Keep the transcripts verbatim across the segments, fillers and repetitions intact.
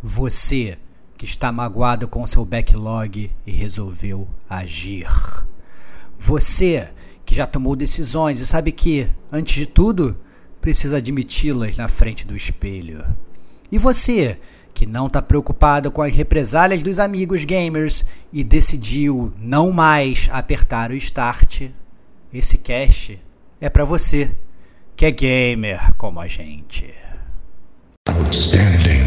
Você que está magoado com seu backlog e resolveu agir. Você que já tomou decisões e sabe que, antes de tudo, precisa admiti-las na frente do espelho. E você que não está preocupado com as represálias dos amigos gamers e decidiu não mais apertar o start, esse cast é para você que é gamer como a gente. Outstanding.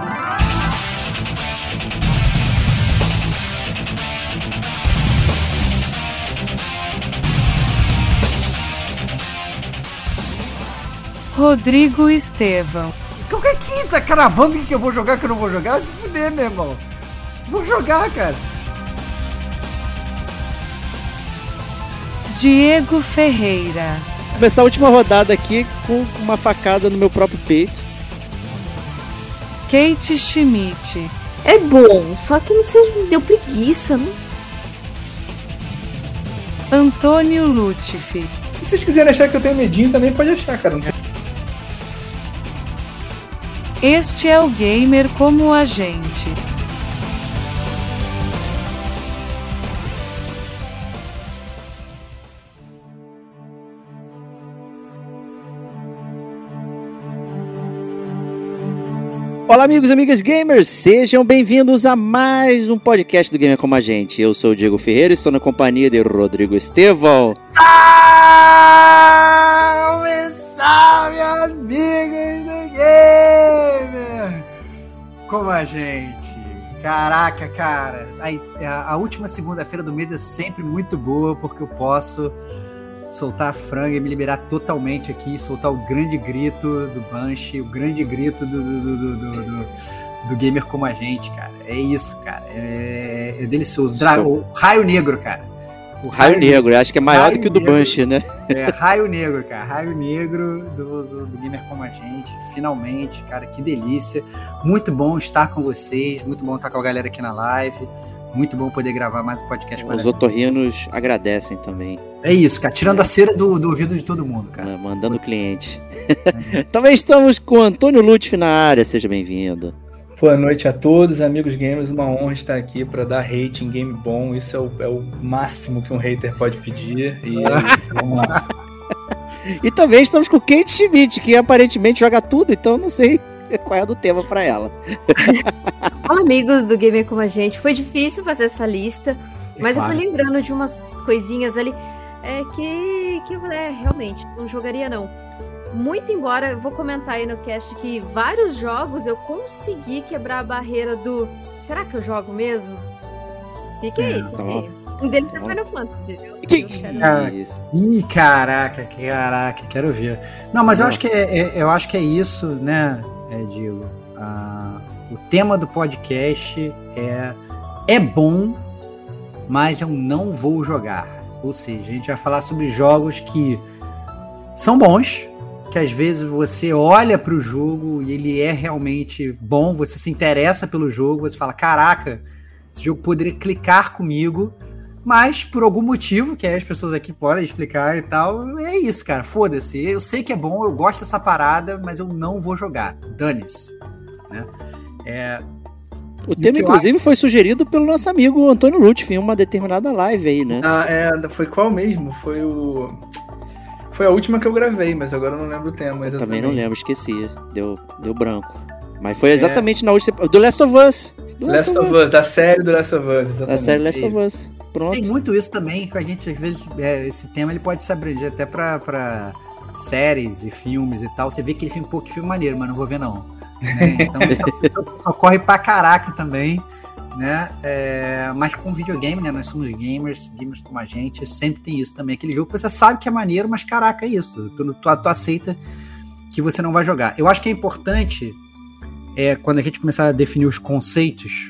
Rodrigo Estevão. Qualquer que tá cravando o que eu vou jogar, que eu não vou jogar, se fuder, meu irmão. Vou jogar, cara. Diego Ferreira. Vou começar a última rodada aqui com uma facada no meu próprio peito. Kate Schmidt. É bom, só que não sei, me deu preguiça, né? Antônio Lutfi. Se vocês quiserem achar que eu tenho medinho, também pode achar, cara. Este é o Gamer como a gente. Olá, amigos e amigas gamers, sejam bem-vindos a mais um podcast do Gamer Como a Gente. Eu sou o Diego Ferreira e estou na companhia de Rodrigo Estevão. Salve, salve, amigos do Gamer! Como a gente. Caraca, cara, a, a última segunda-feira do mês é sempre muito boa, porque eu posso soltar a franga e me liberar totalmente aqui, soltar o grande grito do Banshee, o grande grito do, do, do, do, do, do Gamer Como a Gente, cara. É isso, cara. É, é delicioso. Dra- o Raio Negro, cara. O Raio, Raio Negro, negro, acho que é maior Raio do que o do negro, Banshee, né? É, Raio Negro, cara. Raio Negro do, do, do Gamer Como a Gente. Finalmente, cara, que delícia. Muito bom estar com vocês, muito bom estar com a galera aqui na live. Muito bom poder gravar mais um podcast. Os otorrinos agradecem também. É isso, cara. Tirando é. a cera do, do ouvido de todo mundo, cara. Mandando cliente. É também estamos com o Antônio Lutfi na área. Seja bem-vindo. Boa noite a todos, amigos gamers. Uma honra estar aqui para dar hate em game bom. Isso é o, é o máximo que um hater pode pedir. E é isso. Vamos lá. E também estamos com Kate Schmidt, que aparentemente joga tudo, então não sei qual é do tema para ela. Olá, amigos do Gamer Como a Gente. Foi difícil fazer essa lista, mas é claro. Eu fui lembrando de umas coisinhas ali é, que, que é, realmente não jogaria não. Muito embora, eu vou comentar aí no cast que vários jogos eu consegui quebrar a barreira do será que eu jogo mesmo? Fiquei, é, fiquei. Um deles é Final Fantasy, viu? Que... Ah, ih, caraca, caraca, quero ver. Não, mas eu acho que é, é, eu acho que é isso, né, é, Diego? Ah, o tema do podcast é é bom, mas eu não vou jogar. Ou seja, a gente vai falar sobre jogos que são bons, que às vezes você olha para o jogo e ele é realmente bom, você se interessa pelo jogo, você fala, caraca, esse jogo poderia clicar comigo, mas por algum motivo, que aí as pessoas aqui podem explicar e tal, é isso, cara, foda-se, eu sei que é bom, eu gosto dessa parada, mas eu não vou jogar, dane-se, né? É... O tema, inclusive, acho... foi sugerido pelo nosso amigo Antônio Lutfi em uma determinada live aí, né? Ah, é, foi qual mesmo? Foi o... Foi a última que eu gravei, mas agora eu não lembro o tema exatamente. Eu também não lembro, esqueci. Deu, deu branco. Mas foi exatamente é. na última... Do Last of Us. Do Last, Last of Us. Us, da série do Last of Us, exatamente. Da série Last of Us. Pronto. Tem muito isso também, que a gente, às vezes, é, esse tema ele pode se abranger até pra, pra séries e filmes e tal. Você vê que ele filme, pô, que filme maneiro, mas não vou ver não. Né? Então, ocorre pra caraca também. Né? É, mas com videogame, né? Nós somos gamers, gamers como a gente, sempre tem isso também, aquele jogo que você sabe que é maneiro, mas caraca, é isso, tu, tu, tu aceita que você não vai jogar. Eu acho que é importante, é, quando a gente começar a definir os conceitos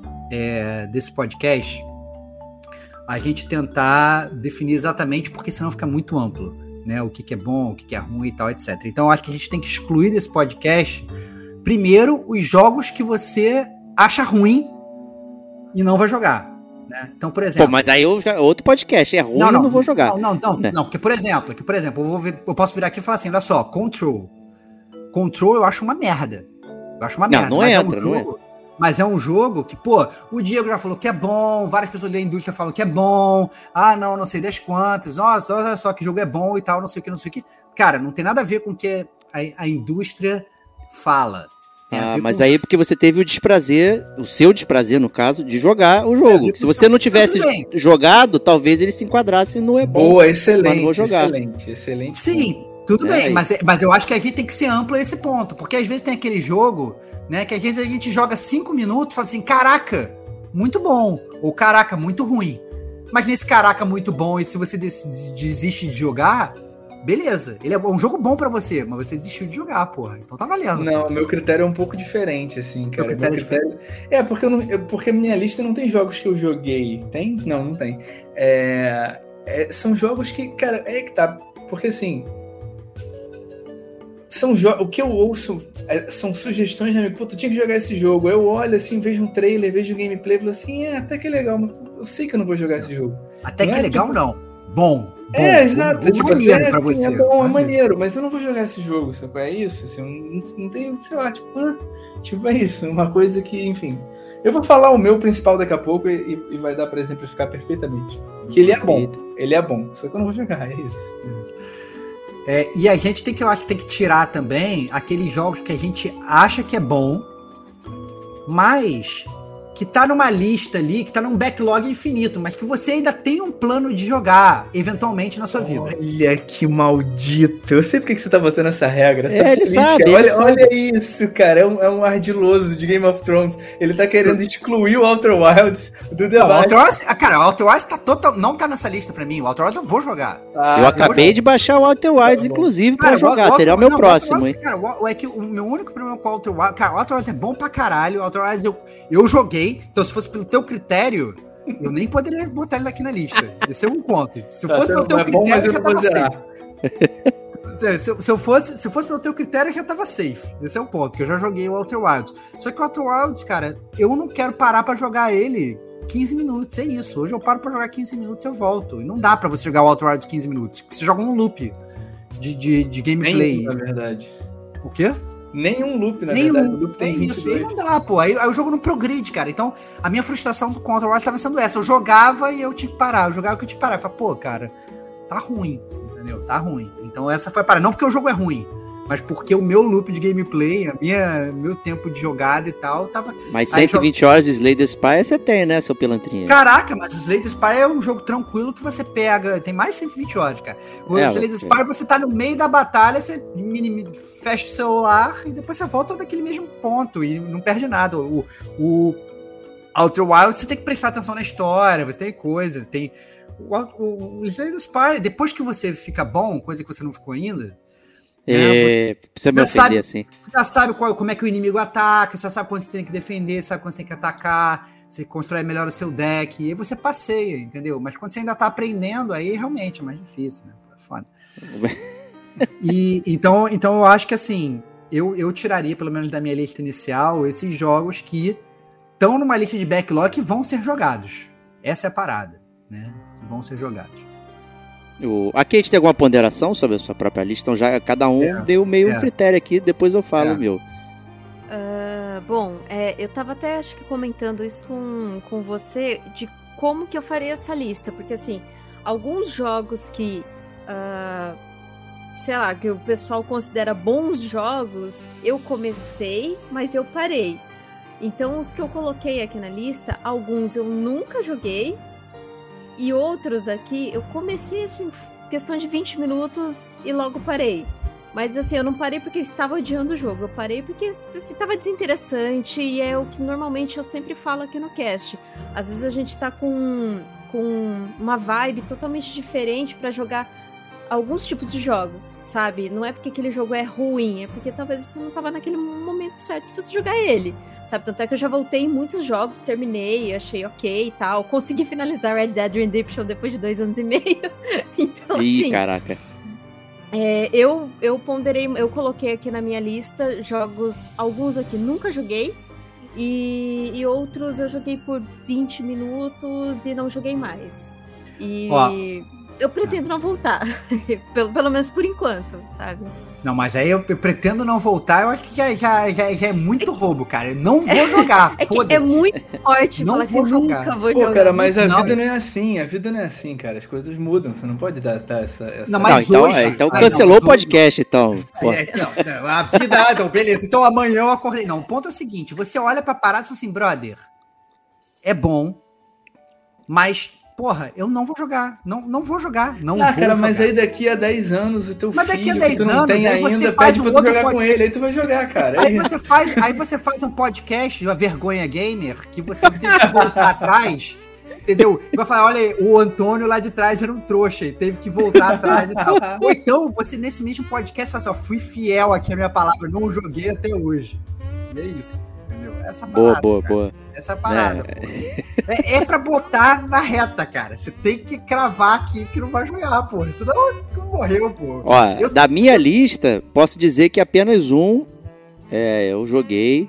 é, desse podcast, a gente tentar definir exatamente, porque senão fica muito amplo, né? O que, que é bom, o que, que é ruim e tal, etcétera. Então eu acho que a gente tem que excluir desse podcast, primeiro, os jogos que você acha ruim e não vai jogar, né? Então, por exemplo... Pô, mas aí eu já, outro podcast, é ruim e não, não, não vou jogar. Não, não, não, né? não, porque, por exemplo, que, por exemplo eu, vou ver, eu posso virar aqui e falar assim, olha só, Control. Control eu acho uma merda. Eu acho uma não, merda. Não mas entra, é um não jogo... é. Mas é um jogo que, pô, o Diego já falou que é bom, várias pessoas da indústria falam que é bom, ah, não, não sei das quantas, nossa, olha só que jogo é bom e tal, não sei o que, não sei o que. Cara, não tem nada a ver com o que a, a indústria fala. Ah, mas aí é porque você teve o desprazer, o seu desprazer, no caso, de jogar o jogo. É, se você não tivesse jogado, talvez ele se enquadrasse no é bom. Boa, excelente, não vou jogar. excelente, excelente. Sim, tudo é, bem, mas, mas eu acho que a gente tem que ser amplo a esse ponto, porque às vezes tem aquele jogo, né, que às vezes a gente joga cinco minutos e fala assim, caraca, muito bom, ou caraca, muito ruim. Mas nesse caraca, muito bom, e se você des- desiste de jogar, beleza, ele é um jogo bom pra você, mas você desistiu de jogar, porra, então tá valendo. Não, meu critério é um pouco diferente, assim, cara. Meu critério, meu critério... É, é porque, eu não, porque minha lista não tem jogos que eu joguei. Tem? Não, não tem. É, é, são jogos que, cara, é que tá, porque assim... São jo- o que eu ouço é, são sugestões de amigo. Pô, tu tinha que jogar esse jogo. Eu olho assim, vejo um trailer, vejo um gameplay, falo assim, é, até que é legal, mas eu sei que eu não vou jogar esse jogo. Até não que é legal, tipo... não. Bom. Bom, é, exato. É, tipo, maneiro é, pra você. É bom, é maneiro, mas eu não vou jogar esse jogo, sabe? É isso, assim, não, não tem, sei lá, tipo, ah, tipo, é isso, uma coisa que, enfim. Eu vou falar o meu principal daqui a pouco e, e vai dar pra exemplificar perfeitamente. Que ele é bom, ele é bom, só que eu não vou jogar, é isso. É, e a gente tem que, eu acho que tem que tirar também aqueles jogos que a gente acha que é bom, mas que tá numa lista ali, que tá num backlog infinito, mas que você ainda tem um plano de jogar, eventualmente, na sua vida. Olha que maldito. Eu sei porque que você tá botando essa regra. Essa é, ele sabe, olha, ele olha sabe. isso, cara. É um, é um ardiloso de Game of Thrones. Ele tá querendo excluir o Outer Wilds do debate. Não, o Outer Wilds, cara, o Outer Wilds tá total, não tá nessa lista pra mim. O Outer Wilds eu vou jogar. Ah, eu acabei eu de baixar o Outer Wilds, tá inclusive, cara, pra jogar. O, o, Seria o meu não, próximo, o Wilds, hein? Cara, o, é que o meu único problema com o Outer Wilds... Cara, o Outer Wilds é bom pra caralho. O Outer Wilds eu, eu joguei. Então, se fosse pelo teu critério, eu nem poderia botar ele aqui na lista. Esse é um ponto. Se tá, fosse pelo teu é critério, bom, mas eu já tava safe. se, se, se, eu fosse, se fosse pelo teu critério, eu já tava safe. Esse é o ponto, que eu já joguei o Outer Wilds. Só que o Outer Wilds, cara, eu não quero parar pra jogar ele quinze minutos, é isso. Hoje eu paro pra jogar quinze minutos e eu volto. E não dá pra você jogar o Outer Wilds quinze minutos, porque você joga um loop de, de, de gameplay. Nenhum, na verdade. O quê? Nenhum loop, na Nenhum, verdade. O loop tem isso, aí não dá, pô. Aí, aí o jogo não progride, cara. Então, a minha frustração com o Outer Wilds tava sendo essa. Eu jogava e eu tinha que parar. Eu jogava e eu tinha que parar. Eu falei, pô, cara, tá ruim, entendeu? Tá ruim. Então essa foi a parada. Não porque o jogo é ruim, mas porque o meu loop de gameplay, a minha, meu tempo de jogada e tal, tava... Mas cento e vinte horas de Slay the Spire você tem, né, seu pilantrinha? Caraca, mas o Slay the Spire é um jogo tranquilo que você pega... Tem mais de cento e vinte horas, cara. O é, Slay the Spire, você tá no meio da batalha, você fecha o celular e depois você volta daquele mesmo ponto e não perde nada. O, o Outer Wilds, você tem que prestar atenção na história, você tem coisa, tem... O, o, o Slay the Spire, depois que você fica bom, coisa que você não ficou ainda... É, precisa me ofender, assim. Você já sabe qual, como é que o inimigo ataca, você já sabe quando você tem que defender, sabe quando você tem que atacar, você constrói melhor o seu deck, e aí você passeia, entendeu? Mas quando você ainda tá aprendendo, aí realmente é mais difícil, né? É foda. E, então, então eu acho que assim, eu, eu tiraria, pelo menos da minha lista inicial, esses jogos que estão numa lista de backlog que vão ser jogados. Essa é a parada, né? Que vão ser jogados. O... Aqui a gente tem alguma ponderação sobre a sua própria lista? Então já cada um é, deu meio é. um critério aqui, depois eu falo o é. meu. Uh, bom, é, eu tava até acho que comentando isso com, com você, de como que eu faria essa lista, porque assim, alguns jogos que, uh, sei lá, que o pessoal considera bons jogos, eu comecei, mas eu parei. Então os que eu coloquei aqui na lista, alguns eu nunca joguei, e outros aqui, eu comecei, assim, questão de vinte minutos e logo parei. Mas, assim, eu não parei porque eu estava odiando o jogo. Eu parei porque, assim, estava desinteressante e é o que normalmente eu sempre falo aqui no cast. Às vezes a gente tá com, com uma vibe totalmente diferente para jogar alguns tipos de jogos, sabe? Não é porque aquele jogo é ruim, é porque talvez você não estava naquele momento certo de você jogar ele. Sabe, tanto é que eu já voltei em muitos jogos, terminei, achei ok e tal. Consegui finalizar Red Dead Redemption depois de dois anos e meio. Então, Ih, assim... caraca. É, eu, eu ponderei, eu coloquei aqui na minha lista jogos, alguns aqui nunca joguei. E, e outros eu joguei por vinte minutos e não joguei mais. E... Ó, eu pretendo não voltar. pelo, pelo menos por enquanto, sabe? Não, mas aí eu, eu pretendo não voltar, eu acho que já, já, já, já é muito roubo, cara. Eu não vou jogar, é foda-se. É muito forte não falar vou que jogar. nunca vou Pô, jogar. cara, mas a não, vida gente. não é assim, a vida não é assim, cara. As coisas mudam, você não pode dar, dar essa, essa... Não, Não, mas então, hoje- é, então Ah, cancelou não, o podcast, então. Pô. É, não, não, a vida, então, beleza. Então amanhã eu acordei. Não, o ponto é o seguinte: você olha pra parada e fala assim, brother, é bom, mas, porra, eu não vou jogar. Não, não vou jogar. Não Ah, vou cara, jogar. mas aí daqui a dez anos o teu Mas filho daqui a que dez tu não anos, tem aí você ainda faz pede um pra tu outro jogar pod- com ele, aí tu vai jogar, cara. Aí você, faz, aí você faz um podcast, uma vergonha gamer, que você tem que voltar atrás, entendeu? E vai falar, olha, o Antônio lá de trás era um trouxa e teve que voltar atrás e tal. Ou então, você nesse mesmo podcast fala assim, ó, fui fiel aqui à minha palavra, não joguei até hoje. E é isso, entendeu? Essa Boa, parada, boa, cara. boa. Essa parada, pô. É, é pra botar na reta, cara. Você tem que cravar aqui que não vai jogar, porra. Senão morreu, pô. Ó, Eu- da minha lista, posso dizer que apenas um é, eu joguei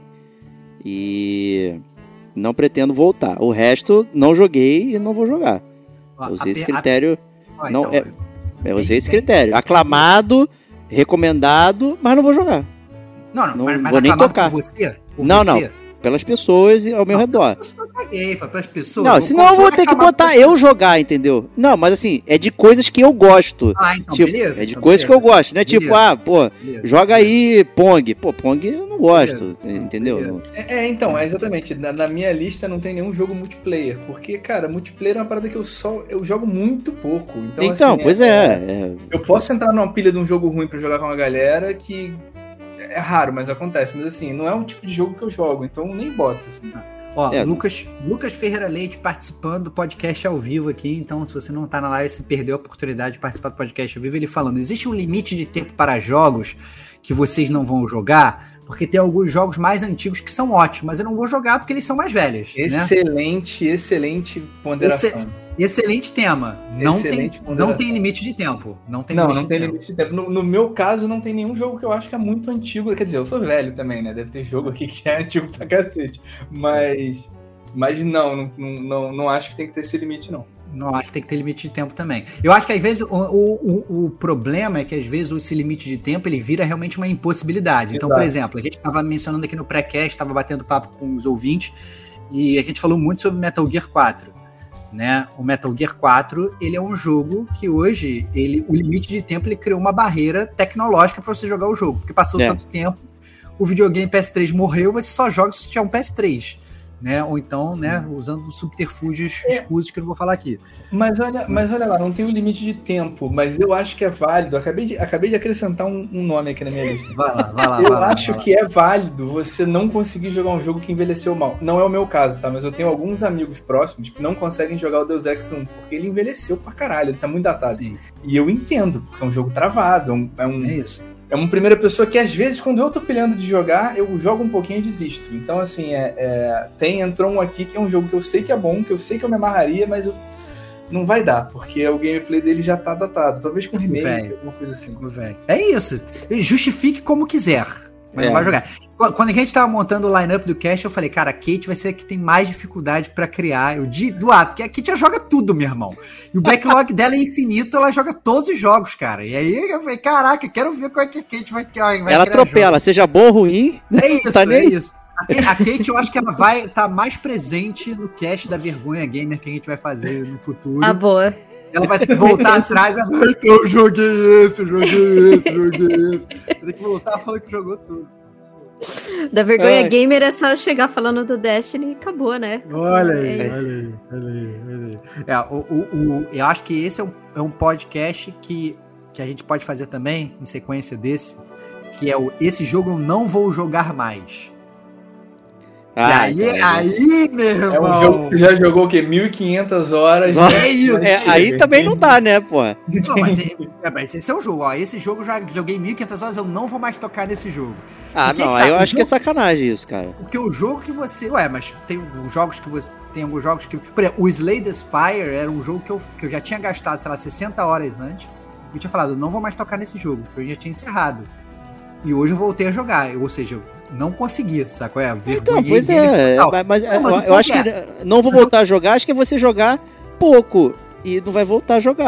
e não pretendo voltar. O resto, não joguei e não vou jogar. Ó, Eu usei a- esse a- critério. ó, não, então, é, eu usei tem- esse tem- critério. Aclamado, recomendado, mas não vou jogar. Não, não, não mas, mas vou nem aclamado tocar. por você? Por Não, você? Pelas pessoas ao meu redor. Eu só caguei para as pessoas. Não, senão eu vou ter que botar eu jogar, entendeu? Não, mas assim, é de coisas que eu gosto. Ah, então Tipo, beleza. é de então coisas que beleza. eu gosto, né? Tipo, Beleza. ah, pô, Beleza. joga aí Pong. Pô, Pong eu não gosto, Beleza. entendeu? Beleza. É, é, então, é exatamente. Na, na minha lista não tem nenhum jogo multiplayer. Porque, cara, multiplayer é uma parada que eu só. Eu jogo muito pouco. Então, Então, assim, pois é. é. Eu posso entrar numa pilha de um jogo ruim pra jogar com uma galera que. É raro, mas acontece. Mas assim, não é um tipo de jogo que eu jogo, então nem boto. Assim. Ó, É. Lucas, Lucas Ferreira Leite participando do podcast ao vivo aqui. Então, se você não tá na live, você perdeu a oportunidade de participar do podcast ao vivo. Ele falando: existe um limite de tempo para jogos que vocês não vão jogar? Porque tem alguns jogos mais antigos que são ótimos, mas eu não vou jogar porque eles são mais velhos. Né? Excelente, excelente ponderação. Esse- Excelente tema. Não, Excelente tem, ponderação. não tem limite de tempo. Não tem Não, limite não de tem tempo. limite de tempo. No, no meu caso, não tem nenhum jogo que eu acho que é muito antigo. Quer dizer, eu sou velho também, né? Deve ter jogo aqui que é antigo pra cacete. Mas, mas não, não, não, não acho que tem que ter esse limite, não. Não, acho que tem que ter limite de tempo também. Eu acho que às vezes o, o, o, o problema é que às vezes esse limite de tempo ele vira realmente uma impossibilidade. Então, Exato. por exemplo, a gente estava mencionando aqui no pré-cast, estava batendo papo com os ouvintes, e a gente falou muito sobre Metal Gear quatro. Né? O Metal Gear quatro, ele é um jogo que hoje, ele, o limite de tempo, ele criou uma barreira tecnológica para você jogar o jogo. Porque passou É. tanto tempo, o videogame P S três morreu, você só joga se você tiver um P S três. Né? Ou então, né, usando subterfúgios É. escusos que eu não vou falar aqui. Mas olha, mas olha lá, não tem um limite de tempo, mas eu acho que é válido. Acabei de, acabei de acrescentar um, um nome aqui na minha lista. Vai lá, vai lá, Eu vai lá, acho vai lá. que é válido você não conseguir jogar um jogo que envelheceu mal. Não é o meu caso, tá? Mas eu tenho alguns amigos próximos que não conseguem jogar o Deus Ex um porque ele envelheceu pra caralho, ele tá muito datado. Sim, E eu entendo, porque é um jogo travado, é um, é um, é isso. é uma primeira pessoa que, às vezes, quando eu tô pilhando de jogar, eu jogo um pouquinho e desisto. Então, assim, é, é, tem, entrou um aqui que é um jogo que eu sei que é bom, que eu sei que eu me amarraria, mas eu, não vai dar, porque o gameplay dele já tá datado. Talvez com remake, Velho. alguma coisa assim. Velho. É isso. Justifique como quiser. Mas É. não vai jogar. Quando a gente tava montando o line-up do cast, eu falei, cara, a Kate vai ser a que tem mais dificuldade pra criar. Eu digo, do ato, porque a Kate já joga tudo, meu irmão. E o backlog dela é infinito, ela joga todos os jogos, cara. E aí eu falei, caraca, quero ver como é que a Kate vai, vai Ela criar atropela, seja bom ou ruim. jogo. É isso, Tá é nem- isso. A Kate, a Kate, eu acho que ela vai estar mais presente no cast da Vergonha Gamer que a gente vai fazer no futuro. Ah, boa. Ela vai ter que voltar atrás e vai falar, então, eu joguei esse, eu joguei esse, eu joguei esse. Tem que voltar falando que jogou tudo. Da vergonha Ai. gamer é só chegar falando do Destiny e acabou, né? Olha aí, É olha isso. aí, olha aí, olha aí. É, o, o, o- eu acho que esse é um, é um podcast que, que a gente pode fazer também, em sequência desse, que é o Esse Jogo Eu Não Vou Jogar Mais. Ah, e aí, então é- aí, meu irmão... É um jogo que tu já jogou o quê? mil e quinhentas horas. Só- É isso. É, aí também não dá, né, pô? Não, mas, é, é, mas esse é o jogo, ó. Esse jogo eu já joguei mil e quinhentas horas, eu não vou mais tocar nesse jogo. Ah, E quem não, que tá? aí eu O acho que é jogo- sacanagem isso, cara. Porque o jogo que você. Ué, mas tem os jogos que você. Tem alguns jogos que. Por exemplo, o Slay the Spire era um jogo que eu, que eu já tinha gastado, sei lá, sessenta horas antes. E eu tinha falado, eu não vou mais tocar nesse jogo, porque eu já tinha encerrado. E hoje eu voltei a jogar. Ou seja, eu não consegui, sacou? É a vergonha. Então, pois gamer é, total. mas, mas, Não, mas eu, o eu acho ponto que não vou Mas voltar a jogar, acho que é você jogar pouco e não vai voltar a jogar.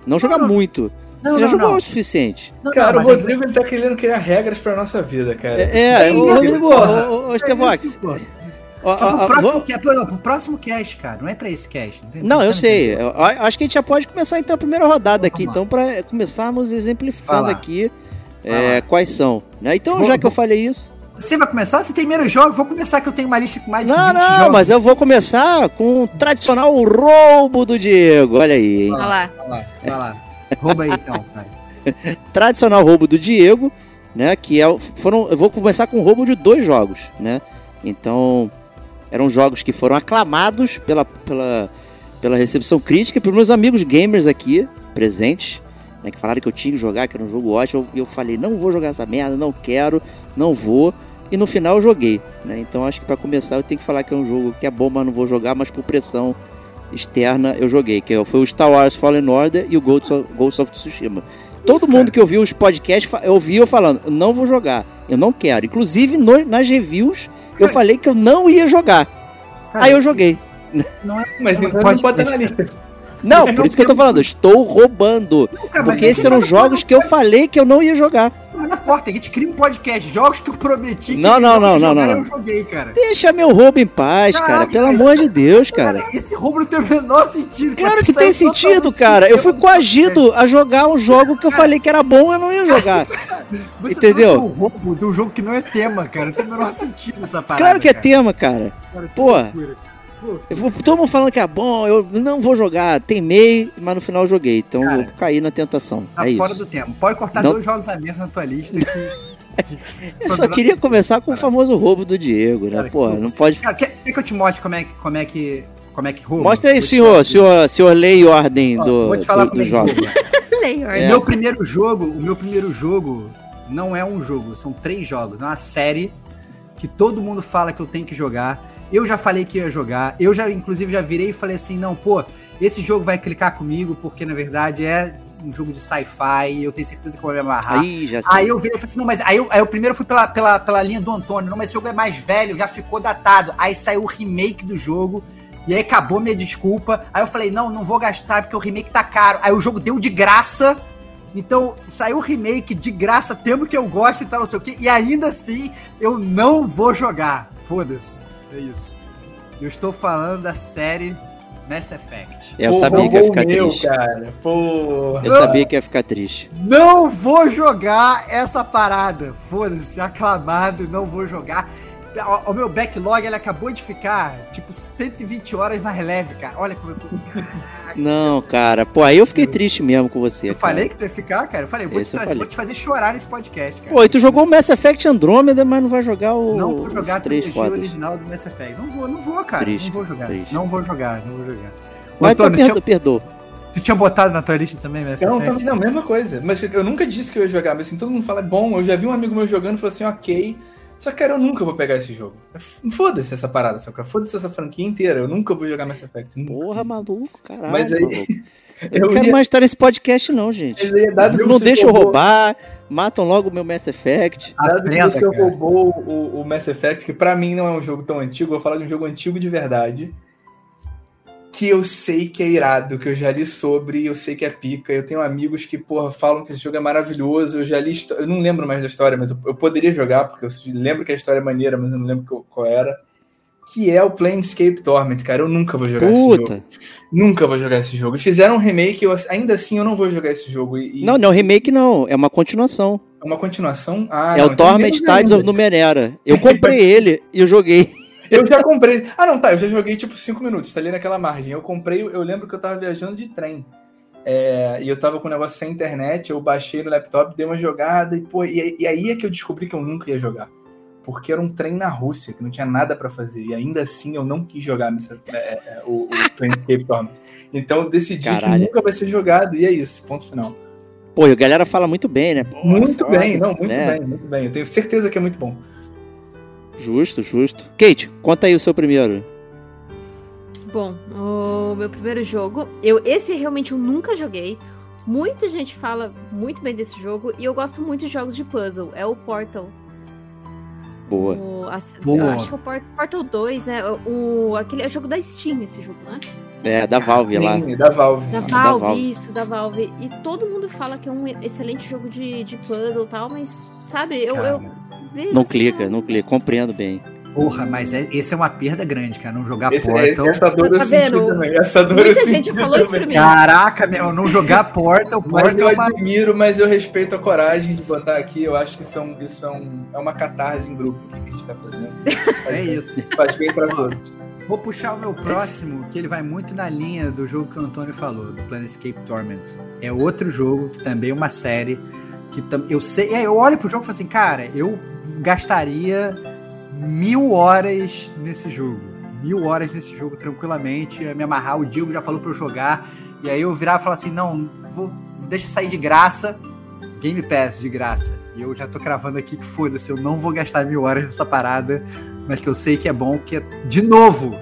Não jogar não, muito. Não, Você não, já jogou não. o suficiente. Não, Cara, não, o mas Rodrigo ele tá querendo criar regras pra nossa vida, cara. É, é Sim, o é Rodrigo, isso, porra. o, o, o É Estevox. isso, pô. ó, Pro ó, próximo, vou- cast, não, pro próximo cast, cara. Não é pra esse cast. tem- Não, você eu sei. entendeu? Eu acho que a gente já pode começar então a primeira rodada aqui, Vamos lá. então, para começarmos exemplificando Vai lá. aqui Vai é, lá. quais são. Né? Então, Vou- já que eu vou- falei isso. Você vai começar? Você tem menos jogos? Vou começar que eu tenho uma lista com mais de Não, vinte não, jogos. mas eu vou começar com o tradicional roubo do Diego. Olha aí, hein? Olha lá. Vai lá, vai lá. Rouba aí então, cara. Tradicional roubo do Diego, né? Que é, o- foram. Eu vou começar com o roubo de dois jogos, né? Então, eram jogos que foram aclamados pela, pela, pela recepção crítica e pelos meus amigos gamers aqui presentes, né? Que falaram que eu tinha que jogar, que era um jogo ótimo. E eu, eu falei, não vou jogar essa merda, não quero, não vou. E no final eu joguei, né? Então acho que pra começar eu tenho que falar que é um jogo que é bom, mas não vou jogar, mas por pressão externa eu joguei, que foi o Star Wars Fallen Order e o Ghost of, Ghost of Tsushima. Todo Isso, mundo cara. que ouviu os podcasts, fa- eu ouvi eu falando, eu não vou jogar, eu não quero. Inclusive no- nas reviews eu Cara, falei que eu não ia jogar. Cara, Aí eu joguei. Não é, Mas não então pode- não pode estar na lista. Não, Esse por é isso que eu tô meu falando, eu estou roubando. Cara, mas Porque é esses que eram faz- jogos que eu falei que eu não ia jogar. Não importa, a gente cria um podcast, jogos que eu prometi que Não, não, eu não, ia não, jogar, não. eu joguei, cara. Deixa meu roubo em paz, cara. Caraca, Pelo mas- amor de Deus, cara. Cara, esse roubo não tem o menor sentido. cara. Claro Você que tem saiu sentido, totalmente cara. Eu do fui tema do coagido a jogar um jogo que eu falei que era bom e eu não ia jogar. podcast. Você entendeu? trouxe um roubo de um jogo que não é tema, cara. Não tem o menor sentido essa parada. Claro que é cara. tema, cara. Cara, que Pô. loucura. Pô, Eu vou, todo mundo falando que é bom, eu não vou jogar. Teimei, mas no final eu joguei. Então Cara, eu caí na tentação. tá é fora isso. do tema. Pode cortar Não- dois jogos a menos na tua lista que... Eu só queria começar com o famoso roubo do Diego, né? Cara, Pô, que não pode. Cara, quer, quer que eu te mostre como é, que- como é que... Como é que rouba? Mostra aí, Vou te senhor, falar- senhor, senhor lei e ordem Ó, do, vou te falar do, como é do que jogo. rouba. Leio, É. O meu primeiro jogo, o meu primeiro jogo não é um jogo, são três jogos. É uma série que todo mundo fala que eu tenho que jogar. Eu já falei que ia jogar. Eu já, inclusive, já virei e falei assim, não, pô, esse jogo vai clicar comigo, porque na verdade é um jogo de sci-fi e eu tenho certeza que eu vou me amarrar. Aí, já sei. Aí eu virei e falei assim, não, mas aí eu, aí eu primeiro fui pela, pela, pela linha do Antônio, não, mas esse jogo é mais velho, já ficou datado. Aí saiu o remake do jogo, e aí acabou minha desculpa. Aí eu falei, não, não vou gastar porque o remake tá caro. Aí o jogo deu de graça, então saiu o remake de graça, temo que eu gosto e tal, não sei o quê, e ainda assim eu não vou jogar. Foda-se, é isso. Eu estou falando da série Mass Effect. Eu Pô, sabia que ia roubou ficar o meu, triste. cara. Pô. Eu sabia que ia ficar triste. Não vou jogar essa parada. Foda-se, aclamado, não vou jogar. O, o meu backlog, ele acabou de ficar, tipo, cento e vinte horas mais leve, cara. Olha como eu tô... Não, cara. Pô, aí eu fiquei triste mesmo com você. Eu cara. falei que tu ia ficar, cara. Eu falei, vou te, Esse eu trazer, falei. vou te fazer chorar nesse podcast, cara. Pô, e tu jogou o Mass Effect Andromeda, mas não vai jogar o. Não vou jogar a os três trilogia fodas. original do Mass Effect. Não vou, não vou, cara. Triste, não vou jogar. triste. Não vou jogar, não vou jogar. Ô, Mas então Antônio, perdo, tinha, perdoa. tu tinha botado na tua lista também, Mass Não, Effect? também não, mesma coisa. Mas eu nunca disse que eu ia jogar, mas assim, todo mundo fala, é bom, eu já vi um amigo meu jogando e falou assim, ok. Só que, cara, eu nunca vou pegar esse jogo. Foda-se essa parada, só que foda-se essa franquia inteira. Eu nunca vou jogar Mass Effect. Nunca. Porra, maluco, caralho. Mas aí- maluco. Eu Eu não quero ia- mais estar nesse podcast, não, gente. Mas aí, dado que Não você deixa eu roubou- roubar, matam logo o meu Mass Effect. Dado que Aprenda, você cara. roubou o, o Mass Effect, que pra mim não é um jogo tão antigo, eu vou falar de um jogo antigo de verdade. Que eu sei que é irado, que eu já li sobre, eu sei que é pica. Eu tenho amigos que, porra, falam que esse jogo é maravilhoso. Eu já li, histó- eu não lembro mais da história, mas eu, eu poderia jogar, porque eu lembro que a história é maneira, mas eu não lembro qual, qual era. Que é o Planescape Torment, cara. Eu nunca vou jogar esse jogo. Puta. Nunca vou jogar esse jogo. Fizeram um remake, eu, ainda assim eu não vou jogar esse jogo. E, e Não, não é um remake, não. É uma continuação. é uma continuação? Ah, é não, o então Torment menos Tides ainda. of Numenera. Eu comprei ele e eu joguei. Eu já comprei. Ah, não, tá. Eu já joguei tipo cinco minutos, tá ali naquela margem. Eu comprei, eu lembro que eu tava viajando de trem. É, e eu tava com o negócio sem internet, eu baixei no laptop, dei uma jogada, e, pô, e, e aí é que eu descobri que eu nunca ia jogar. Porque era um trem na Rússia, que não tinha nada pra fazer. E ainda assim eu não quis jogar nessa, é, é, o, o Planescape Torment. Então eu decidi Caralho. que nunca vai ser jogado, e é isso, ponto final. Pô, e a galera fala muito bem, né? Pô, Muito foda, bem, não, muito né? bem, muito bem. Eu tenho certeza que é muito bom. Justo, justo. Kate, conta aí o seu primeiro. Bom, o meu primeiro jogo, eu esse realmente eu nunca joguei. Muita gente fala muito bem desse jogo e eu gosto muito de jogos de puzzle. É o Portal. Boa. O, a- Boa. eu acho que é o Port- Portal dois, né? O, aquele, é o jogo da Steam, esse jogo, né? É, da Valve lá. Sim, da Valve. Da sim. Valve, da Valve. isso, da Valve. E todo mundo fala que é um excelente jogo de, de puzzle e tal, mas, sabe, eu, eu vejo Não assim, clica, não clica, compreendo bem. Porra, mas é, esse é uma perda grande, cara. Não jogar Esse, Portal. essa dor eu Tá senti vendo? também. Essa dor eu Muita senti gente falou isso pra também. mim. Caraca, meu, não jogar Portal, Mas Portal eu é uma... admiro, mas eu respeito a coragem de botar aqui. Eu acho que isso é, um, isso é, um, é uma catarse em grupo que a gente tá fazendo. É isso. Faz bem pra todos. Vou puxar o meu próximo, que ele vai muito na linha do jogo que o Antônio falou, do Planescape Torment. É outro jogo, que também é uma série, que tam... eu sei, é, eu olho pro jogo e falo assim, cara, eu gastaria mil horas nesse jogo. Mil horas nesse jogo, tranquilamente, me amarrar. O Diego já falou pra eu jogar, e aí eu virar e falar assim, não, vou, deixa sair de graça, Game Pass de graça. E eu já tô cravando aqui que foda-se, eu não vou gastar mil horas nessa parada, mas que eu sei que é bom, que é, de novo,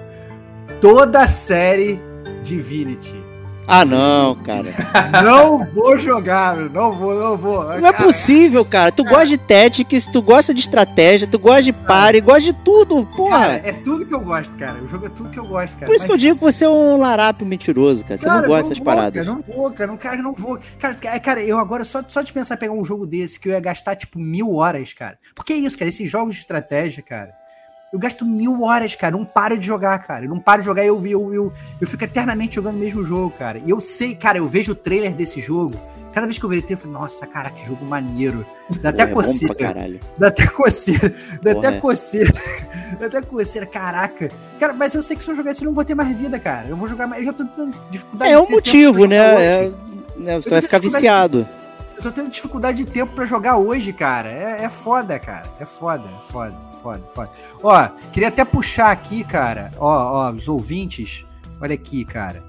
toda a série Divinity. Ah, não, cara. Não vou jogar, meu, não vou, não vou. Não é possível, cara. Tu gosta de Tactics, tu gosta de estratégia, tu gosta de party, gosta de tudo, porra. Cara, é tudo que eu gosto, cara. O jogo é tudo que eu gosto, cara. Por isso Mas... que eu digo que você é um larápio mentiroso, cara. Você Cara, não gosta dessas vou, paradas. Cara, não vou, cara. Não, cara, não vou. Cara, cara, eu agora, só, só de pensar em pegar um jogo desse, que eu ia gastar, tipo, mil horas, cara. Porque é isso, cara. Esses jogos de estratégia, cara, eu gasto mil horas, cara. Eu não paro de jogar, cara. Eu não paro de jogar e eu, eu, eu, eu fico eternamente jogando o mesmo jogo, cara. E eu sei, cara, eu vejo o trailer desse jogo. Cada vez que eu vejo o trailer, eu falo, nossa, cara, que jogo maneiro. Dá até Porra, é bom coceira. pra caralho. Dá até coceira. Dá Porra, até é. coceira. Dá até coceira. Caraca. Cara, mas eu sei que se eu jogar isso, eu não vou ter mais vida, cara. Eu vou jogar mais. Eu já tô tendo dificuldade É um de ter motivo, tempo pra jogar né? É, hoje. né, Você Eu vai tô ficar tendo viciado. Eu tô tendo dificuldade de tempo pra jogar hoje, cara. É, é foda, cara. É foda, é foda, foda, foda. Ó, queria até puxar aqui, cara. Ó, ó, os ouvintes. Olha aqui, cara.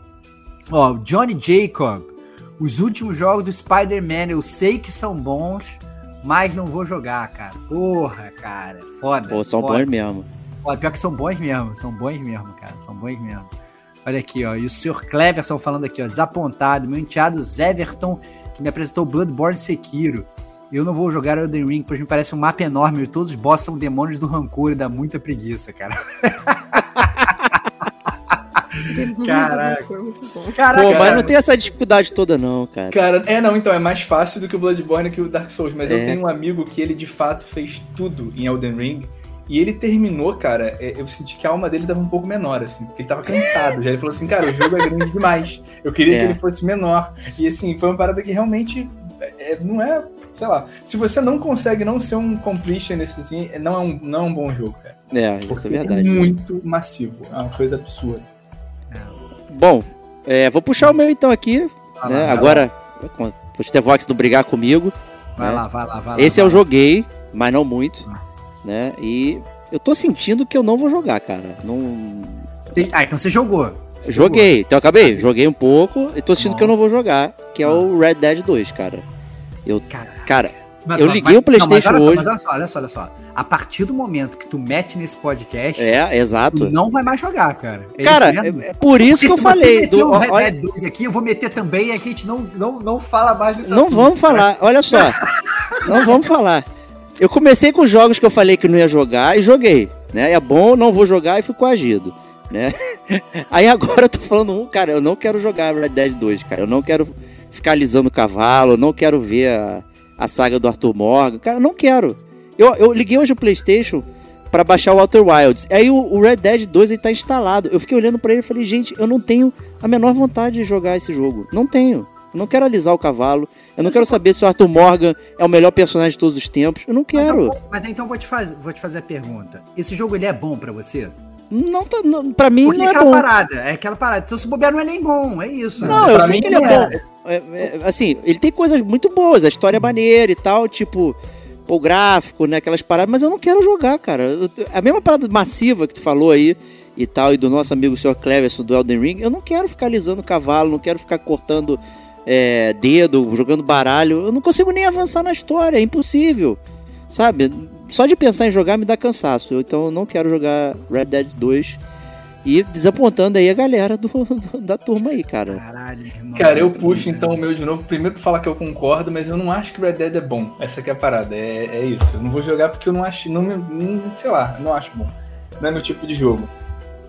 Ó, Johnny Jacob. Os últimos jogos do Spider-Man eu sei que são bons, mas não vou jogar, cara. Porra, cara. Foda. Pô, são foda. bons mesmo. Ó, pior que são bons mesmo. São bons mesmo, cara. São bons mesmo. Olha aqui, ó. E o senhor Cleverson falando aqui, ó. Desapontado. Meu enteado Zeverton, que me apresentou Bloodborne Sekiro. Eu não vou jogar Elden Ring, pois me parece um mapa enorme e todos os boss são demônios do rancor e dá muita preguiça, cara. Caraca. Caraca. Pô, mas não tem essa dificuldade toda não, cara. Cara, é não, então é mais fácil do que o Bloodborne que o Dark Souls, mas É. eu tenho um amigo que ele de fato fez tudo em Elden Ring e ele terminou, cara, é, eu senti que a alma dele tava um pouco menor, assim, porque ele tava cansado, já ele falou assim, cara, o jogo é grande demais, eu queria É. que ele fosse menor, e assim, foi uma parada que realmente é, não é, sei lá, se você não consegue não ser um completionist, assim, não é um, não é um bom jogo, cara. É, isso Porque é verdade. é muito massivo, é uma coisa absurda. Bom, é, vou puxar o meu então aqui, Vai né? lá, vai Agora, com o Stevox não brigar comigo. Vai né? lá, vai lá, vai lá. Esse vai eu lá. joguei, mas não muito, né? E eu tô sentindo que eu não vou jogar, cara. Não... Ah, então você jogou. Você Joguei, então eu acabei. Joguei um pouco e tô sentindo Bom. que eu não vou jogar, que é o Red Dead dois, cara. Eu, Caraca. cara, Mas- eu mas- liguei o PlayStation não, mas olha hoje. Só, mas olha só, olha só, olha só. A partir do momento que tu mete nesse podcast, é, exato. tu não vai mais jogar, cara. É Cara, isso mesmo? é, é por isso Porque que eu se você falei. meter Do, o Red olha, Dead dois aqui, eu vou meter também e a gente não, não, não fala mais desse não assunto, vamos cara. falar, olha só. Não vamos falar. Eu comecei com jogos que eu falei que não ia jogar e joguei, né? É bom, não vou jogar e fui coagido, né? Aí agora eu tô falando um, cara, eu não quero jogar Red Dead dois, cara. Eu não quero ficar alisando o cavalo, eu não quero ver a, a saga do Arthur Morgan, cara, eu não quero. Eu, eu liguei hoje o PlayStation pra baixar o Outer Wilds. Aí o, o Red Dead dois ele tá instalado. Eu fiquei olhando pra ele e falei, gente, eu não tenho a menor vontade de jogar esse jogo. Não tenho. Eu não quero alisar o cavalo. Eu não quero saber se o Arthur Morgan é o melhor personagem de todos os tempos. Eu não Mas, quero. eu- mas então vou te, faz, vou te fazer a pergunta. Esse jogo ele é bom pra você? Não tá, não, pra mim Porque não é é aquela bom. parada, é aquela parada. Então se bobear não é nem bom, é isso. Não, né? eu Pra sei mim que ele é não bom. é. É, é, assim, ele tem coisas muito boas, a história é maneira e tal, tipo, pô, o gráfico, né, aquelas paradas, mas eu não quero jogar, cara. Eu- a mesma parada massiva que tu falou aí e tal, e do nosso amigo senhor Cleverson do Elden Ring, eu não quero ficar alisando o cavalo, não quero ficar cortando é, dedo, jogando baralho, eu não consigo nem avançar na história, é impossível, sabe? Só de pensar em jogar me dá cansaço, então eu não quero jogar Red Dead dois. E desapontando aí a galera do, do- da turma aí, cara. Caralho, meu irmão. Cara, eu puxo então o meu de novo, primeiro pra falar que eu concordo, mas eu não acho que Red Dead é bom. Essa que é a parada, é, é isso. Eu não vou jogar porque eu não acho, não, me- não sei lá, não acho bom. Não é meu tipo de jogo.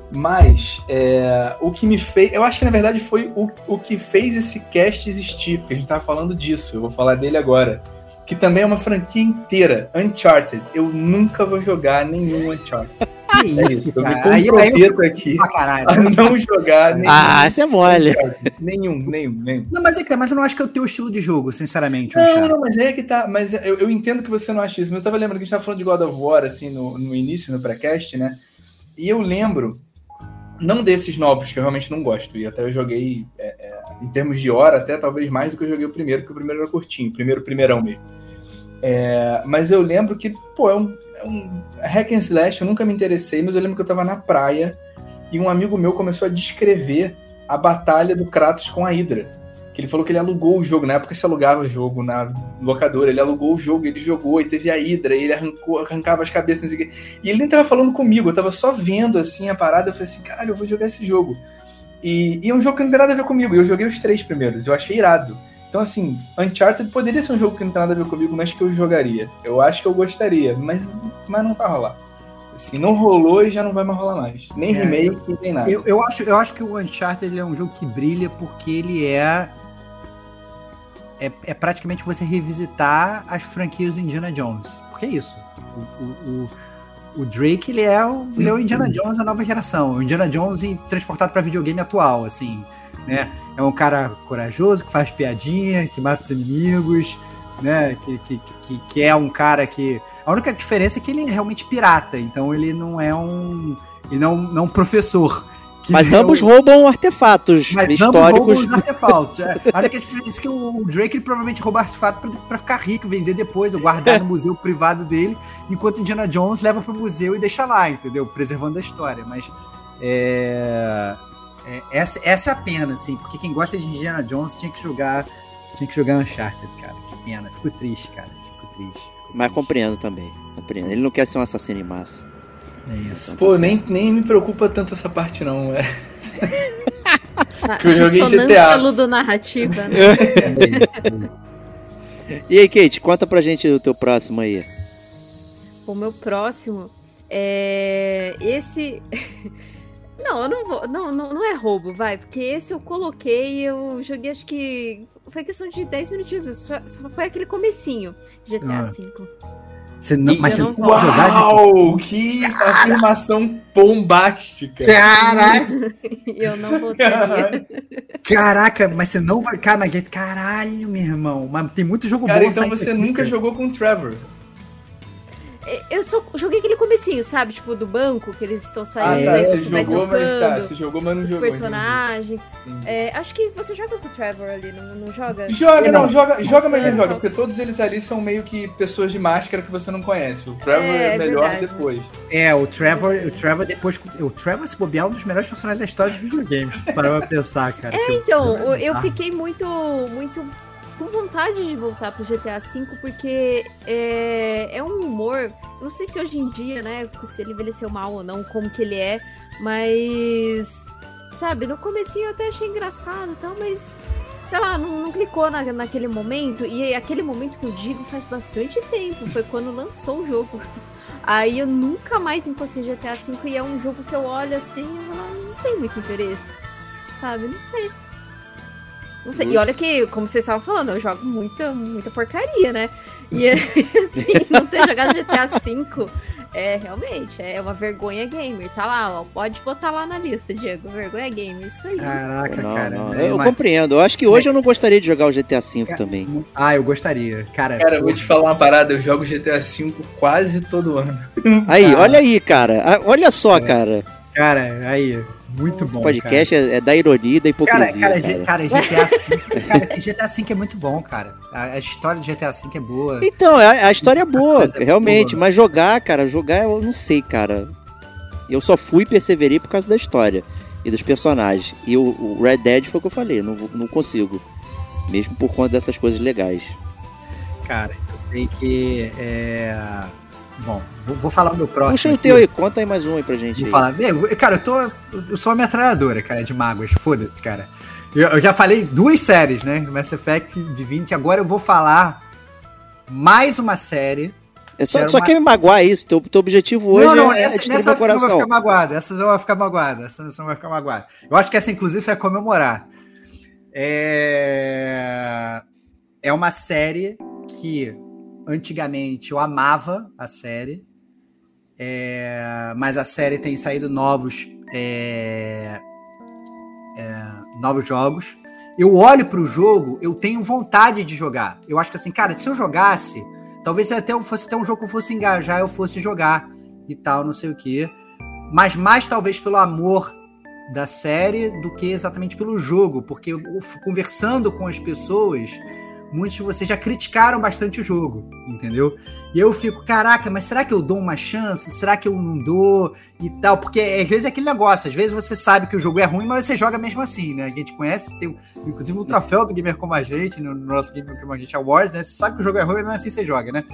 Mas é, o que me fez... Eu acho que, na verdade, foi o, o que fez esse cast existir, porque a gente tava falando disso, eu vou falar dele agora. Que também é uma franquia inteira, Uncharted. Eu nunca vou jogar nenhum Uncharted. Que É isso, isso, eu me cara. Aí, aí comprometo eu aqui pra caralho. a não jogar nenhum Ah, isso é mole. Uncharted. Nenhum, nenhum, nenhum. Não, mas é que mas eu não acho que é o teu estilo de jogo, sinceramente. Não, Uncharted. não, mas é que tá. Mas eu, eu entendo que você não acha isso. Mas eu tava lembrando que a gente tava falando de God of War, assim, no, no início, no pré-cast, né? E eu lembro, não desses novos, que eu realmente não gosto. E até eu joguei, é, é, em termos de hora, até talvez mais do que eu joguei o primeiro, porque o primeiro era curtinho, o primeiro primeirão mesmo. É, mas eu lembro que, pô, é um, é um hack and slash, eu nunca me interessei, mas eu lembro que eu tava na praia e um amigo meu começou a descrever a batalha do Kratos com a Hydra. Que ele falou que ele alugou o jogo, na época se alugava o jogo na locadora, ele alugou o jogo, ele jogou e teve a Hydra, e ele arrancou, arrancava as cabeças, não sei o quê. E ele nem tava falando comigo, eu tava só vendo assim a parada, eu falei assim, caralho, eu vou jogar esse jogo. E, e é um jogo que não tem nada a ver comigo, e eu joguei os três primeiros, eu achei irado. Então, assim, Uncharted poderia ser um jogo que não tem nada a ver comigo, mas que eu jogaria. Eu acho que eu gostaria, mas, mas não vai rolar. Assim, não rolou e já não vai mais rolar mais. Nem É, remake, nem nada. Eu, eu, acho, eu acho que o Uncharted ele é um jogo que brilha porque ele é, é. É praticamente você revisitar as franquias do Indiana Jones. Porque é isso. O, o, o, o Drake, ele é o, ele é o Indiana Jones da nova geração. O Indiana Jones transportado para videogame atual, assim. Né? É um cara corajoso, que faz piadinha, que mata os inimigos, né? Que, que, que, que é um cara que... A única diferença é que ele é realmente pirata, então ele não é um... Ele não, não é um professor. Mas é ambos o... roubam artefatos Mas históricos. ambos roubam os artefatos. É. A única diferença é que o, o Drake ele provavelmente rouba artefato pra, pra ficar rico, vender depois, ou guardar no museu privado dele, enquanto Indiana Jones leva pro museu e deixa lá, entendeu? Preservando a história. Mas é... É, essa, essa é a pena, assim, porque quem gosta de Indiana Jones tinha que jogar tinha que jogar Uncharted, cara. Que pena. Fico triste, cara. Fico triste. Fico Mas triste. compreendo também. Compreendo. Ele não quer ser um assassino em massa. É isso. Pô, nem, nem me preocupa tanto essa parte, não. É. A Que eu joguei G T A. dissonância ludonarrativa, né? E aí, Kate, conta pra gente o teu próximo aí. O meu próximo é esse. Não, eu não vou. Não, não, não é roubo, vai. Porque esse eu coloquei, eu joguei, acho que. Foi questão de dez minutinhos. Só, só foi aquele comecinho. G T A Ah. cinco. Você não, E mas eu você não não pode jogar de... Uau! Que afirmação bombástica! Caraca! Eu não votaria. Caraca, mas você não vai... Cara, mas... Caralho, meu irmão. Mas tem muito jogo Cara, bom então saindo você aqui, nunca cara. jogou com o Trevor. Eu só joguei aquele comecinho, sabe? Tipo, do banco, que eles estão Ah, saindo. tá. aí Você vai jogou, mas tá. trocando Você jogou, mas não os jogou. personagens. Entendi. É, acho que você joga com o Trevor ali, não, não joga? Joga, Não. não, joga, joga, mas não É. joga, porque todos eles ali são meio que pessoas de máscara que você não conhece. O Trevor É, é, é melhor verdade. depois. É, o Trevor, o Trevor depois... O Trevor, se bobear, é um dos melhores personagens da história dos videogames. Para pra pensar, cara. É, Que o então, Trevor é eu bizarro. fiquei muito, muito com vontade de voltar pro G T A cinco, porque é, é um humor, não sei se hoje em dia, né, se ele envelheceu mal ou não, como que ele é, mas, sabe, no comecinho eu até achei engraçado e tal, mas, sei lá, não, não clicou na, naquele momento, e aquele momento que eu digo faz bastante tempo, foi quando lançou o jogo. Aí eu nunca mais encostei em G T A cinco e é um jogo que eu olho assim e eu não, não tenho muito interesse, sabe, não sei. Não sei. E olha que, como vocês estavam falando, eu jogo muita, muita porcaria, né? E assim, não ter jogado G T A cinco é realmente é uma vergonha gamer. Tá lá, ó. Pode botar lá na lista, Diego. Vergonha gamer, isso aí. Caraca, Não, cara. não, é eu uma- compreendo. Eu acho que hoje eu não gostaria de jogar o G T A V Cara, também. Ah, eu gostaria. Cara, Cara, eu vou te falar uma parada, eu jogo G T A cinco quase todo ano. Aí, cara. olha aí, cara. Ah, olha só, cara. cara, aí, muito Esse bom, podcast é, é da ironia e da cara. hipocrisia, Cara, cara. cara, G- cara, G T A cinco, cara, que G T A cinco é muito bom, cara. A, a história do G T A cinco é boa. Então, a, a história é boa, coisas é realmente. boa. Mas jogar, cara, jogar eu não sei, cara. Eu só fui e perseverei por causa da história e dos personagens. E o, o Red Dead foi o que eu falei, não, vou- não consigo. Mesmo por conta dessas coisas legais. Cara, eu sei que é... Bom, vou, vou falar o meu próximo. Puxa o aqui. teu aí, conta aí mais um aí pra gente. Vou aí. falar. Eu- Cara, eu tô. Eu sou uma metralhadora, cara, de mágoas. Foda-se, cara. Eu, eu já falei duas séries, né? Mass Effect de vinte. Agora eu vou falar mais uma série É só, Era só uma- quer me magoar isso. Teu, teu objetivo hoje Não, não, é, é essa, destruir nessa meu você não vai coração. ficar magoada. Essa não vai ficar magoada. Essa você não vai ficar magoada. Eu acho que essa, inclusive, vai comemorar. É... é uma série que antigamente eu amava a série, é... mas a série tem saído novos, é... É... novos jogos. Eu olho pro jogo, eu tenho vontade de jogar. Eu acho que assim, cara, se eu jogasse, talvez até fosse até um jogo que eu fosse engajar, eu fosse jogar e tal, não sei o quê. Mas mais talvez pelo amor da série do que exatamente pelo jogo, porque eu, conversando com as pessoas, muitos de vocês já criticaram bastante o jogo, entendeu? E eu fico, caraca, mas será que eu dou uma chance? Será que eu não dou? E tal, porque às vezes é aquele negócio, às vezes você sabe que o jogo é ruim, mas você joga mesmo assim, né? A gente conhece, tem inclusive um troféu do Gamer Como a Gente, no nosso Gamer Como a Gente Awards, né? Você sabe que o jogo é ruim, mas mesmo assim você joga, né?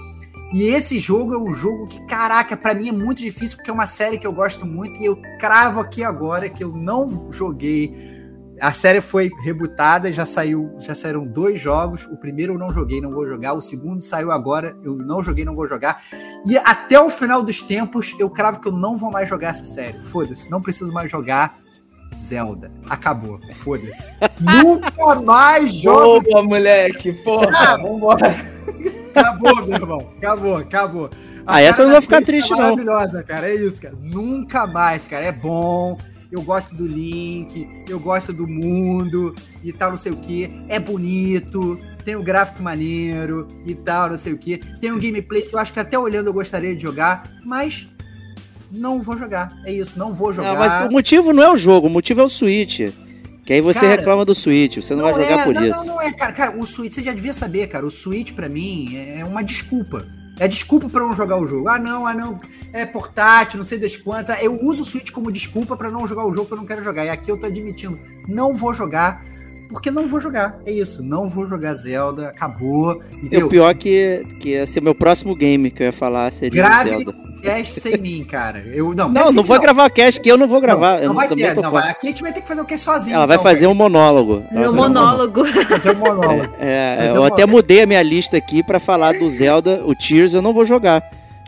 E esse jogo é um jogo que, caraca, pra mim é muito difícil, porque é uma série que eu gosto muito, e eu cravo aqui agora que eu não joguei. A série foi rebootada, já saiu, já saíram dois jogos. O primeiro eu não joguei, não vou jogar. O segundo saiu agora, eu não joguei, não vou jogar. E até o final dos tempos, eu cravo que eu não vou mais jogar essa série. Foda-se, não preciso mais jogar Zelda. Acabou, foda-se. Nunca mais jogo. Boa, moleque, porra, Ah, vambora. Acabou, meu irmão. Acabou, acabou. A Ah, essa cara não da vai ficar Kate triste, é não. maravilhosa, cara. É isso, cara. Nunca mais, cara. É bom. Eu gosto do Link, eu gosto do mundo e tal, não sei o que. É bonito, tem um gráfico maneiro e tal, não sei o que. Tem um gameplay que eu acho que até olhando eu gostaria de jogar, mas não vou jogar. É isso, não vou jogar. Não, mas o motivo não é o jogo, o motivo é o Switch. Que aí você Cara, reclama do Switch, você não, vai jogar é, por não, isso. Não, não é, cara. Cara, o Switch, você já devia saber, cara. O Switch, pra mim, é uma desculpa. É desculpa pra não jogar o jogo. Ah, não, ah, não. É portátil, não sei das quantas. Ah, eu uso o Switch como desculpa pra não jogar o jogo que eu não quero jogar. E aqui eu tô admitindo, não vou jogar, porque não vou jogar. É isso, não vou jogar Zelda, acabou. E Entendeu? o pior que, que ia ser meu próximo game que eu ia falar seria Grave Zelda. cast sem mim, cara. Eu, não, Não, não vou gravar cast que eu não vou gravar. Não, eu não vai também ter, tô não, fora. vai. Aqui a gente vai ter que fazer o cast sozinho. Ela vai então, fazer cara. um monólogo. Ela vai Meu fazer um monólogo. Fazer um monólogo. É, Mas eu eu até vou- mudei a minha lista aqui pra falar do Zelda, o Tears eu não vou jogar.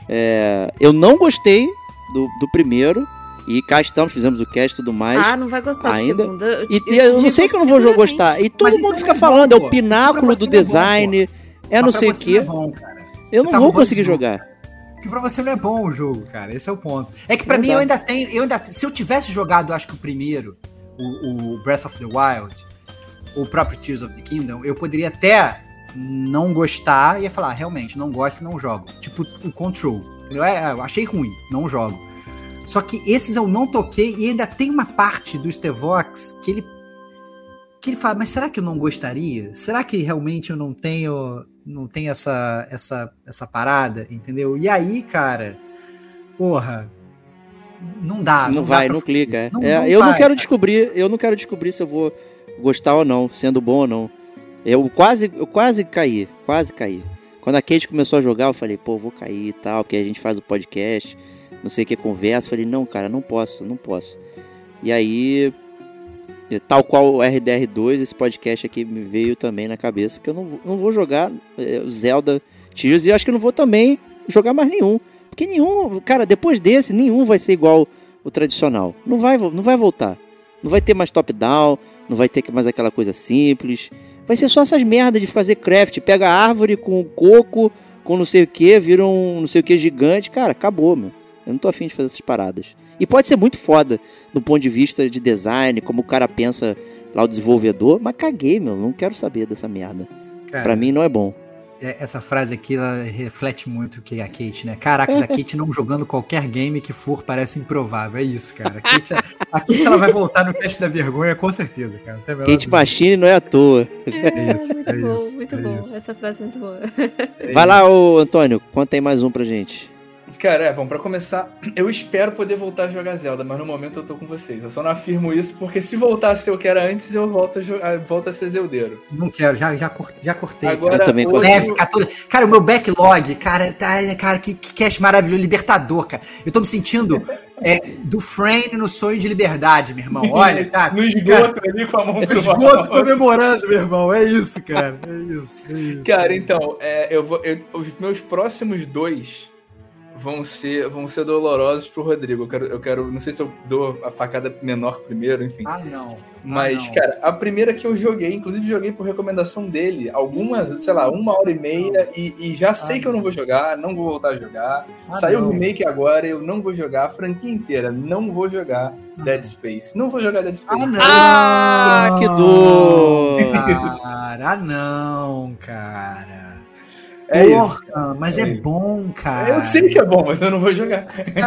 É, eu não gostei do, do primeiro, e cá estamos, fizemos o cast e tudo mais. Ah, não vai gostar ainda. do segundo. Eu, e eu, eu, não sei que eu não vou seguramente. gostar. E todo Mas mundo então fica não é falando, bom, é pô. o pináculo Pra do você não é bom, design, é Mas não pra sei o você quê. não é bom, cara. Eu Você não tá vou roubando conseguir de novo. jogar. Porque pra você não é bom o jogo, cara. Esse é o ponto. É que pra Não mim dá. eu ainda tenho. Eu ainda, se eu tivesse jogado, acho que o primeiro, o, o Breath of the Wild, o próprio Tears of the Kingdom, eu poderia até não gostar e ia falar, realmente, não gosto e não jogo. Tipo o Control. Entendeu? É, eu achei ruim, não jogo. Só que esses eu não toquei e ainda tem uma parte do Stevox que ele. Que ele fala, mas será que eu não gostaria? Será que realmente eu não tenho. Não tem essa, essa, essa parada, entendeu? E aí, cara, porra, não dá. não dá vai, pra não fugir. clica. é. Não- É, não eu não vai, quero cara. descobrir, eu não quero descobrir se eu vou gostar ou não, sendo bom ou não. Eu quase, eu quase caí, quase caí. Quando a Kate começou a jogar, eu falei, pô, vou cair e tal, porque a gente faz o podcast, não sei o que, conversa. Eu falei, não, cara, não posso, não posso. E aí, tal qual o R D R dois, esse podcast aqui me veio também na cabeça, porque eu não, vou- não vou jogar é, o Zelda Tears e acho que eu não vou também jogar mais nenhum. Porque nenhum, cara, depois desse, nenhum vai ser igual o tradicional. Não vai, vo- não vai voltar. Não vai ter mais top-down, não vai ter mais aquela coisa simples. Vai ser só essas merdas de fazer craft. Pega a árvore com coco, com não sei o que, vira um não sei o que gigante. Cara, acabou, meu. Eu não tô afim de fazer essas paradas. E pode ser muito foda do ponto de vista de design, como o cara pensa lá o desenvolvedor. Mas caguei, meu. Não quero saber dessa merda. Cara, Pra mim não é bom. é- essa frase aqui, ela reflete muito o que é a Kate, né? Caraca, a Kate não jogando qualquer game que for parece improvável. É isso, cara. A Kate, a Kate ela vai voltar no cast da vergonha, com certeza, cara. Não tem a menor Kate dúvida. Machine não é à toa. É, isso, muito é bom, isso, muito é bom. isso. Essa frase é muito boa. É Vai lá, isso. ô Antônio, conta aí mais um pra gente. Cara, é, bom, pra começar, eu espero poder voltar a jogar Zelda, mas no momento eu tô com vocês. Eu só não afirmo isso, porque se voltasse eu que era antes, eu volto a, jogar, volto a ser zeldeiro. Não quero, já, já, já cortei. Agora, eu também outro... Deve ficar todo... Cara, o meu backlog, cara, tá, cara, que, que cast maravilhoso, libertador, cara. Eu tô me sentindo é, do Frame no Sonho de Liberdade, meu irmão. Olha, cara. No esgoto ali com a mão pro esgoto comemorando, meu irmão. É isso, cara. É isso. É isso. Cara, então, é, eu vou, eu, os meus próximos dois vão ser, vão ser dolorosos pro Rodrigo. Eu quero, eu quero, não sei se eu dou a facada menor primeiro, enfim. Ah, não. Mas, ah, não. cara, a primeira que eu joguei, inclusive joguei por recomendação dele, algumas, sei lá, uma hora e meia, e, e já sei ah, que eu não vou jogar, não vou voltar a jogar. Ah, Saiu o remake agora, eu não vou jogar a franquia inteira, não vou jogar ah. Dead Space. Não vou jogar Dead Space. Ah, não! Ah, que dor! Cara, ah, não, cara. É Porra, isso. Mas é, é bom, cara. Eu sei que é bom, mas eu não vou jogar.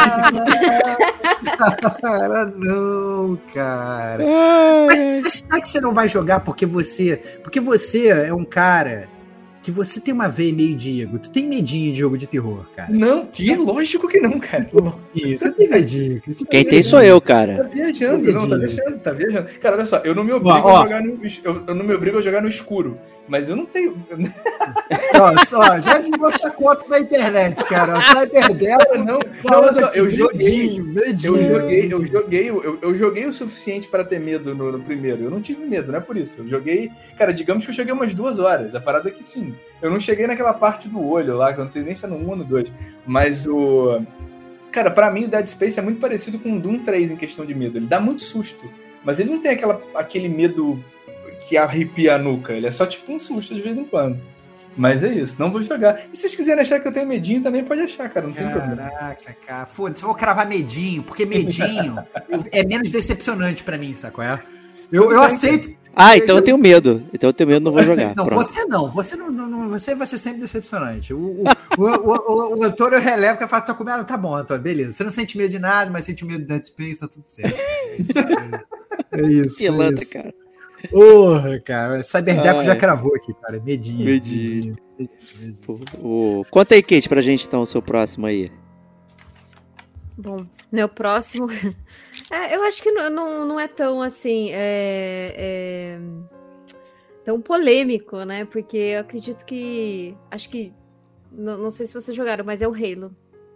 Cara, não, cara. Mas, mas será que você não vai jogar porque você... Porque você é um cara que você tem uma veia meio Diego. Tu tem medinho de jogo de terror, cara. Não, que lógico que não, cara. Isso, você tem medinho. Você Quem tem tem sou eu, cara. Tá viajando, não, tá viajando, tá viajando. Cara, olha só, eu não me obrigo ó, ó. a jogar no... Eu, eu não me obrigo a jogar no escuro, mas eu não tenho... Ó, só, já virou chacota da internet, cara. O Cyberdela não, falando não, aqui, eu joguei, medinho, medinho. Eu joguei, eu joguei, eu, eu joguei o suficiente pra ter medo no, no primeiro. Eu não tive medo, não é por isso. Eu joguei, cara, digamos que eu joguei umas duas horas. A parada é que sim. Eu não cheguei naquela parte do olho lá, que eu não sei nem se é no um ou no dois. Mas o... Cara, pra mim o Dead Space é muito parecido com o Doom três em questão de medo. Ele dá muito susto, mas ele não tem aquela, aquele medo que arrepia a nuca. Ele é só tipo um susto de vez em quando. Mas é isso, não vou jogar. E se vocês quiserem achar que eu tenho medinho, também pode achar, cara, não Caraca, tem problema. Caraca, cara, foda-se, eu vou cravar medinho, porque medinho é menos decepcionante pra mim, sacou? É? Eu, eu aceito. Ah, então eu tenho medo. Então eu tenho medo, não vou jogar. Não, Pronto. você não, você não, não, você vai ser sempre decepcionante. O, o, o, o, o, o Antônio releva que fala, tá com medo? Tá bom, Antônio, beleza. Você não sente medo de nada, mas sente medo de Dead Space, tá tudo certo. É, é isso. Pilantra, é isso. cara. Porra, cara. Cyberdeco já cravou aqui, cara. Medinho. Medinho. medinho, medinho. Pô, o... Conta aí, Kate, pra gente, então, o seu próximo aí. Bom, meu próximo... é, eu acho que não, não, não é tão, assim... É, é... tão polêmico, né? Porque eu acredito que... Acho que... Não, não sei se vocês jogaram, mas é o Halo.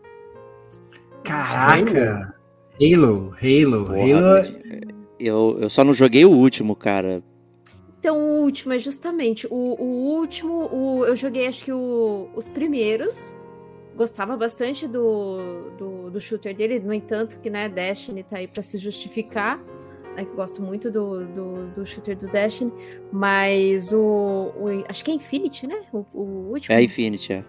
Caraca! Halo, Halo, Porra, Halo... Eu, eu só não joguei o último, cara. Então, o último é justamente... O, o último... O, eu joguei, acho que o, os primeiros... Gostava bastante do, do, do shooter dele. No entanto, que, né, Destiny tá aí pra se justificar. Né, que gosto muito do, do, do shooter do Destiny. Mas o, o... Acho que é Infinity, né? O, o último. É Infinity, é.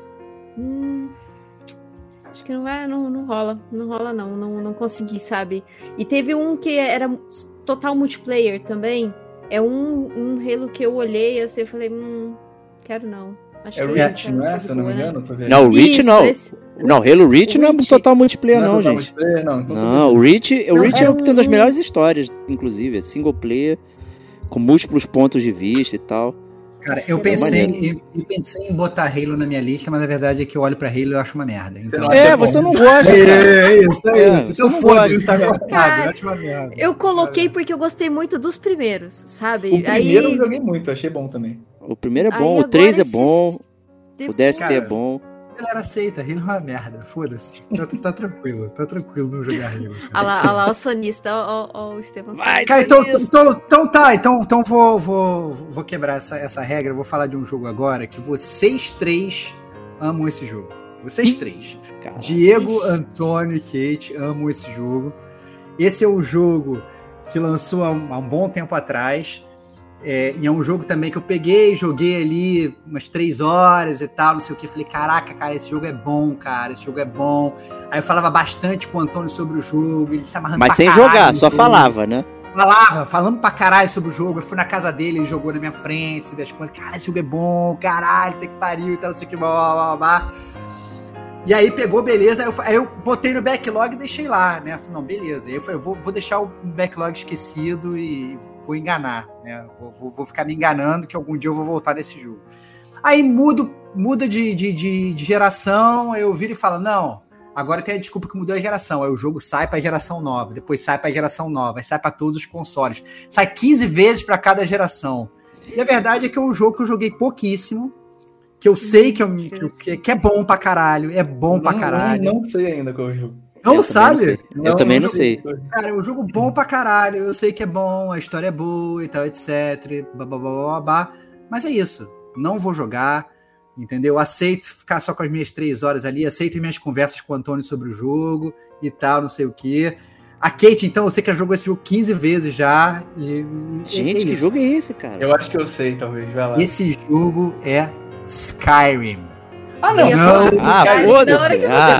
Hum... Acho que não vai, não, não rola, não rola não, não, não consegui, sabe? E teve um que era total multiplayer também, é um, um Halo que eu olhei assim, eu falei, hum, quero não. Acho é o Reach, não é? Se eu não me engano, tô vendo. Não, o Reach não. Esse... Não, Halo Reach o não Reach. é total multiplayer não, não, é total gente. Multiplayer, não, então não o Reach, o não, Reach é é o que tem uma das um... melhores histórias, inclusive, é single player, com múltiplos pontos de vista e tal. Cara, eu pensei, eu, eu pensei em botar Halo na minha lista, mas a verdade é que eu olho pra Halo e eu acho uma merda. Então... É, você não gosta. É, é isso, é, é isso. Então foda-se, tá cortado, eu acho uma merda. Eu coloquei porque eu gostei muito dos primeiros, sabe? O primeiro Aí... eu joguei muito, achei bom também. O primeiro é bom, o três é bom, esses... o D S T Cara, é bom. A galera aceita, Halo é uma merda, foda-se. Tá, tá tranquilo, tá tranquilo não jogar Halo. Olha lá, olha lá o sonista, ó, ó, ó o Estevão. Vai, cara, então, então, então tá, então, então vou, vou, vou quebrar essa, essa regra, vou falar de um jogo agora que vocês três amam esse jogo. Vocês três. Caramba. Diego, Antônio e Kate amam esse jogo. Esse é um jogo que lançou há um, há um bom tempo atrás. É, e é um jogo também que eu peguei, joguei ali umas três horas e tal, não sei o que. Falei, caraca, cara, esse jogo é bom, cara, esse jogo é bom. Aí eu falava bastante com o Antônio sobre o jogo, ele se amarrando Mas pra sem caralho jogar, no só jogo. falava, né? Falava, falando pra caralho sobre o jogo. Eu fui na casa dele, ele jogou na minha frente, das coisas. Cara, esse jogo é bom, caralho, tem que pariu e tal, não sei o que, blá, blá, blá, blá. E aí pegou, beleza, aí eu, aí eu botei no backlog e deixei lá, né? Falei, não, beleza. Aí eu falei, vou, vou deixar o backlog esquecido e vou enganar, né? Vou, vou, vou ficar me enganando que algum dia eu vou voltar nesse jogo. Aí mudo, muda de, de, de, de geração, eu viro e falo, não, agora tem a desculpa que mudou a geração. Aí o jogo sai pra geração nova, depois sai pra geração nova, aí sai pra todos os consoles. Sai quinze vezes pra cada geração. E a verdade é que é um jogo que eu joguei pouquíssimo, que eu sei que, eu, que, que é bom pra caralho, é bom não, pra caralho. Não, não sei ainda qual é o jogo. Não eu sabe? Também não eu não, também não sei. Cara, é um jogo bom pra caralho, eu sei que é bom, a história é boa e tal, etcétera. Blá, blá, blá, blá, blá. Mas é isso, não vou jogar, entendeu? Aceito ficar só com as minhas três horas ali, aceito minhas conversas com o Antônio sobre o jogo e tal, não sei o quê. A Kate, então, eu sei que ela jogou esse jogo quinze vezes já. E, Gente, é que jogo é esse, cara? Eu acho que eu sei, talvez. Vai lá. Esse jogo é Skyrim. Ah, não. não. Ah, foda-se. Ah,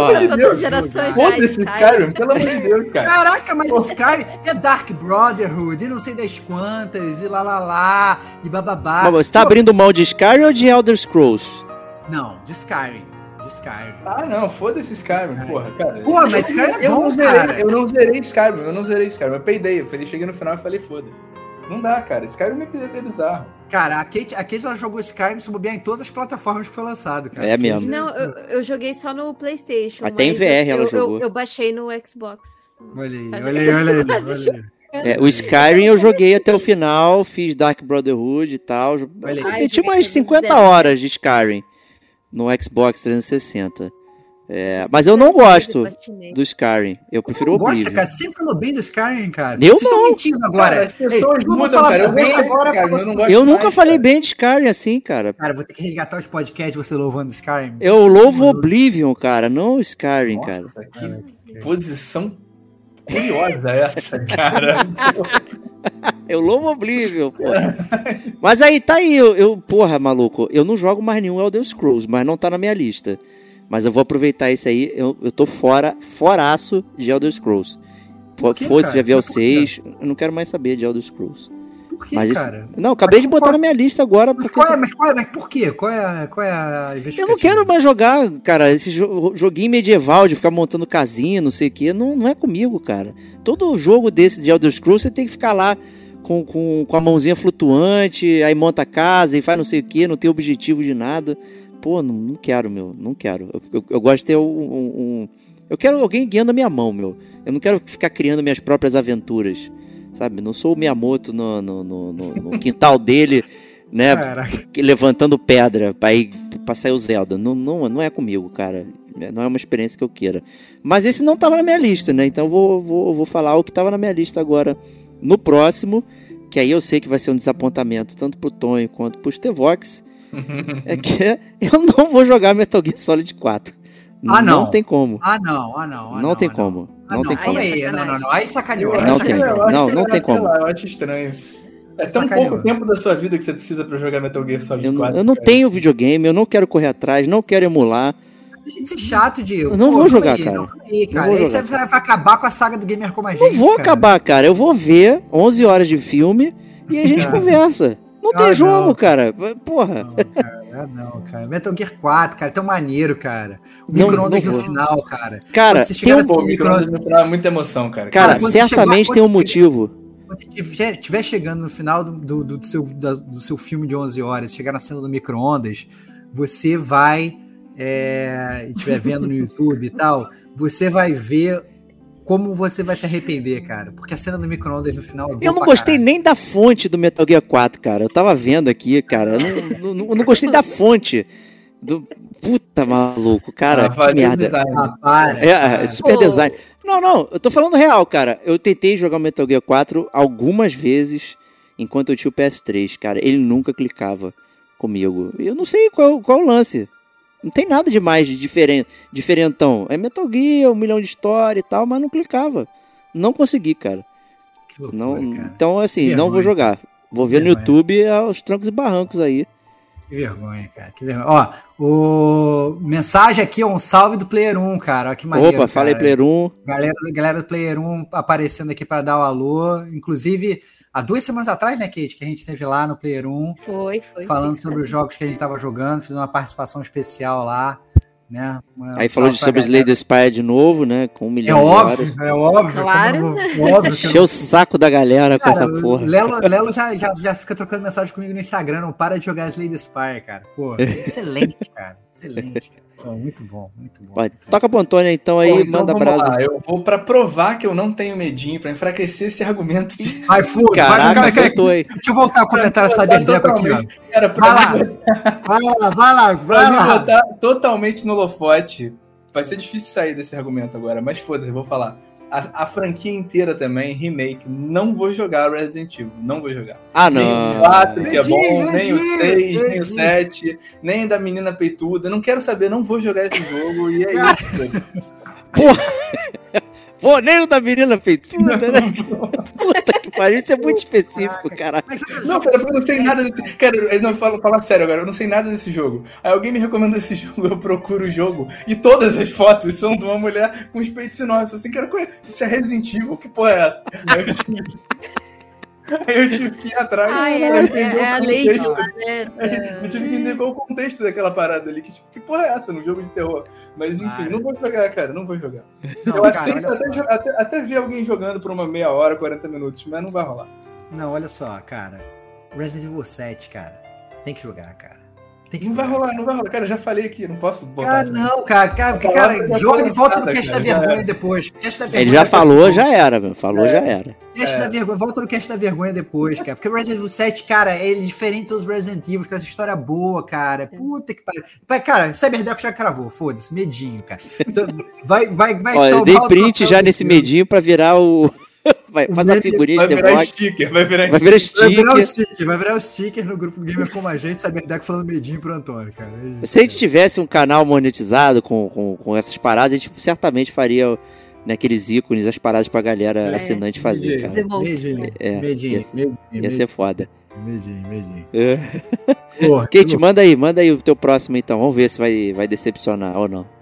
foda-se, Skyrim, pelo amor de Deus, cara. Caraca, mas Skyrim é Dark Brotherhood e não sei das quantas, e lá, lá, lá, e bababá. Mas você tá Pô, abrindo mão de Skyrim ou de Elder Scrolls? Não, de Skyrim. De Skyrim. Ah, não, foda-se Skyrim, Skyrim. Porra, cara. Porra, mas Skyrim é eu bom, não zerei, cara. Eu não zerei Skyrim, eu não zerei Skyrim, eu peidei, eu cheguei no final e falei, foda-se. Não dá, cara, Skyrim é bizarro. Cara, a Kate, a Kate ela jogou Skyrim se bobear em todas as plataformas que foi lançado, cara. É mesmo. Não, eu, eu joguei só no PlayStation. Até em V R eu, ela eu, jogou. Eu, eu baixei no Xbox. Olha aí, olha aí, olha aí. Olha aí. É, o Skyrim eu joguei até o final, fiz Dark Brotherhood e tal. Eu tinha umas cinquenta horas de Skyrim no Xbox trezentos e sessenta. É, mas eu não gosto do Skyrim. Eu prefiro o Oblivion. Gosta, cara? Você sempre falou bem do Skyrim, cara. Eu Vocês não. estão mentindo agora. Cara, as pessoas Ei, mudam, cara. Eu, bem agora, cara, eu, não gosto eu mais, nunca cara. falei bem de Skyrim assim, cara. Cara, vou ter que resgatar os podcasts você louvando Skyrim. Eu louvo Oblivion, cara, não Skyrim, Nossa, cara. Que cara, posição curiosa essa, cara. Eu louvo Oblivion, porra. Mas aí, tá aí, eu, eu, porra, maluco, eu não jogo mais nenhum Elder Scrolls, mas não tá na minha lista. Mas eu vou aproveitar isso aí, eu, eu tô fora, foraço de Elder Scrolls. Fosse V V L seis, eu não quero mais saber de Elder Scrolls. Por que, mas cara? Esse, não, acabei mas de botar qual, na minha lista agora. Mas, qual é, mas, qual é, mas por quê? Qual é a, qual é a justificativa? Eu não quero mais jogar, cara, esse joguinho medieval de ficar montando casinha, não sei o quê, não, não é comigo, cara. Todo jogo desse de Elder Scrolls, você tem que ficar lá com, com, com a mãozinha flutuante, aí monta a casa e faz não sei o quê, não tem objetivo de nada. Pô, não, não quero, meu, não quero. Eu, eu, eu gosto de ter um, um, um... Eu quero alguém guiando a minha mão, meu. Eu não quero ficar criando minhas próprias aventuras, sabe? Não sou o Miyamoto no, no, no, no, no quintal dele, né? Que, levantando pedra pra, ir, pra sair o Zelda. Não, não, não é comigo, cara. Não é uma experiência que eu queira. Mas esse não tava na minha lista, né? Então eu vou, vou, vou falar o que tava na minha lista agora no próximo, que aí eu sei que vai ser um desapontamento tanto pro Tonho quanto pro Stevox. É que eu não vou jogar Metal Gear Solid quatro. Ah, não. Não tem como. Ah, não, ah, não. Ah, não, não tem ah, como. Ah, não, não tem calma como. aí, não, não, não. Aí sacaneou. Não tem, não, não tem como. Eu acho estranho. É tão sacaneou. Pouco tempo da sua vida que você precisa pra jogar Metal Gear Solid eu, quatro. Eu não cara. tenho videogame, eu não quero correr atrás, não quero emular. Deixa de ser chato, Diego. Eu não Pô, vou jogar, aí, cara. Não, aí, cara. Aí você vai acabar com a saga do Gamer Como a Gente. Não vou cara. acabar, cara. Eu vou ver onze horas de filme e a gente conversa. Não ah, tem jogo, não. cara. Porra. Não, cara. Ah, não, cara. Metal Gear quatro, cara, tão maneiro, cara. O micro-ondas no final, cara. Cara, tem um pô, micro-ondas no final é muita emoção, cara. Cara, cara certamente chegar, tem um motivo. Quando você estiver, estiver chegando no final do, do, do, seu, da, do seu filme de onze horas, chegar na cena do micro-ondas, você vai, é, estiver vendo no YouTube e tal, você vai ver como você vai se arrepender, cara. Porque a cena do micro-ondas no final é boa. Eu não gostei caralho. nem da fonte do Metal Gear quatro, cara. Eu tava vendo aqui, cara. Eu não, não, não gostei da fonte. Do... Puta maluco, cara. Ah, que merda. Ah, para, é, é super oh. design. Não, não. Eu tô falando real, cara. Eu tentei jogar o Metal Gear quatro algumas vezes enquanto eu tinha o P S três, cara. Ele nunca clicava comigo. Eu não sei qual, qual o lance. Não tem nada demais de diferente, diferentão. É Metal Gear, um milhão de história e tal, mas não clicava. Não consegui, cara. Que loucura, não, cara. Então, assim, que não vou jogar. Vou ver no YouTube aos trancos e barrancos aí. Que vergonha, cara. Que vergonha. Ó, o... mensagem aqui é um salve do Player um, cara. Ó, que maneiro, Opa, fala aí, Player um. Galera, galera do Player um aparecendo aqui para dar o alô. Inclusive, há duas semanas atrás, né, Kate, que a gente esteve lá no Player um. Foi, foi. Falando foi, sobre foi. os jogos que a gente tava jogando. Fiz uma participação especial lá, né? Uma, aí falou de sobre Slay the Spire de novo, né? Com um milhão é de óbvio, horas. É óbvio, claro. Vou, óbvio. Encheu o saco da galera com cara, essa porra. Lelo, Lelo já, já, já fica trocando mensagem comigo no Instagram. Não para de jogar Slay the Spire, cara. Pô, excelente, cara. Excelente, cara. bom, muito bom, muito bom. Vai, toca pro Antônio então aí, Bom, então manda vamos brasa. lá. Eu vou pra provar que eu não tenho medinho, pra enfraquecer esse argumento. Ai, foda, Caraca, vai, vai, voltou aí. Deixa eu voltar a comentar essa berdeca aqui, ó. Cara, Vai pra lá, mim, vai lá, vai lá, pra vai mim lá. botar totalmente no holofote, vai ser difícil sair desse argumento agora, mas foda-se, eu vou falar. A, a franquia inteira também, remake, não vou jogar Resident Evil, não vou jogar. Ah, Nem não. o quatro, que é Medinho, bom, nem o medinho, seis, nem o medinho. sete, nem da menina peituda, não quero saber, não vou jogar esse jogo, e é isso. Pô, nem o da menina peituda, né? Puta que pariu, isso é muito específico, caralho. Não, cara, eu não sei nada desse. Cara, eu não falo, falar sério agora, eu não sei nada desse jogo. Aí alguém me recomenda esse jogo, eu procuro o jogo, e todas as fotos são de uma mulher com os peitos enormes. Assim, cara, isso é Resident Evil? Que porra é essa? Aí eu tive, aí eu tive que ir atrás. Ah, é, pra é, entender é a o lei contexto. lá, né? Eu tive que entender qual o contexto daquela parada ali. Que, tipo, que porra é essa no jogo de terror? Mas enfim, Cara. não vou jogar, cara, não vou jogar. Não, eu cara, aceito olha até, só. jo- até, até ver alguém jogando por uma meia hora, quarenta minutos, mas não vai rolar. Não, olha só, cara. Resident Evil sete, cara. Tem que jogar, cara. Tem que Não vai jogar. rolar, não vai rolar. Cara, eu já falei aqui, não posso botar. Cara, não, cara, cara, Essa cara, palavra já joga foi de volta no lançada, cast da cara, já vergonha era. depois. Cast da vergonha Ele já depois. falou, já era, meu. Falou, É. já era. Cast É. da vergonha, volta no cast da vergonha depois, cara. Porque o Resident Evil sete, cara, ele é diferente dos Resident Evil, com essa história boa, cara. Puta que pariu. Pai, Cara, Cyberdeco já cravou, foda-se, medinho, cara. Então, vai, vai, vai. Olha, tomar dei o print troféu já do nesse filme. medinho pra virar o... Vai, faz a Medi- figurinha Vai de virar Devox. sticker, vai virar Vai virar Vai sticker. virar o sticker, vai virar o sticker no grupo do Gamer Como a Gente, Cyberdeco falando medinho pro Antônio, cara. É isso, Se a gente tivesse um canal monetizado com, com, com essas paradas, a gente certamente faria né, aqueles ícones, as paradas pra galera É, assinante fazer, medinho, cara. Os emotes, Medinho, É, medinho, ia- medinho, Ia ser foda. medinho, medinho. É. Porra, Kate, manda aí, manda aí o teu próximo então. Vamos ver se vai, vai decepcionar ou não.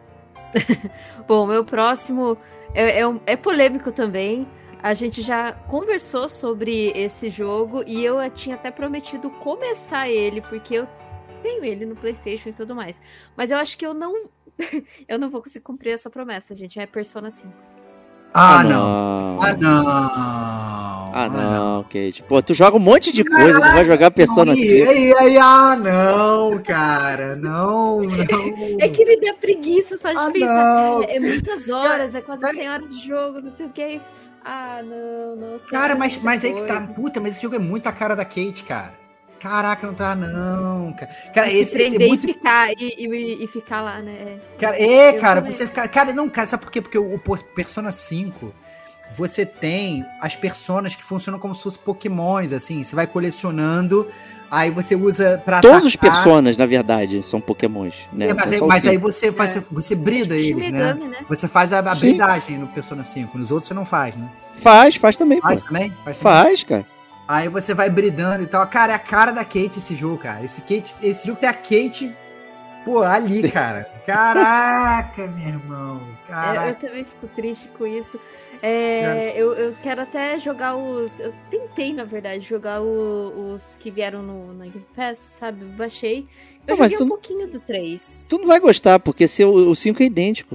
Bom, meu próximo é, é, um- é polêmico também. A gente já conversou sobre esse jogo e eu tinha até prometido começar ele, porque eu tenho ele no PlayStation e tudo mais. Mas eu acho que eu não. eu não vou conseguir cumprir essa promessa, gente. É Persona cinco. Ah, não. Ah, não. Ah, não, Kate. Pô, tu joga um monte de coisa, tu vai jogar Persona Aí, cinco. aí, aí, ah, não, cara. Não, não. É que me dá preguiça só de Ah, pensar. não. É, é muitas horas, é quase Cara, cem horas de jogo, não sei o que. Ah, não, não sei. Cara, mas, mas aí que tá. Puta, mas esse jogo é muito a cara da Kate, cara. Caraca, não tá, não, cara. Cara, Se esse, esse prender é muito. e ficar, e, e, e ficar lá, né? Cara, é, Eu cara, também. você fica. Cara, não, cara, sabe por quê? Porque o, o Persona cinco, você tem as personas que funcionam como se fossem pokémons, assim. Você vai colecionando, aí você usa pra Todos os atacar. personas, na verdade, são pokémons, né? É, mas Não aí, só o mas aí cinco. você faz, É. você brida Shin eles, né? Megami, né? Você faz a, a Sim. bridagem no Persona cinco. Nos outros você não faz, né? Faz, faz também, pô. Faz também? Faz também. Faz, cara. Aí você vai bridando e tal. Cara, é a cara da Kate esse jogo, cara. Esse, Kate, esse jogo tem a Kate, pô, ali, cara. Caraca, meu irmão. É, eu Caraca. também fico triste com isso. É, eu, eu quero até jogar os. Eu tentei, na verdade, jogar o- os que vieram no, na Game Pass, sabe? Eu baixei. Eu Não, mas joguei tu um não- pouquinho do três. Tu não vai gostar, porque seu, o cinco é idêntico.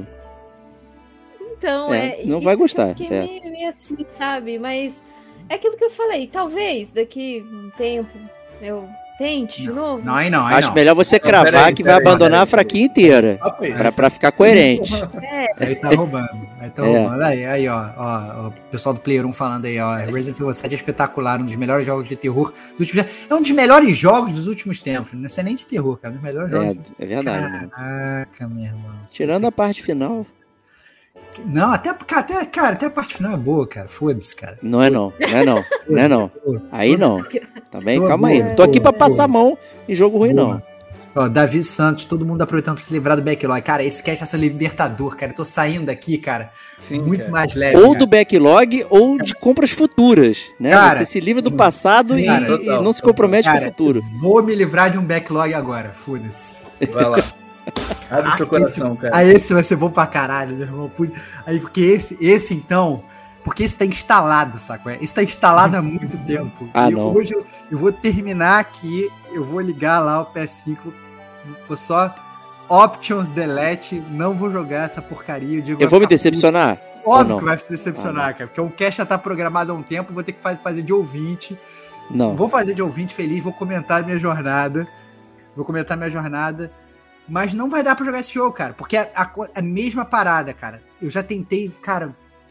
Então, É, é. não isso vai que eu gostar, fiquei é. meio, meio assim, sabe? Mas é aquilo que eu falei. Talvez daqui um tempo eu tente de novo. Não, aí não, aí Acho não. melhor você Não, cravar peraí, que vai peraí, abandonar peraí. a fraquinha inteira. Papo é esse. Pra, pra ficar coerente. Aí tá roubando. Aí tá É. roubando. Aí, aí ó, ó, ó, o pessoal do Player um falando aí, ó. Resident Evil sete é espetacular, um dos melhores jogos de terror dos últimos tempos. É um dos melhores jogos dos últimos tempos. Não é nem de terror, cara. É um dos melhores jogos. É, é verdade. né? Caraca, meu irmão. Tirando a parte final, Não, até, até, cara, até a parte final é boa, cara. Foda-se, cara. não é não. Não é não. Não é não. Aí não. Também, Boa, calma aí. boa, Não tô aqui pra boa, passar a mão em jogo ruim, Boa. não. Ó, Davi Santos, todo mundo aproveitando pra se livrar do backlog. Cara, esse cast é libertador, cara. Eu tô saindo daqui, cara, Sim, muito cara. mais leve. Ou cara. do backlog ou de compras futuras, né? Cara, Você se livra do passado e, cara, e total, não se total. compromete com o Cara, futuro. vou me livrar de um backlog agora. Foda-se. Vai lá. Abre o seu Ah, coração, esse, cara. Aí esse vai ser bom pra caralho, meu irmão. Put- Aí, porque esse, esse então. Porque esse tá instalado, saco? Esse tá instalado há muito tempo. Ah, e não. hoje eu, eu vou terminar aqui. Eu vou ligar lá o P S cinco. Vou só Options Delete. Não vou jogar essa porcaria. O Diego Eu vai vou me ficar decepcionar? puto. ou Óbvio não? que vai se decepcionar, Ah, não. cara. Porque o cast já tá programado há um tempo. Vou ter que faz- fazer de ouvinte. Não. Vou fazer de ouvinte feliz. Vou comentar a minha jornada. Vou comentar minha jornada. Mas não vai dar pra jogar esse jogo, cara. Porque é a, a mesma parada, cara. Eu já tentei, cara...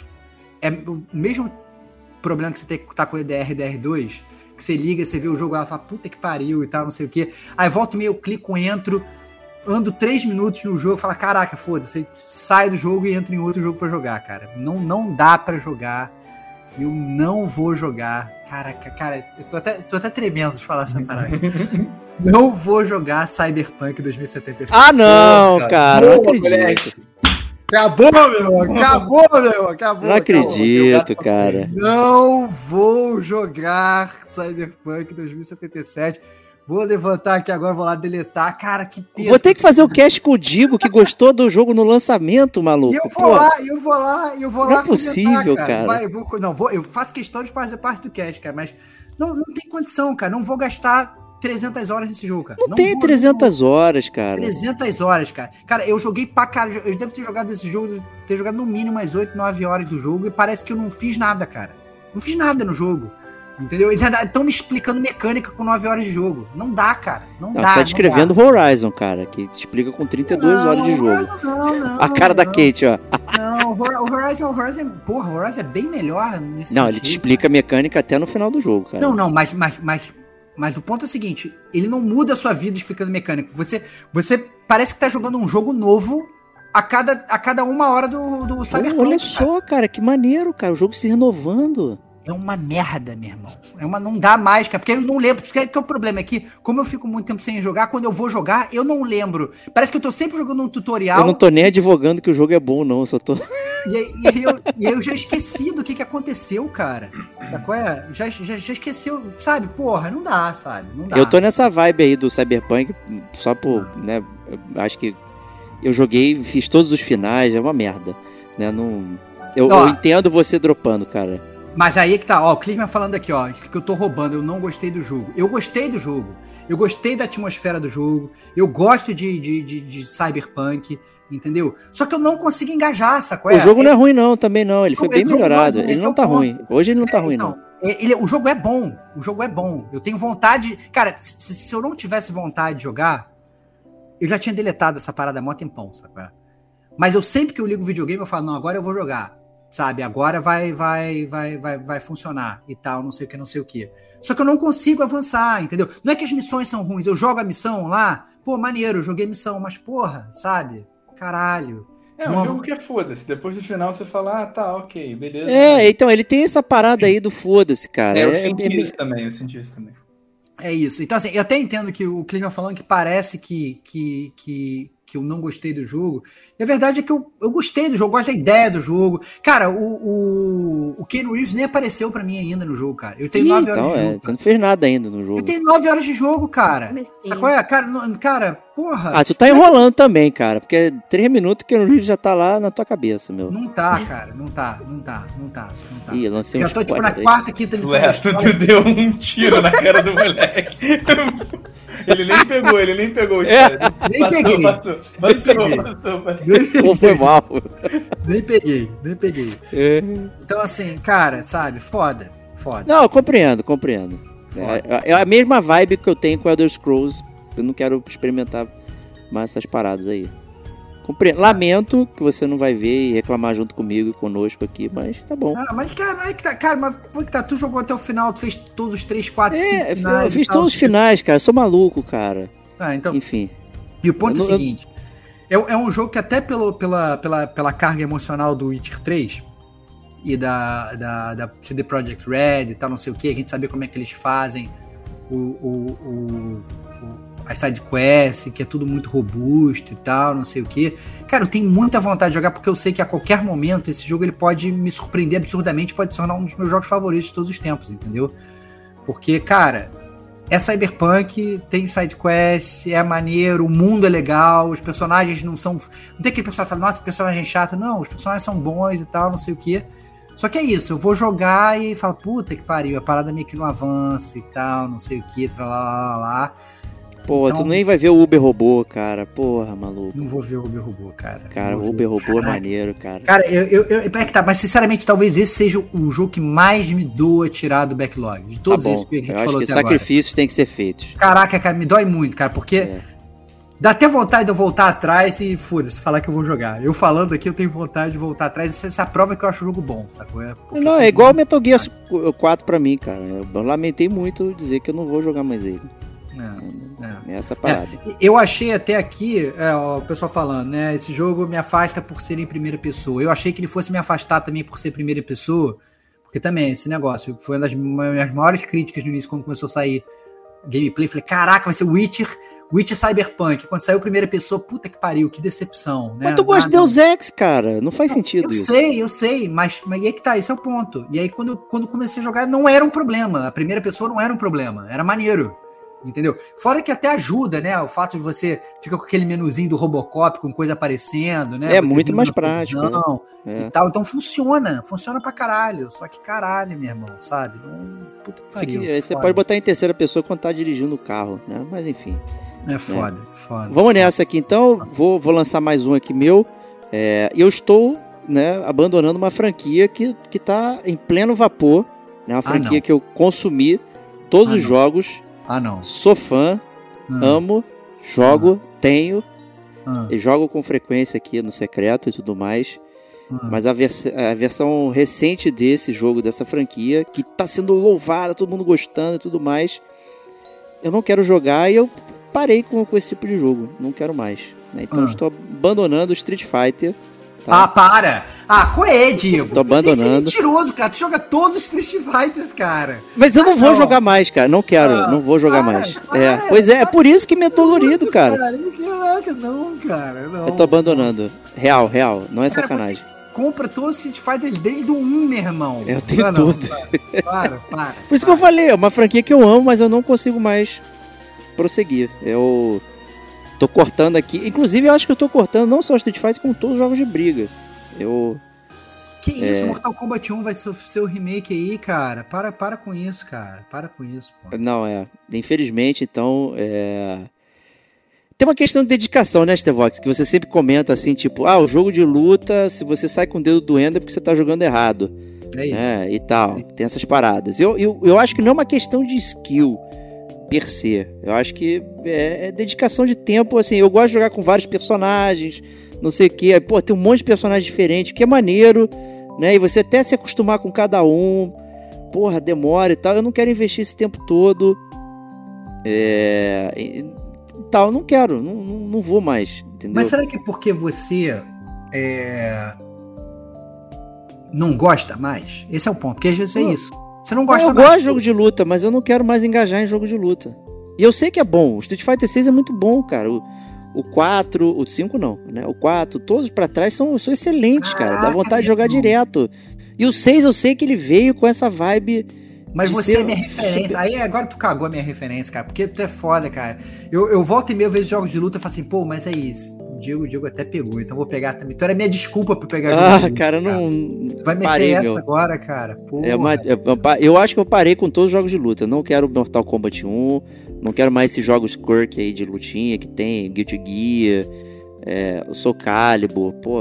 É o mesmo problema que você tem, tá com o E D R D R dois, que você liga, você vê o jogo lá e fala, puta que pariu e tal, não sei o quê. Aí volta e meio, eu clico, entro, ando três minutos no jogo e falo, caraca, foda-se, sai do jogo e entra em outro jogo pra jogar, cara. Não, não dá pra jogar. Eu não vou jogar. Caraca, cara, eu tô até, tô até tremendo de falar essa parada. Não vou jogar Cyberpunk dois mil e setenta e sete. Ah, não, Pô, cara, não acredito. moleque. Acabou, meu irmão, acabou, meu irmão, acabou. Não acredito, acabou. cara. Não vou jogar Cyberpunk dois mil e setenta e sete. Vou levantar aqui agora, vou lá deletar. Cara, que peso. Vou ter que fazer o cast com o Digo, que gostou do jogo no lançamento, maluco. E eu vou Pô, lá, eu vou lá, eu vou Não lá é possível, cara. Vai, eu vou, não, vou, eu faço questão de fazer parte do cast, cara, mas não, não tem condição, cara. Não vou gastar trezentas horas nesse jogo, cara. Não, Não tem vou, trezentas horas, cara. trezentas horas, cara. Cara, eu joguei pra caralho. Eu devo ter jogado esse jogo, ter jogado no mínimo umas oito, nove horas do jogo e parece que eu não fiz nada, cara. Não fiz nada no jogo. Entendeu? Eles estão me explicando mecânica com nove horas de jogo. Não dá, cara. Não, Não, dá. você tá não descrevendo dá. Horizon, cara, que te explica com trinta e duas Não, horas de jogo. Horizon não, não, A cara da não. Kate, ó. Não, o Hor- o Horizon, o Horizon, porra, o Horizon é bem melhor nesse Não, sentido. ele te explica a mecânica até no final do jogo, cara. Não, não, mas, mas, mas, mas o ponto é o seguinte, ele não muda a sua vida explicando mecânica. Você, você parece que tá jogando um jogo novo a cada, a cada uma hora do, do Pô, Cyberpunk. olha cara. só, cara, que maneiro, cara. O jogo se renovando. É uma merda, meu irmão. É uma, não dá mais, cara, porque eu não lembro. Porque que é o problema é que, como eu fico muito tempo sem jogar, quando eu vou jogar, eu não lembro. Parece que eu tô sempre jogando um tutorial. Eu não tô nem advogando que o jogo é bom, não. Eu só tô. E, aí- e aí eu, e aí eu já esqueci do que, que aconteceu, cara. Sabe qual é? Já, já, já esqueceu, sabe? Porra, não dá, sabe? Não dá. Eu tô nessa vibe aí do Cyberpunk, só por, né, eu acho que eu joguei, fiz todos os finais, é uma merda, né, não... Eu, Ó. eu entendo você dropando, cara. Mas aí é que tá, ó, o Clisman falando aqui, ó, que eu tô roubando, eu não gostei do jogo. Eu gostei do jogo. Eu gostei da atmosfera do jogo. Eu gosto de, de, de, de Cyberpunk, entendeu? Só que eu não consigo engajar, sacou? O jogo não é ruim não, também não, ele foi Não, bem o jogo não é melhorado, ruim, ele esse não é o tá ponto. ruim. Hoje ele não tá É, ruim então, não. é, ele- o jogo é bom. O jogo é bom. Eu tenho vontade. Cara, se, se eu não tivesse vontade de jogar, eu já tinha deletado essa parada há mó tempão, sacou? Mas eu sempre que eu ligo o videogame, eu falo, não, agora eu vou jogar. Sabe? Agora vai, vai, vai, vai, vai funcionar e tal, não sei o que, não sei o que. Só que eu não consigo avançar, entendeu? Não é que as missões são ruins. Eu jogo a missão lá, pô, maneiro, eu joguei a missão, mas porra, sabe? Caralho. É um Não- jogo que é foda-se. Depois do final você fala, ah, tá, ok, beleza. É, então, ele tem essa parada aí do foda-se, cara. É, eu É- senti é- isso também, eu senti isso também. É isso. Então, assim, eu até entendo que o Clisman falando que parece que, que, que, que eu não gostei do jogo. E a verdade é que eu, eu gostei do jogo, gosto da ideia do jogo. Cara, o, o, o Keanu Reeves nem apareceu pra mim ainda no jogo, cara. Eu tenho Ih, nove então, horas de é, jogo. você Cara. não fez nada ainda no jogo. Eu tenho nove horas de jogo, cara. Comecinho. Sabe qual é? Cara, não- cara, porra. Ah, tu tá enrolando também, cara, porque três minutos que o Rio já tá lá na tua cabeça, meu. Não tá, cara. Não tá, não tá, não tá, não tá. Ih, eu lancei um Já tô, tipo, na spoiler aí. quarta, quinta missão da Ué, história. tu deu um tiro na cara do moleque. Ele nem pegou, ele nem pegou o É. spoiler. Nem Passou, peguei. Passou, Nem passou, peguei. passou, passou. Nem Pô, foi peguei, mal. nem peguei, nem peguei. É. Então, assim, cara, sabe? Foda, foda. Não, eu compreendo, compreendo. Foda. É, é a mesma vibe que eu tenho com Elder Scrolls. Eu não quero experimentar mais essas paradas aí. Compreendo. Lamento que você não vai ver e reclamar junto comigo e conosco aqui, mas tá bom. Ah, mas, cara, é que tá, cara, mas como é que tá? Tu jogou até o final, tu fez todos os três, quatro, cinco É, finais. eu fiz e tal, todos os não sei o finais, cara. Eu sou maluco, cara. quê. Ah, então. Enfim. E o ponto Eu é o não- seguinte: é, é um jogo que, até pelo, pela, pela, pela carga emocional do Witcher três e da, da, da C D Projekt Red e tal, não sei o que, a gente saber como é que eles fazem o, o, o, o, as sidequests, que é tudo muito robusto e tal, não sei o que. Cara, eu tenho muita vontade de jogar porque eu sei que a qualquer momento esse jogo ele pode me surpreender absurdamente, pode se tornar um dos meus jogos favoritos de todos os tempos, entendeu? Porque, cara, é Cyberpunk, tem sidequest, é maneiro, o mundo é legal, os personagens não são... Não tem aquele personagem que fala, nossa, que personagem chato. Não, os personagens são bons e tal, não sei o quê. Só que é isso, eu vou jogar e falo, puta que pariu, a parada meio que não avança e tal, não sei o quê, tralalá. Pô, Então- tu nem vai ver o Uber Robô, cara. Porra, maluco. Não vou ver o Uber Robô, cara. Cara, Não o vou Uber ver. Robô é Caraca. maneiro, cara. Cara, eu, eu, eu, é que tá, mas sinceramente, talvez esse seja o jogo que mais me doa tirar do backlog. De Tá todos bom. esses que a gente Eu acho falou que até agora. sacrifícios têm que ser feitos. Caraca, cara, me dói muito, cara, porque É. Dá até vontade de eu voltar atrás e foda-se, falar que eu vou jogar. Eu falando aqui, eu tenho vontade de voltar atrás. Essa, essa prova que eu acho o jogo bom, sacou? É não, é igual o Metal Gear quatro pra mim, cara. Eu lamentei muito dizer que eu não vou jogar mais ele. É, é. é essa parada. É, eu achei até aqui, é, ó, o pessoal falando, né? Esse jogo me afasta por ser em primeira pessoa. Eu achei que ele fosse me afastar também por ser primeira pessoa, porque também esse negócio foi uma das minhas maiores críticas no início, quando começou a sair gameplay. Falei, caraca, vai ser Witcher, Witcher Cyberpunk. Quando saiu primeira pessoa, puta que pariu, que decepção, né? Mas tu gosta de Deus Ex, cara, não faz sentido eu isso. Eu sei, eu sei, mas, mas aí que tá, esse é o ponto. E aí quando, quando comecei a jogar, não era um problema. A primeira pessoa não era um problema, era maneiro. Entendeu? Fora que até ajuda, né? O fato de você ficar com aquele menuzinho do Robocop com coisa aparecendo, né? É você muito mais prático. É. E tal. Então funciona, funciona pra caralho. Só que caralho, meu irmão, sabe? Puta que pariu, Fique, você pode botar em terceira pessoa quando tá dirigindo o carro, né? Mas enfim. É foda, é. foda. Vamos nessa aqui então. Vou, vou lançar mais um aqui meu. É, eu estou, né, abandonando uma franquia que, que tá em pleno vapor. Né? Uma franquia ah, que eu consumi todos ah, os não. jogos. Ah, não. Sou fã, hum. amo, jogo, ah. tenho, ah. e jogo com frequência aqui no secreto e tudo mais. Ah. Mas a, vers- a versão recente desse jogo, dessa franquia, que tá sendo louvada, todo mundo gostando e tudo mais, eu não quero jogar e eu parei com, com esse tipo de jogo. Não quero mais. Né? Então ah. estou abandonando o Street Fighter. Tá? Ah, para! Ah, qual é, Diego? Tô abandonando. Isso é mentiroso, cara. Tu joga todos os Street Fighters, cara. Mas eu não ah, vou não. jogar mais, cara. Não quero, ah, não vou jogar para, mais. Para, é. Pois é, é por isso que me é dolorido, isso, cara. cara. Caraca, não, cara. Não. Eu tô abandonando. Real, real. Não é cara, sacanagem. Compra todos os Street Fighters desde o um, meu irmão. Eu tenho não, tudo. Não, para, para, para. Por isso para. que eu falei, é uma franquia que eu amo, mas eu não consigo mais prosseguir. Eu... tô cortando aqui. Inclusive, eu acho que eu tô cortando não só o Street Fighter, como todos os jogos de briga. Eu... Que isso, é... Mortal Kombat um vai ser o seu remake aí, cara. Para, para com isso, cara. Para com isso, pô. Não, é. Infelizmente, então, é... tem uma questão de dedicação, né, Stevox? Que você sempre comenta assim, tipo, ah, o jogo de luta, se você sai com o dedo doendo é porque você tá jogando errado. É isso. É, e tal. É isso. Tem essas paradas. Eu, eu, eu acho que não é uma questão de skill per se. Eu acho que é, é dedicação de tempo, assim. Eu gosto de jogar com vários personagens, não sei o que. Pô, tem um monte de personagens diferentes, que é maneiro, né? E você até se acostumar com cada um. Porra, demora e tal. Eu não quero investir esse tempo todo. É... E tal, não quero. Não, não, não vou mais, entendeu? Mas será que é porque você é... não gosta mais? Esse é o ponto. Porque às vezes é isso. Você não gosta eu mais. Eu gosto de jogo de luta, mas eu não quero mais engajar em jogo de luta. E eu sei que é bom. O Street Fighter seis é muito bom, cara. O, o quatro, o cinco não, né? O quatro, todos pra trás são, são excelentes, Caraca, cara. Dá vontade de jogar bom. direto. E o seis eu sei que ele veio com essa vibe... Mas você ser... é minha referência. Super... Aí agora tu cagou a minha referência, cara. Porque tu é foda, cara. Eu, eu volto e meio vezes jogos de luta e falo assim, pô, mas é isso. O Diego, o Diego até pegou, então vou pegar também. Então era minha desculpa pra pegar jogo ah, de luta. Cara, cara, não. Tu vai meter parei, essa meu. agora, cara. Porra, é uma, eu, eu acho que eu parei com todos os jogos de luta. Eu não quero Mortal Kombat um. Não quero mais esses jogos quirk aí de lutinha que tem. Guilty Gear. É, o Soul Calibur. Pô.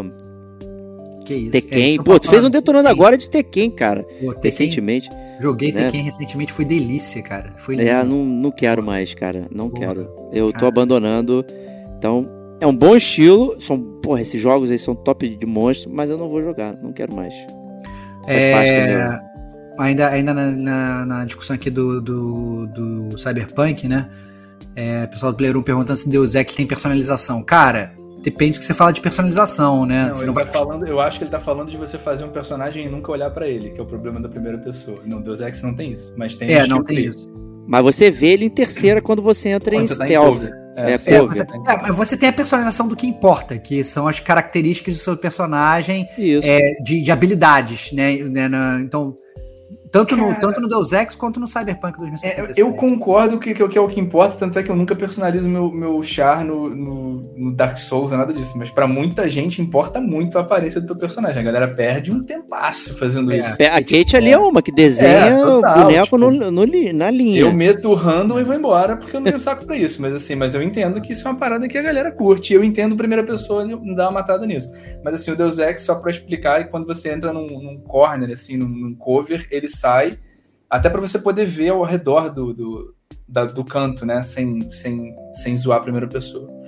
Que isso? Tekken. É, pô, tu fez um detonando agora de Tekken, cara. Pô, Tekken, recentemente. Joguei né? Tekken recentemente, foi delícia, cara. Foi lindo. É, não, não quero mais, cara. Não porra, quero. Eu cara. tô abandonando. Então, é um bom estilo. São, porra, esses jogos aí são top de monstro, mas eu não vou jogar. Não quero mais. Faz é... parte do meu... Ainda, ainda na, na, na discussão aqui do, do, do Cyberpunk, né? É, o pessoal do Player um perguntando se Deus Ex tem personalização. Cara, depende do que você fala de personalização, né? Não, você ele não vai... tá falando, eu acho que ele tá falando de você fazer um personagem e nunca olhar pra ele, que é o problema da primeira pessoa. No Deus Ex não tem isso, mas tem... É, não tem isso. Mas você vê ele em terceira quando você entra quando em você stealth. Tá em é, é, é, você, é, mas você tem a personalização do que importa, que são as características do seu personagem, é, de, de habilidades, né? né na, então... Tanto no, tanto no Deus Ex quanto no Cyberpunk dois mil e setenta e seis. É, eu concordo que, que, que é o que importa, tanto é que eu nunca personalizo meu, meu char no, no, no Dark Souls, nada disso. Mas pra muita gente importa muito a aparência do teu personagem. A galera perde um tempasso fazendo é. isso. A Kate ali é uma que desenha é, total, o boneco tipo, no, no, na linha. Eu meto o random e vou embora porque eu não tenho saco pra isso. Mas assim, mas eu entendo que isso é uma parada que a galera curte. Eu entendo primeira pessoa não dar uma matada nisso. Mas assim, o Deus Ex, só pra explicar, é quando você entra num, num corner, assim, num, num cover, ele sai até para você poder ver ao redor do, do, da, do canto, né? Sem, sem, sem zoar a primeira pessoa.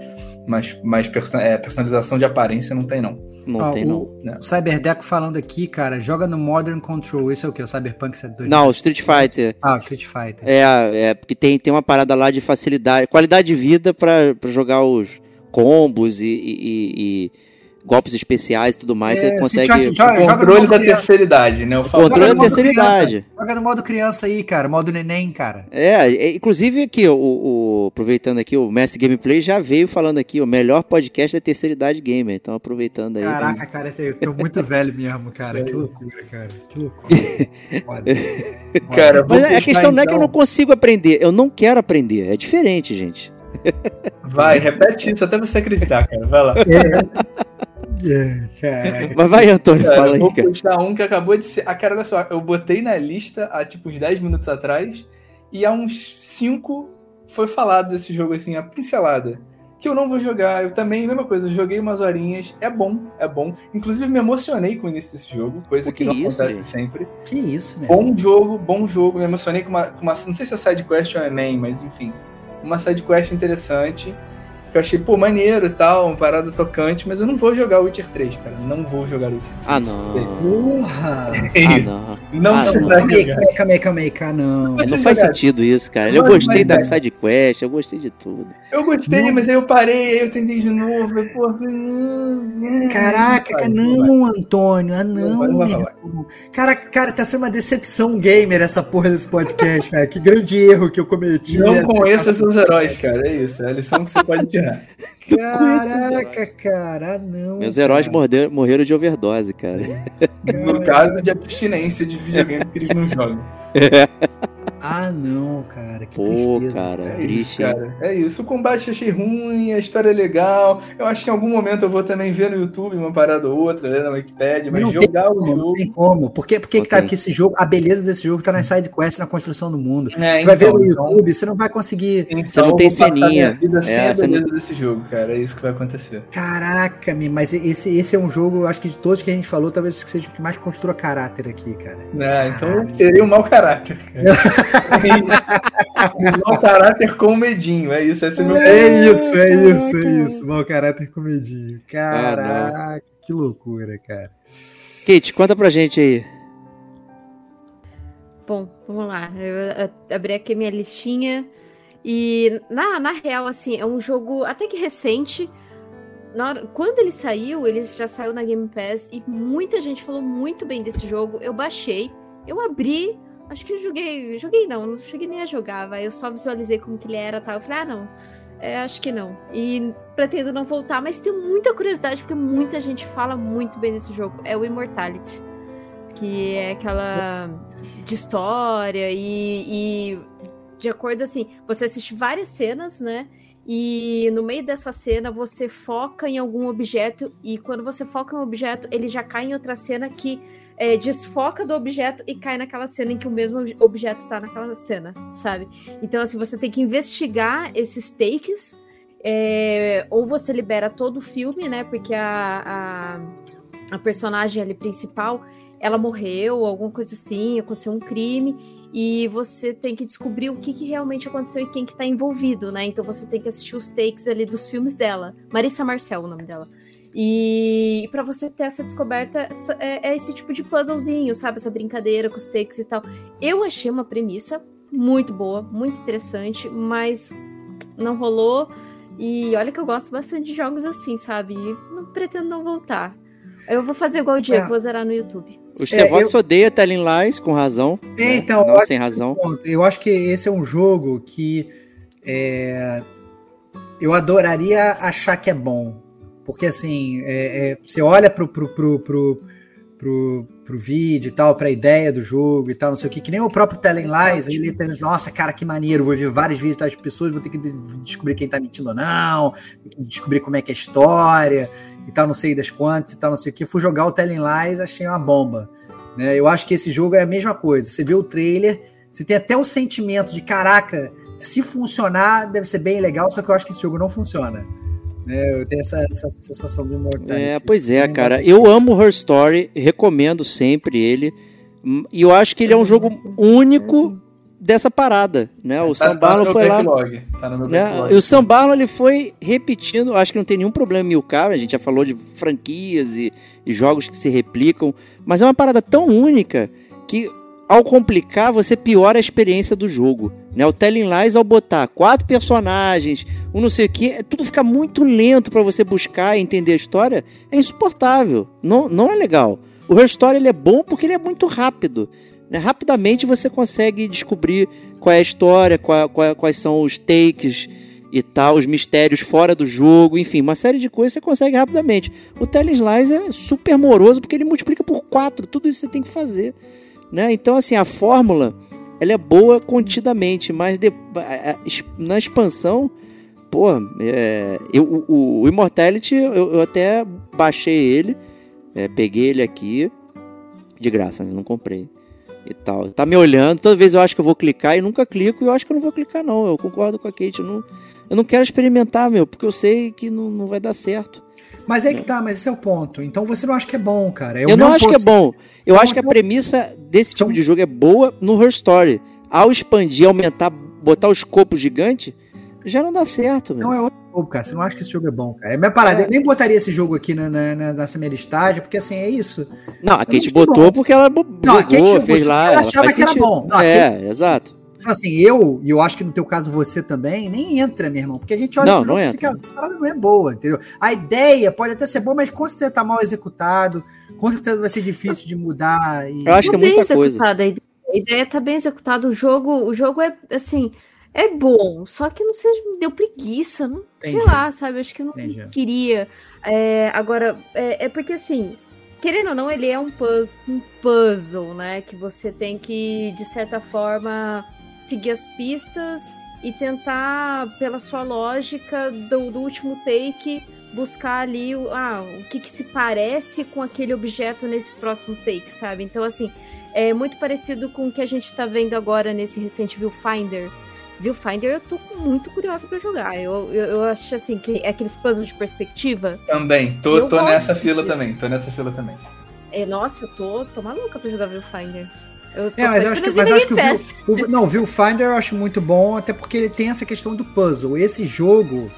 Mas, mas person- é, personalização de aparência não tem, não. Não Ó, tem, o, não. o Cyberdeco falando aqui, cara, joga no Modern Control. Esse é o quê? O Cyberpunk setenta e dois? Não, Street Fighter. Ah, o Street Fighter. É, é porque tem, tem uma parada lá de facilidade, qualidade de vida pra, pra jogar os combos e, e- e golpes especiais e tudo mais. É, Você se consegue. tiver- joga- O joga no controle modo da criança. terceira idade, né? Eu O falo, controle Joga da no modo terceira criança. idade. Joga no modo criança aí, cara. Modo neném, cara. É, é, inclusive aqui, o, o- aproveitando aqui, o Mestre Gameplay já veio falando aqui, o melhor podcast da terceira idade gamer. Então, aproveitando aí. Caraca, cara, esse aí, eu tô muito velho mesmo, cara. Que loucura, cara. Que loucura. Foda. Cara, Mas vou a questão puxar, não é que eu não então. consigo aprender, eu não quero aprender. É diferente, gente. Vai, repete isso até você acreditar, cara. Vai lá. É, caraca. Mas vai, Antônio, Cara, fala eu aí, vou cara. puxar um que acabou de ser. Ah, cara, olha só, eu botei na lista há tipo uns dez minutos atrás e há uns cinco foi falado desse jogo assim, a pincelada. Que eu não vou jogar, eu também, mesma coisa, eu joguei umas horinhas, é bom, é bom. Inclusive me emocionei com o início desse jogo, coisa O que, que não isso, acontece gente? sempre. Que isso, meu. Bom jogo, bom jogo, me emocionei com uma, com uma. Não sei se é side quest ou é main, mas enfim. Uma side quest interessante. Que eu achei, pô, maneiro e tal, uma parada tocante, mas eu não vou jogar o Witcher três, cara. Não vou jogar o Witcher três. Ah, não. Porra! Ah, não. Não Ah, se não. vai Calma aí, jogar. calma aí, calma aí, calma aí, cara, não. Mas Não você faz jogar. sentido isso, cara. Eu Mas- gostei mas, da velho. side quest, eu gostei de tudo. Eu gostei, Não. mas aí eu parei, aí eu tentei de novo, aí, pô, falei, não, não, Caraca, vai, cara, não vai. não, Antônio, ah, Não não, vai, não vai, meu não vai. irmão. Cara, cara, tá sendo uma decepção gamer essa porra desse podcast, cara. Que grande erro que eu cometi. Não essa- conheça seus heróis, cara, é isso, é a lição que você pode tirar. Caraca, cara, ah, não. Meus heróis cara. morderam- morreram de overdose, cara. No caso de abstinência de videogame que eles não jogam. Ah, não, cara, que Pô, tristeza. cara, É triste. isso, cara. É isso. O combate eu achei ruim, a história é legal. Eu acho que em algum momento eu vou também ver no YouTube uma parada ou outra, ler na Wikipedia, mas Não tem jogar o como, não jogo. tem como. Por que, por que, Não que tá? tem. Porque esse jogo, a beleza desse jogo tá nas side quests, na construção do mundo. É, Você vai ver então, no então- YouTube, você não vai conseguir. Então, Você não eu tem vou passar ceninha. minha vida sem É, a você não- beleza desse jogo, cara. É isso que vai acontecer. Caraca, meu, mas esse, esse é um jogo, eu acho que de todos que a gente falou, talvez que seja o que mais construa caráter aqui, cara. Ah, então eu terei um mau caráter. cara. um mau caráter com medinho, é isso. Esse é meu É isso, é isso, é isso. Mau caráter comedinho. Ah, Caraca, que loucura, cara. Kate, conta pra gente aí. Bom, vamos lá. Eu, eu abri aqui minha listinha. E, na, na real, assim, é um jogo até que recente. Na hora- quando ele saiu, ele já saiu na Game Pass. E muita gente falou muito bem desse jogo. Eu baixei, eu abri. Acho que eu joguei. Joguei não, não cheguei nem a jogar. Vai. Eu só visualizei como que ele era e tal. Eu falei, ah, não. É, acho que não. E pretendo não voltar. Mas tenho muita curiosidade, porque muita gente fala muito bem desse jogo. É o Immortality. Que é aquela de história e, e de acordo assim, você assiste várias cenas, né? E no meio dessa cena você foca em algum objeto e quando você foca em um objeto, ele já cai em outra cena que é, desfoca do objeto e cai naquela cena em que o mesmo ob- objeto está naquela cena, sabe? Então assim, você tem que investigar esses takes, é, ou você libera todo o filme, né? Porque a, a, a personagem ali principal, ela morreu, alguma coisa assim, aconteceu um crime, e você tem que descobrir o que, que realmente aconteceu e quem que tá envolvido, né? Então você tem que assistir os takes ali dos filmes dela. Marissa Marcel, o nome dela. E, e para você ter essa descoberta, essa- é, é esse tipo de puzzlezinho, sabe? Essa brincadeira com os takes e tal. Eu achei uma premissa muito boa, muito interessante, mas não rolou. E olha que eu gosto bastante de jogos assim, sabe? E não pretendo não voltar. Eu vou fazer igual o Diego, É. vou zerar no YouTube. O Stevox odeia Telling Lies, com razão. né? Então, eu Não acho sem razão. ponto. Eu acho que esse é um jogo que é, eu adoraria achar que é bom. Porque assim, é, é, você olha pro, pro, pro, pro, pro, pro vídeo e tal, pra ideia do jogo e tal, não sei o que, que nem o próprio Telling Lies, ele tem, nossa, cara, que maneiro, vou ver vários vídeos das pessoas, vou ter que de- descobrir quem tá mentindo ou não, descobrir como é que é a história e tal, não sei das quantas e tal, não sei o que. Fui jogar o Telling Lies, achei uma bomba. Né? Eu acho que esse jogo é a mesma coisa. Você vê o trailer, você tem até o sentimento de, caraca, se funcionar, deve ser bem legal, só que eu acho que esse jogo não funciona. Né? Eu tenho essa, essa sensação de imortalidade. É, pois é, cara. Eu amo Her Story, recomendo sempre ele. Hum, E eu acho que ele é um jogo único dessa parada, né? O tá, Sam Barlow tá foi lá, tá no meu né? backlog. E o Sam Barlow, ele foi repetindo, acho que não tem nenhum problema em Milcar, a gente já falou de franquias e, e jogos que se replicam, mas é uma parada tão única que ao complicar, você piora a experiência do jogo, né? O Telling Lies, ao botar quatro personagens, um não sei o que, tudo fica muito lento para você buscar e entender a história, é insuportável, não, não é legal. O Her Story, ele é bom porque ele é muito rápido, né? Rapidamente você consegue descobrir qual é a história, qual, qual, quais são os takes e tal, os mistérios fora do jogo, enfim, uma série de coisas você consegue rapidamente. O Telling Lies é super moroso porque ele multiplica por quatro, tudo isso você tem que fazer. Né? Então, assim, a fórmula ela é boa contidamente, mas de, a, a, na expansão, pô, é, eu, o, o Immortality, eu, eu até baixei ele, é, peguei ele aqui, de graça, né? Não comprei e tal. Tá me olhando, toda vez eu acho que eu vou clicar e nunca clico, e eu acho que eu não vou clicar não, eu concordo com a Kate, eu não, eu não quero experimentar, meu, porque eu sei que não, não vai dar certo. Mas é que tá, mas esse é o ponto. Então você não acha que é bom, cara. É eu não acho ponto. que é bom. Eu então, acho que a premissa desse tipo de jogo é boa no Her Story. Ao expandir, aumentar, botar o escopo gigante, já não dá certo. Não, é outro jogo, cara. Você não acha que esse jogo é bom, cara. É minha parada. É. Eu nem botaria esse jogo aqui na, na, nessa minha listagem, porque assim, é isso. Não, a Kate botou porque ela bo- não, jogou, a Kate fez lá. Ela achava que era bom. Não, é, Kate... exato. Assim, eu, e eu acho que no teu caso você também, nem entra, meu irmão, porque a gente olha não, pro jogo não e fica, essa parada não é boa, entendeu? A ideia pode até ser boa, mas com certeza tá mal executado, com certeza vai ser difícil de mudar. E... Eu acho que é muita coisa. A ideia, a ideia tá bem executada, o jogo, o jogo é, assim, é bom, só que não sei, me deu preguiça, não, sei lá, sabe, acho que eu não Entendi. queria. É, agora, é, é porque assim, querendo ou não, ele é um, pu- um puzzle, né, que você tem que, de certa forma... seguir as pistas e tentar, pela sua lógica do, do último take, buscar ali o, ah, o que, que se parece com aquele objeto nesse próximo take, sabe? Então, assim, é muito parecido com o que a gente tá vendo agora nesse recente Viewfinder. Viewfinder eu tô muito curiosa pra jogar. Eu, eu, eu acho, assim, que é aqueles puzzles de perspectiva. Também, tô, tô nessa fila também, tô nessa fila também. É, nossa, eu tô, tô maluca pra jogar Viewfinder. Eu tô é, mas eu acho que, mas eu acho que o, o, não, o Viewfinder eu acho muito bom, até porque ele tem essa questão do puzzle. Esse jogo,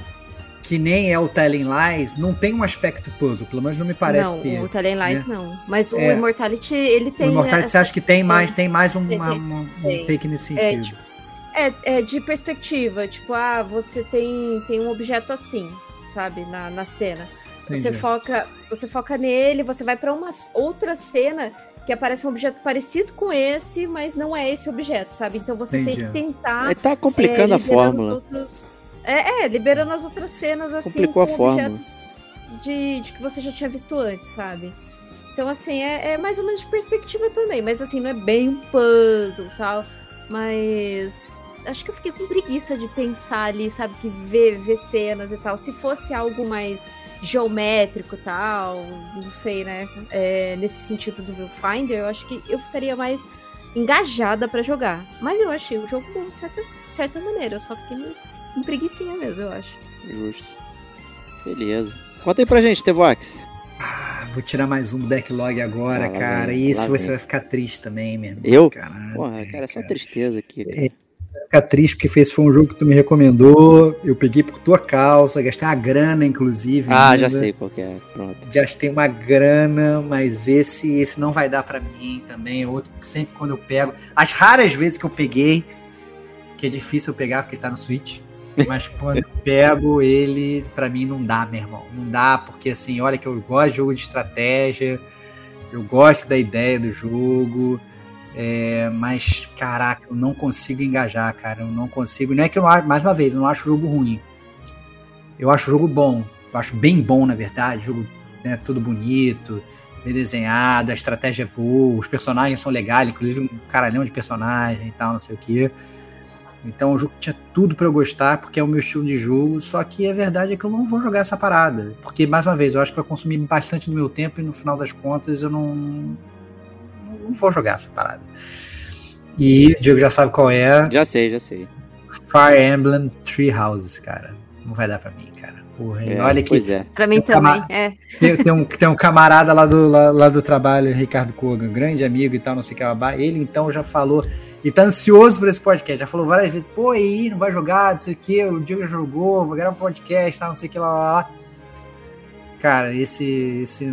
que nem é o Telling Lies, não tem um aspecto puzzle, pelo menos não me parece não, ter. Não, o Telling Lies né? não. Mas o é. Immortality, ele tem... O Immortality essa... você acha que tem mais, tem mais um, tem, uma, uma, tem. um take nesse sentido. É, tipo, é, é de perspectiva, tipo, ah, você tem, tem um objeto assim, sabe, na, na cena. Você foca, você foca nele, você vai pra uma outra cena que aparece um objeto parecido com esse, mas não é esse objeto, sabe? Então você Entendi. tem que tentar... Ele tá complicando é, a fórmula. Outros, é, é, liberando as outras cenas, assim, Complicou com a fórmula. objetos de, de que você já tinha visto antes, sabe? Então, assim, é, é mais ou menos de perspectiva também, mas assim, não é bem um puzzle e tal, mas... Acho que eu fiquei com preguiça de pensar ali, sabe? Que ver, ver cenas e tal. Se fosse algo mais... geométrico e tal, não sei, né? É, nesse sentido do Viewfinder, eu acho que eu ficaria mais engajada pra jogar. Mas eu achei o jogo bom de certa, de certa maneira. Eu só fiquei meio com preguicinha mesmo, eu acho. Justo. Beleza. Conta aí pra gente, Tevox. Ah, vou tirar mais um do backlog agora, ah, cara. Vem, e esse você vem. vai ficar triste também, mesmo. Eu? Caralho, Porra, cara, é só cara. tristeza aqui. Cara. É. Ficar triste porque esse foi um jogo que tu me recomendou, eu peguei por tua causa, gastei uma grana, inclusive. Ah, ainda. já sei qual que é, pronto. Gastei uma grana, mas esse esse não vai dar pra mim também, é outro que sempre quando eu pego, as raras vezes que eu peguei, que é difícil eu pegar porque ele tá no Switch, mas quando eu pego ele, pra mim não dá, meu irmão, não dá, porque assim, olha que eu gosto de jogo de estratégia, eu gosto da ideia do jogo... É, mas, caraca, eu não consigo engajar, cara, eu não consigo, não é que eu não acho, mais uma vez, eu não acho o jogo ruim, eu acho o jogo bom, eu acho bem bom, na verdade, o jogo, né, tudo bonito, bem desenhado, a estratégia é boa, os personagens são legais, inclusive um caralhão de personagem e tal, não sei o que, então o jogo tinha tudo pra eu gostar, porque é o meu estilo de jogo, só que a verdade é que eu não vou jogar essa parada, porque, mais uma vez, eu acho que vai consumir bastante do meu tempo e no final das contas eu não... não vou jogar essa parada. E o Diego já sabe qual é. Já sei, já sei. Fire Emblem Three Houses, cara. Não vai dar pra mim, cara. Porra, É, olha que pois é. Pra mim Tem um também, cama- é. tem, tem um, tem um camarada lá do, lá, lá do trabalho, Ricardo Kogan, grande amigo e tal, não sei o que, babá. Ele então já falou, e tá ansioso por esse podcast, já falou várias vezes, pô, e aí, não vai jogar, não sei o que, o Diego já jogou, vou gravar um podcast, tá, não sei o que, lá, lá, lá. Cara, esse... esse...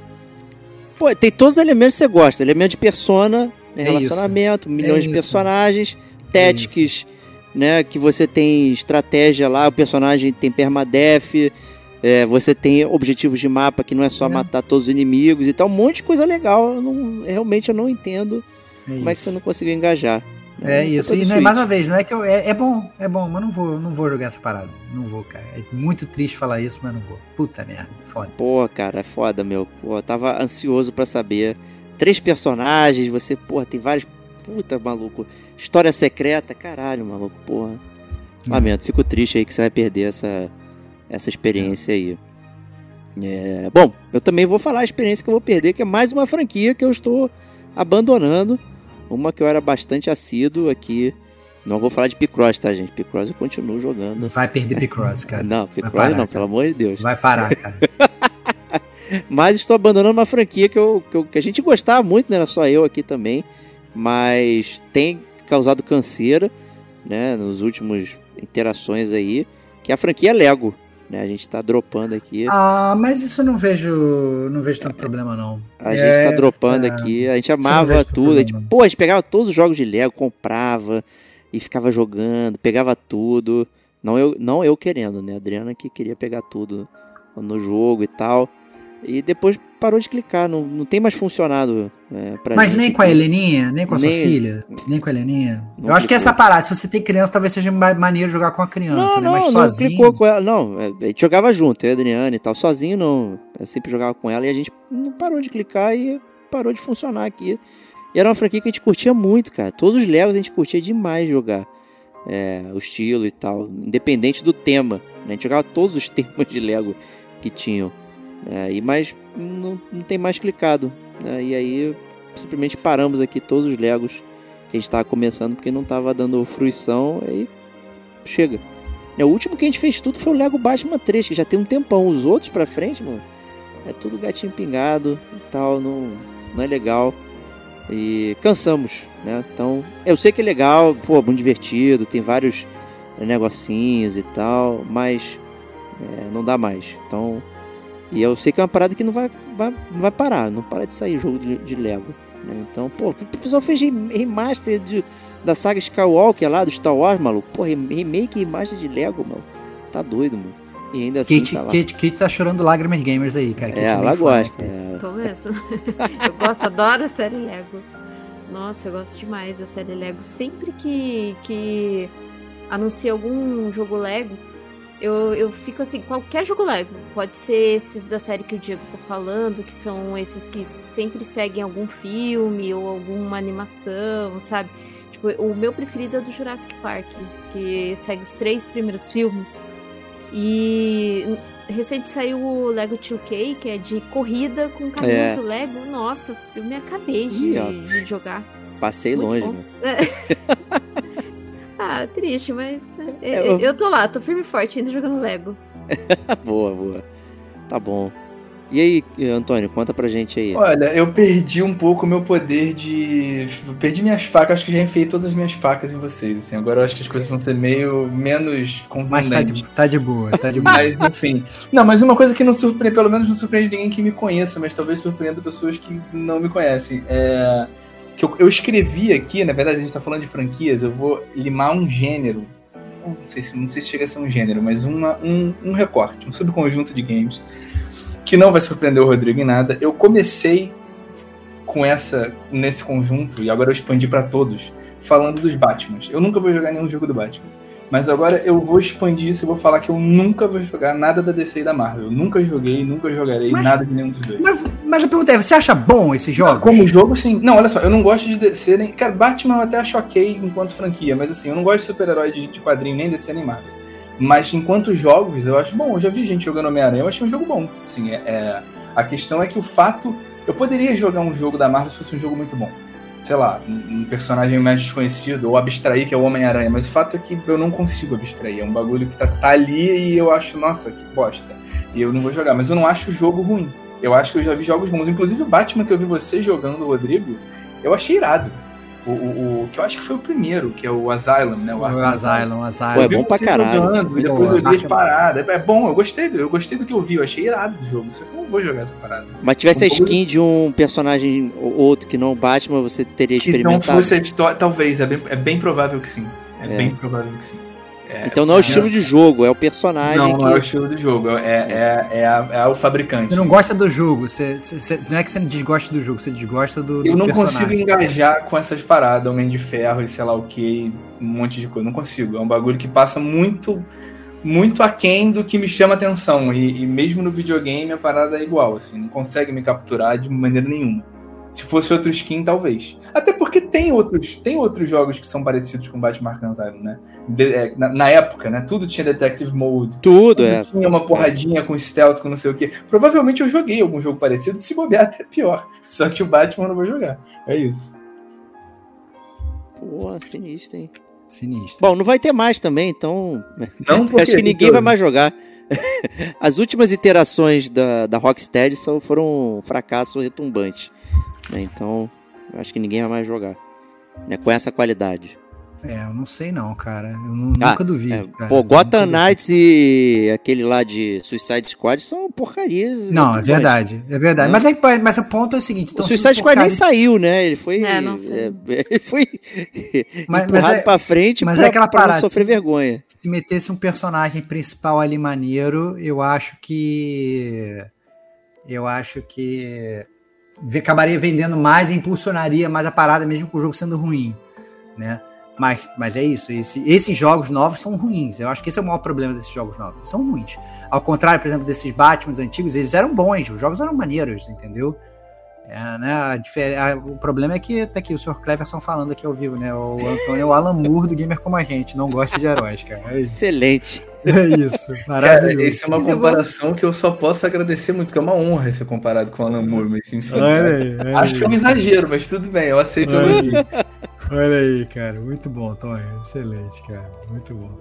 Pô, tem todos os elementos que você gosta. Elemento de persona, né, É relacionamento, milhões É de isso. personagens, tactics, né, que você tem estratégia lá, o personagem tem permadeath, é, você tem objetivos de mapa que não é só É. matar todos os inimigos e tal, um monte de coisa legal. Eu não, realmente eu não entendo É como é que isso. você não conseguiu engajar. É Não, isso, culpa e do não é, mais uma Switch. vez, não é que eu. É, é bom, é bom, mas não vou, não vou jogar essa parada. Não vou, cara. É muito triste falar isso, mas não vou. Puta merda, foda. Pô, cara, é foda, meu. Pô, eu tava ansioso pra saber. Três personagens, você, porra, tem vários. Puta, maluco. História secreta, caralho, maluco, porra. Lamento, fico triste aí que você vai perder essa, essa experiência aí. É, bom, eu também vou falar a experiência que eu vou perder, que é mais uma franquia que eu estou abandonando. Uma que eu era bastante assíduo aqui. Não vou falar de Picross, tá, gente? Picross eu continuo jogando. Vai perder Picross, cara. Não, Picross parar, não, cara. pelo amor de Deus. Vai parar, cara. Mas estou abandonando uma franquia que, eu, que, eu- que a gente gostava muito, né? Não só eu aqui também. Mas tem causado canseira, né? Nos últimos interações aí. Que é a franquia Lego, né? A gente tá dropando aqui. Ah, mas isso eu não vejo. Não vejo tanto problema, não. A É, gente tá dropando é, aqui. A gente não amava vejo tanto tudo. A gente, problema. pô, a gente pegava todos os jogos de Lego, comprava e ficava jogando, pegava tudo. Não eu, não eu querendo, né? A Adriana que queria pegar tudo no jogo e tal. E depois parou de clicar, não, não tem mais funcionado é, pra Mas gente nem com a aqui. Heleninha, nem com a sua Nem- filha, nem com a Heleninha. Não Eu acho que clicou. essa parada, se você tem criança, talvez seja ma- maneiro jogar com a criança, Não, né? não, Mas não sozinho. clicou com ela. Não, é, a gente jogava junto, eu e a Adriana e tal. Sozinho não. Eu sempre jogava com ela e a gente não parou de clicar e parou de funcionar aqui. E era uma franquia que a gente curtia muito, cara. Todos os Legos a gente curtia demais jogar. É, o estilo e tal. Independente do tema. Né? A gente jogava todos os temas de Lego que tinham. É, e mas não, não tem mais clicado. Né? E aí simplesmente paramos aqui todos os Legos que a gente tava começando porque não tava dando fruição. Aí chega. O último que a gente fez tudo foi o Lego Batman três, que já tem um tempão. Os outros pra frente, mano, é tudo gatinho pingado e tal, não, não é legal. E cansamos, né? Então, eu sei que é legal, pô, muito divertido, tem vários negocinhos e tal, mas é, não dá mais. Então, e eu sei que é uma parada que não vai, vai, não vai parar, não para de sair jogo de, de Lego. Né? Então, pô, o pessoal fez remaster de, da saga Skywalker lá, do Star Wars, maluco. Pô, remake e remaster de Lego, mano. Tá doido, mano. E ainda assim Kate, tá lá. Kate, Kate tá chorando lágrimas gamers aí, cara. Kate É, bem ela fã, gosta. né? É. Tô mesmo. Eu gosto, adoro a série Lego. Nossa, eu gosto demais da série Lego. Sempre que, que anuncia algum jogo Lego, eu, eu fico assim, qualquer jogo Lego. Pode ser esses da série que o Diego tá falando, que são esses que sempre seguem algum filme ou alguma animação, sabe? Tipo, o meu preferido é do Jurassic Park, que segue os três primeiros filmes. E recente saiu o Lego dois K, que é de corrida com caminhos É. do Lego. Nossa, eu me acabei de, Ih, ó. de jogar. Passei Muito longe, bom. né? Ah, triste, mas né, É, eu, eu- eu tô lá, tô firme e forte ainda jogando Lego. Boa, boa. Tá bom. E aí, Antônio, conta pra gente aí. Olha, eu perdi um pouco o meu poder de. Perdi minhas facas, acho que já enfiei todas as minhas facas em vocês. Assim. Agora eu acho que as coisas vão ser meio menos Mas tá contundentes. de, tá de boa, tá de boa. Mas, enfim. Não, mas uma coisa que não surpreende, pelo menos não surpreende ninguém que me conheça, mas talvez surpreenda pessoas que não me conhecem. É. Que eu, eu escrevi aqui, na verdade a gente tá falando de franquias, eu vou limar um gênero. Não sei se, não sei se chega a ser um gênero, mas uma, um, um recorte, um subconjunto de games. Que não vai surpreender o Rodrigo em nada. Eu comecei com essa, nesse conjunto, e agora eu expandi pra todos, falando dos Batmans. Eu nunca vou jogar nenhum jogo do Batman. Mas agora eu vou expandir isso e vou falar que eu nunca vou jogar nada da D C e da Marvel. Eu nunca joguei, nunca jogarei Mas- nada de nenhum dos dois. Mas, mas a pergunta é, você acha bom esses jogos? Como jogo, sim. Não, olha só, eu não gosto de D C nem... Cara, Batman eu até acho ok enquanto franquia, mas assim, eu não gosto de super-herói de, de quadrinho, nem D C nem Marvel. Mas enquanto jogos, eu acho bom. Eu já vi gente jogando Homem-Aranha, eu achei um jogo bom. Assim, é, é... A questão é que o fato... Eu poderia jogar um jogo da Marvel se fosse um jogo muito bom. sei lá, um, um personagem mais desconhecido, ou abstrair, que é o Homem-Aranha, mas o fato é que eu não consigo abstrair, é um bagulho que tá, tá ali e eu acho, nossa, que bosta, e eu não vou jogar, mas eu não acho o jogo ruim, eu acho que eu já vi jogos bons, inclusive o Batman que eu vi você jogando, Rodrigo, eu achei irado. O, o, o que eu acho que foi o primeiro, que é o Asylum, né? O, o Asylum, o Asylum. Pô, é bom pra caralho. Jogando, e depois eu li as paradas. É bom, eu gostei, do, eu gostei do que eu vi, eu achei irado o jogo. Só que eu não vou jogar essa parada. Mas tivesse um a skin de um personagem ou outro que não o Batman, você teria que experimentado? Que não fosse a história, talvez, é bem, é bem provável que sim. É, é. bem provável que sim. É, então não é o estilo de jogo, é o personagem. Não, que... não é o estilo de jogo, é, é, é, a, é o fabricante. Você não gosta do jogo, você, você, não é que você não desgosta do jogo, você desgosta do, do Eu não personagem. consigo engajar com essas paradas, Homem de Ferro e sei lá o que, um monte de coisa, não consigo. É um bagulho que passa muito, muito aquém do que me chama atenção. E, e mesmo no videogame a parada é igual, assim, não consegue me capturar de maneira nenhuma. Se fosse outro skin, talvez. Até porque tem outros, tem outros jogos que são parecidos com Batman Arkham Asylum, né? De, é, na, na época, né? Tudo tinha Detective Mode. Tudo, tudo é. Tinha uma porradinha com stealth, com não sei o quê. Provavelmente eu joguei algum jogo parecido, se bobear até pior. Só que o Batman eu não vou jogar. É isso. Pô, sinistro, hein? Sinistro. Bom, não vai ter mais também, então... Não, acho que ninguém vai mais jogar. As últimas iterações da, da Rocksteady só foram um fracasso retumbante. Então, eu acho que ninguém vai mais jogar, né, com essa qualidade. É, eu não sei não, cara. Eu não, ah, nunca duvido. É, pô, Gotham Knights e aquele lá de Suicide Squad são porcarias. Não, é verdade, é verdade. Né? Mas, aí, mas o ponto é o seguinte... Então, o Suicide Squad nem saiu, né? Ele foi... É, não sei. É, ele foi mas, empurrado mas é, pra frente mas pra, é aquela pra parada, não sofrer se, vergonha. Se metesse um personagem principal ali maneiro, eu acho que... Eu acho que... acabaria vendendo mais e impulsionaria mais a parada, mesmo com o jogo sendo ruim, né? Mas, mas é isso, esse, esses jogos novos são ruins, eu acho que esse é o maior problema desses jogos novos, eles são ruins. Ao contrário, por exemplo, desses Batmans antigos, eles eram bons, os jogos eram maneiros, entendeu? É, né, a difer- a, o problema é que tá aqui o senhor Cleverson falando aqui ao vivo, né? O Antônio é o Alan Moore do Gamer Como a Gente, não gosta de heróis, cara. É isso. Excelente. É isso, maravilhoso. Cara, essa é uma comparação que eu só posso agradecer muito, porque é uma honra ser comparado com o Alan Moore, mas enfim. Olha aí, olha acho aí. que é um exagero, mas tudo bem, eu aceito. Olha aí, olha aí, cara, muito bom, Tony, excelente, cara, muito bom.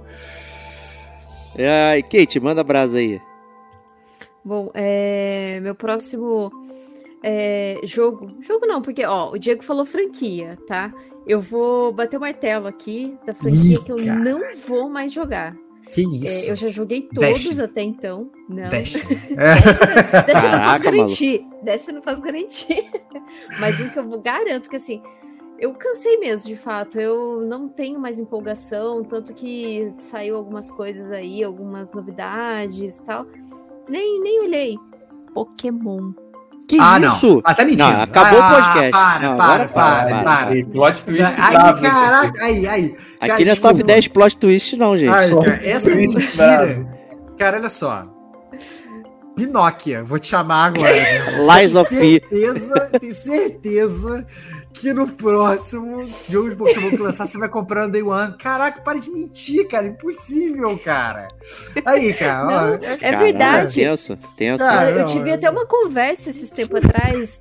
Ai, Kate, manda brasa aí. Bom, é, meu próximo é, jogo, jogo não, porque ó, o Diego falou franquia, tá? Eu vou bater o martelo aqui da franquia Ih, que eu cara. não vou mais jogar. Que isso? É, eu já joguei todos Dash. até então. Não. Dash. Dash eu não posso Caraca, garantir. Dash eu não posso garantir. Mas um que eu vou garanto que assim, eu cansei mesmo, de fato. Eu não tenho mais empolgação, tanto que saiu algumas coisas aí, algumas novidades e tal. Nem, nem olhei. Pokémon. Que ah, isso? não. Ah, tá mentindo. Não, acabou ah, o podcast. Para, não, para, agora para, para, para. Aí, plot twist Aí, bravo. caraca, aí, aí. Cara, Aqui não é desculpa. top dez plot twist, não, gente. Ai, cara, essa é Muito mentira. Cara, olha só. Pinóquia, vou te chamar agora. Né? Lies of P. certeza, tenho certeza que no próximo jogo de Pokémon que lançar, você vai comprar no Day One. Caraca, para de mentir, cara. Impossível, cara. Aí, cara. Não, ó, é Caramba, verdade. Tenso, tenso. Cara, eu não, tive é- até uma conversa esses tempos atrás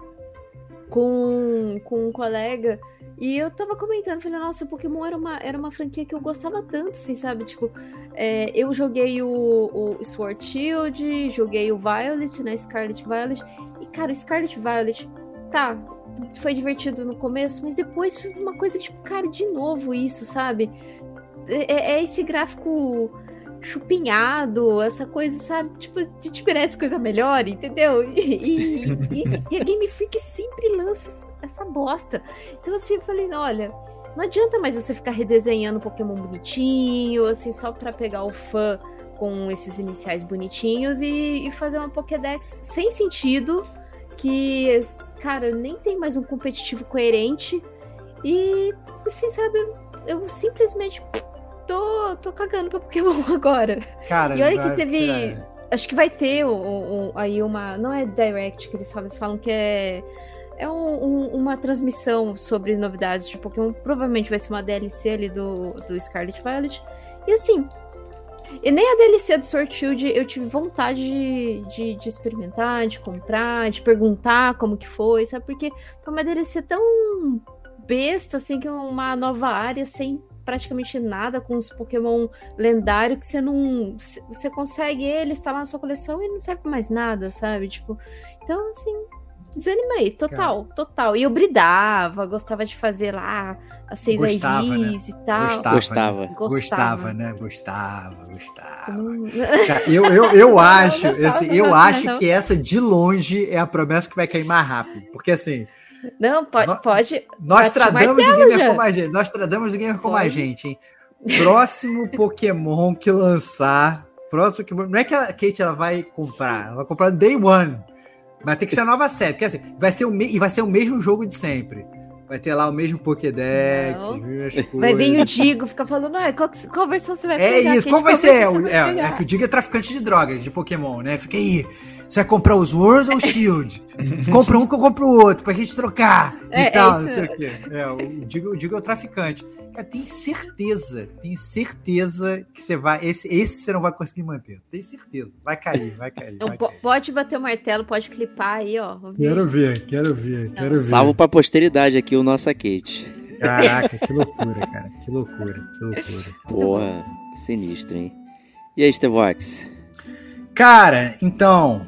com, com um colega e eu tava comentando, falei, nossa, Pokémon era uma, era uma franquia que eu gostava tanto, assim, sabe? Tipo, é, eu joguei o, o Sword Shield, joguei o Violet, né? Scarlet Violet. E, cara, o Scarlet Violet, tá, foi divertido no começo, mas depois foi uma coisa, tipo, cara, de novo isso, sabe? É, é esse gráfico chupinhado, essa coisa, sabe? Tipo, a gente merece coisa melhor, entendeu? E, e, e, e a Game Freak sempre lança essa bosta. Então, assim, eu falei, olha, não adianta mais você ficar redesenhando Pokémon bonitinho, assim, só pra pegar o fã com esses iniciais bonitinhos e, e fazer uma Pokédex sem sentido, que, cara, nem tem mais um competitivo coerente e, assim, sabe, eu simplesmente... Tô, tô cagando pra Pokémon agora. Cara, e olha que vai- teve. cara, Acho que vai ter um, um- aí uma. Não é direct que eles falam, eles falam que é. É um- um- uma transmissão sobre novidades de Pokémon. Provavelmente vai ser uma D L C ali do, do Scarlet Violet. E assim. E nem a D L C do Sword Shield eu tive vontade de, de, de experimentar, de comprar, de perguntar como que foi, sabe? Porque foi uma D L C tão besta, assim, que é uma nova área sem praticamente nada, com os Pokémon lendários que você não... Você consegue ele instalar na sua coleção e não serve pra mais nada, sabe? Tipo, então, assim, desanimei, total, cara. total. E eu bridava, gostava de fazer lá as seis I Ds né? e tal. Gostava, gostava. Né? Gostava, né? Gostava, gostava. Cara, eu, eu, eu acho, eu, assim, eu acho não. que essa, de longe, é a promessa que vai cair mais rápido. Porque, assim... Não, pode. Nós, pode nós tradamos do Gamer Como a Gente. Nós tradamos do Gamer Como a Gente, hein? Próximo Pokémon que lançar. Próximo que. Não é que a Kate ela vai comprar. Ela vai comprar Day One. Mas tem que ser a nova série. Porque assim, vai ser o me... e vai ser o mesmo jogo de sempre. Vai ter lá o mesmo Pokédex, vai vir o Digo, fica falando, ah, qual, qual versão você vai pegar? É isso, qual vai ser? Vai é, é que o Digo é traficante de drogas, de Pokémon, né? Fica aí. Você vai comprar os World ou Shield? Compra um que eu compro o outro, pra gente trocar é, e tal, é não sei o quê. É, o Digo, o Digo é o traficante. Cara, tem certeza, tem certeza que você vai... Esse, esse você não vai conseguir manter. Tem certeza. Vai cair, vai cair. Vai então, cair. Pode bater o martelo, pode clipar aí, ó. Quero ver, quero ver, não. quero ver. Salvo pra posteridade aqui o nossa Kate. Caraca, que loucura, cara. Que loucura, que loucura. Porra, sinistro, hein? E aí, Stevox? Cara, então...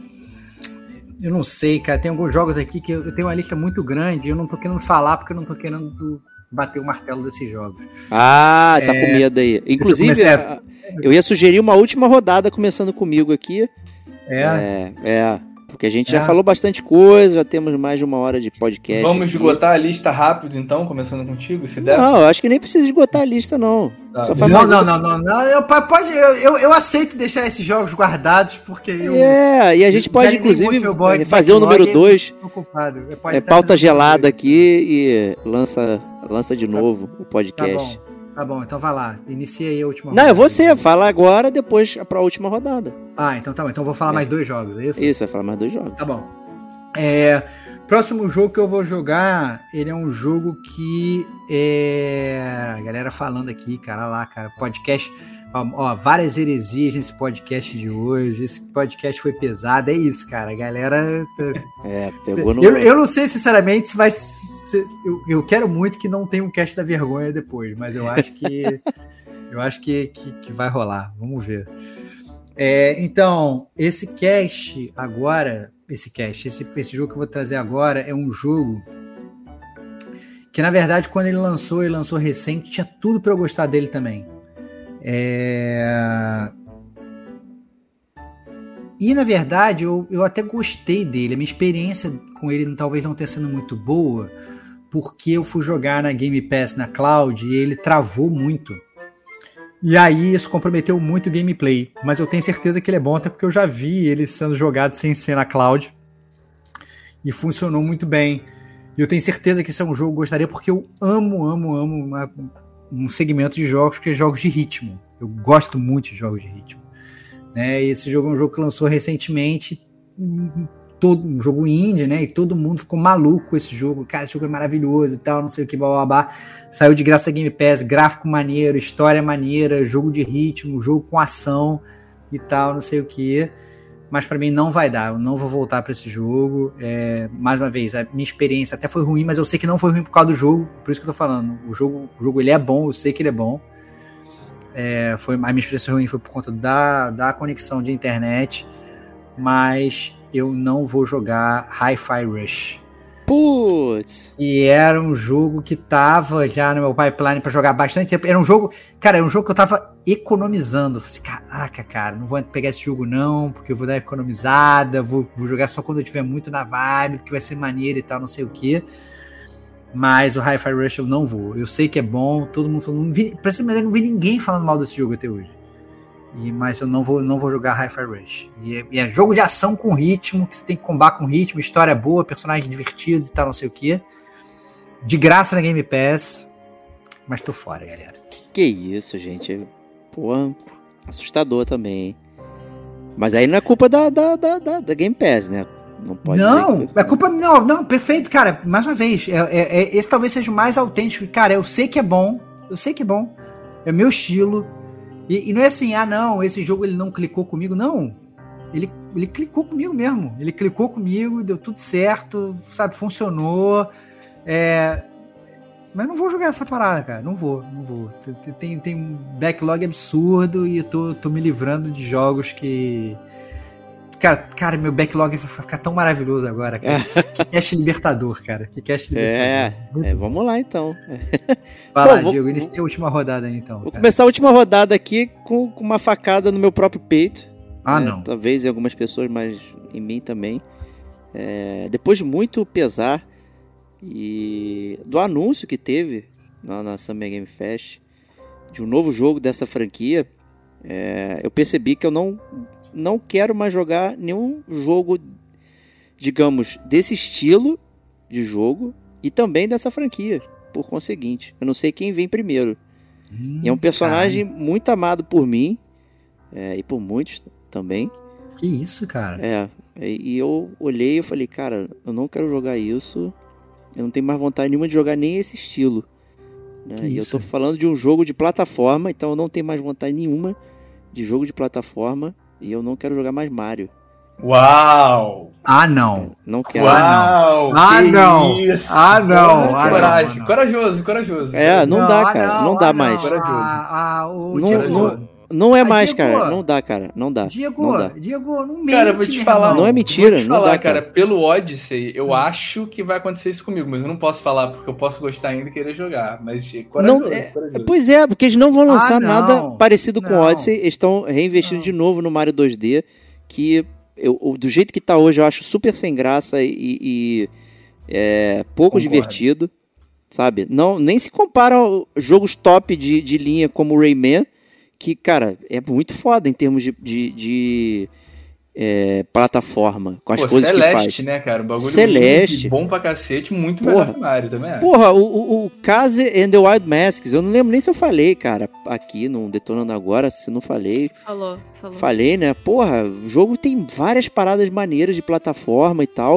Eu não sei, cara. Tem alguns jogos aqui que eu tenho uma lista muito grande e eu não tô querendo falar porque eu não tô querendo bater o martelo desses jogos. Ah, tá é... com medo aí. Inclusive, a... eu ia sugerir uma última rodada começando comigo aqui. É? É, é porque a gente é. já falou bastante coisa, já temos mais de uma hora de podcast. Vamos aqui. esgotar a lista rápido, então, começando contigo, se der? Não, eu acho que nem precisa esgotar a lista, não. Tá. Só faz não, não, não, não, não, eu, pode, eu, eu, eu aceito deixar esses jogos guardados, porque eu... É, e a gente pode, inclusive, boy, fazer o número dois, é, pauta gelada aqui e lança, lança de novo tá, o podcast. Tá bom. Tá bom, então vai lá. Inicia aí a última rodada. Não, é você. Fala agora, depois pra última rodada. Ah, então tá bom. Então eu vou falar é. mais dois jogos, é isso? Isso, vai falar mais dois jogos. Tá bom. É, próximo jogo que eu vou jogar, ele é um jogo que é... A galera falando aqui, cara, lá, cara, podcast... Ó, várias heresias nesse podcast de hoje. Esse podcast foi pesado. É isso, cara. A galera... É, pegou no... Eu, eu não sei, sinceramente, se vai... Se, eu, eu quero muito que não tenha um cast da vergonha depois, mas eu acho que... eu acho que, que, que vai rolar. Vamos ver. É, então, esse cast agora... Esse cast, esse, esse jogo que eu vou trazer agora é um jogo que, na verdade, quando ele lançou, ele lançou recente, tinha tudo pra eu gostar dele também. É... E na verdade eu, eu até gostei dele. A minha experiência com ele talvez não tenha sido muito boa, porque eu fui jogar na Game Pass na Cloud e ele travou muito. E aí isso comprometeu muito o gameplay. Mas eu tenho certeza que ele é bom, até porque eu já vi ele sendo jogado sem ser na Cloud e funcionou muito bem. E eu tenho certeza que esse é um jogo que eu gostaria, porque eu amo, amo, amo uma... um segmento de jogos que é jogos de ritmo. Eu gosto muito de jogos de ritmo. Né? E esse jogo é um jogo que lançou recentemente, todo, um jogo indie, né? E todo mundo ficou maluco com esse jogo. Cara, esse jogo é maravilhoso e tal, não sei o que, blá, blá, blá. Saiu de graça Game Pass, gráfico maneiro, história maneira, jogo de ritmo, jogo com ação e tal, não sei o que. Mas pra mim não vai dar, eu não vou voltar pra esse jogo. É, mais uma vez, a minha experiência até foi ruim, mas eu sei que não foi ruim por causa do jogo, por isso que eu tô falando. O jogo, o jogo ele é bom, eu sei que ele é bom. É, foi, a minha experiência ruim foi por conta da, da conexão de internet, mas eu não vou jogar Hi-Fi Rush. Putz! E era um jogo que tava já no meu pipeline pra jogar bastante tempo. Era um jogo, cara, era um jogo que eu tava economizando. Eu falei, caraca, cara, não vou pegar esse jogo não, porque eu vou dar economizada, vou, vou jogar só quando eu tiver muito na vibe, porque vai ser maneiro e tal, não sei o que. Mas o Hi-Fi Rush eu não vou. Eu sei que é bom, todo mundo falando, não vi, pra ser verdade, não vi ninguém falando mal desse jogo até hoje. E, mas eu não vou, não vou jogar Hi-Fi Rush. E é, e é jogo de ação com ritmo, que você tem que combar com ritmo, história boa, personagens divertidos e tal, não sei o que. De graça na Game Pass. Mas tô fora, galera. Que isso, gente. Pô, assustador também, hein? Mas aí não é culpa da, da, da, da, da Game Pass, né? Não pode Não, que... é culpa... Não, não, perfeito, cara. Mais uma vez, é, é, é, esse talvez seja o mais autêntico. Cara, eu sei que é bom. Eu sei que é bom. É meu estilo. E, e não é assim, ah não, esse jogo ele não clicou comigo, não, ele, ele clicou comigo mesmo, ele clicou comigo, deu tudo certo, sabe, funcionou, é, Mas não vou jogar essa parada, cara. Não vou, não vou. Tem, tem um backlog absurdo e eu tô, tô me livrando de jogos que... Cara, cara, meu backlog vai ficar tão maravilhoso agora, cara. Que cast libertador, cara. Que cast libertador. É, é, vamos lá então. Vai lá, Bom, vou- Diego. Inicia a última rodada aí, então. Vou cara. começar a última rodada aqui com, com uma facada no meu próprio peito. Ah, né? não. Talvez em algumas pessoas, mas em mim também. É, depois de muito pesar e do anúncio que teve lá na Summer Game Fest de um novo jogo dessa franquia, é, eu percebi que eu não, não quero mais jogar nenhum jogo, digamos, desse estilo de jogo e também dessa franquia, por conseguinte. Eu não sei quem vem primeiro. Hum, E é um personagem muito amado por mim é, e por muitos também. cara, que isso, cara? É, e eu olhei e falei, cara, eu não quero jogar isso. Eu não tenho mais vontade nenhuma de jogar nem esse estilo. Né? Que E eu isso? tô falando de um jogo de plataforma, então eu não tenho mais vontade nenhuma de jogo de plataforma. E eu não quero jogar mais Mario. Uau! Ah, não. Não quero. Uau! Ah, que não! isso! Ah, não! Ah, Coragem, não. corajoso, corajoso. É, não dá, cara, não dá ah, mais. Corajoso. Ah, ah, o Não- Diego, não- Não é Ah, mais, Diego! cara. Não dá, cara. Não dá. Diego, Não dá. Diego, não mente, Cara, eu vou te meu falar. irmão. Não é mentira, Vou te não falar, dá, cara. cara. Pelo Odyssey, eu acho que vai acontecer isso comigo, mas eu não posso falar porque eu posso gostar ainda e querer jogar. Mas corajoso, Não, é- corajoso. Pois é, porque eles não vão lançar Ah, não. nada parecido com o Não. Odyssey. Eles estão reinvestindo Não. de novo no Mario dois D, que eu, eu- do jeito que tá hoje eu acho super sem graça e, e, é, pouco Concordo. divertido, sabe? Não, nem se compara a jogos top de, de linha como o Rayman, que, cara, é muito foda em termos de, de, de, é, plataforma, com as Pô, coisas Celeste, que faz. né, cara? Um bagulho Celeste. muito bom pra cacete, muito Porra. melhor que Mario também. acho. Porra, o, o, o Kaze and the Wild Masks, eu não lembro nem se eu falei, cara, aqui no Detonando Agora, se não falei. Falou, falou. Falei, né? Porra, o jogo tem várias paradas maneiras de plataforma e tal.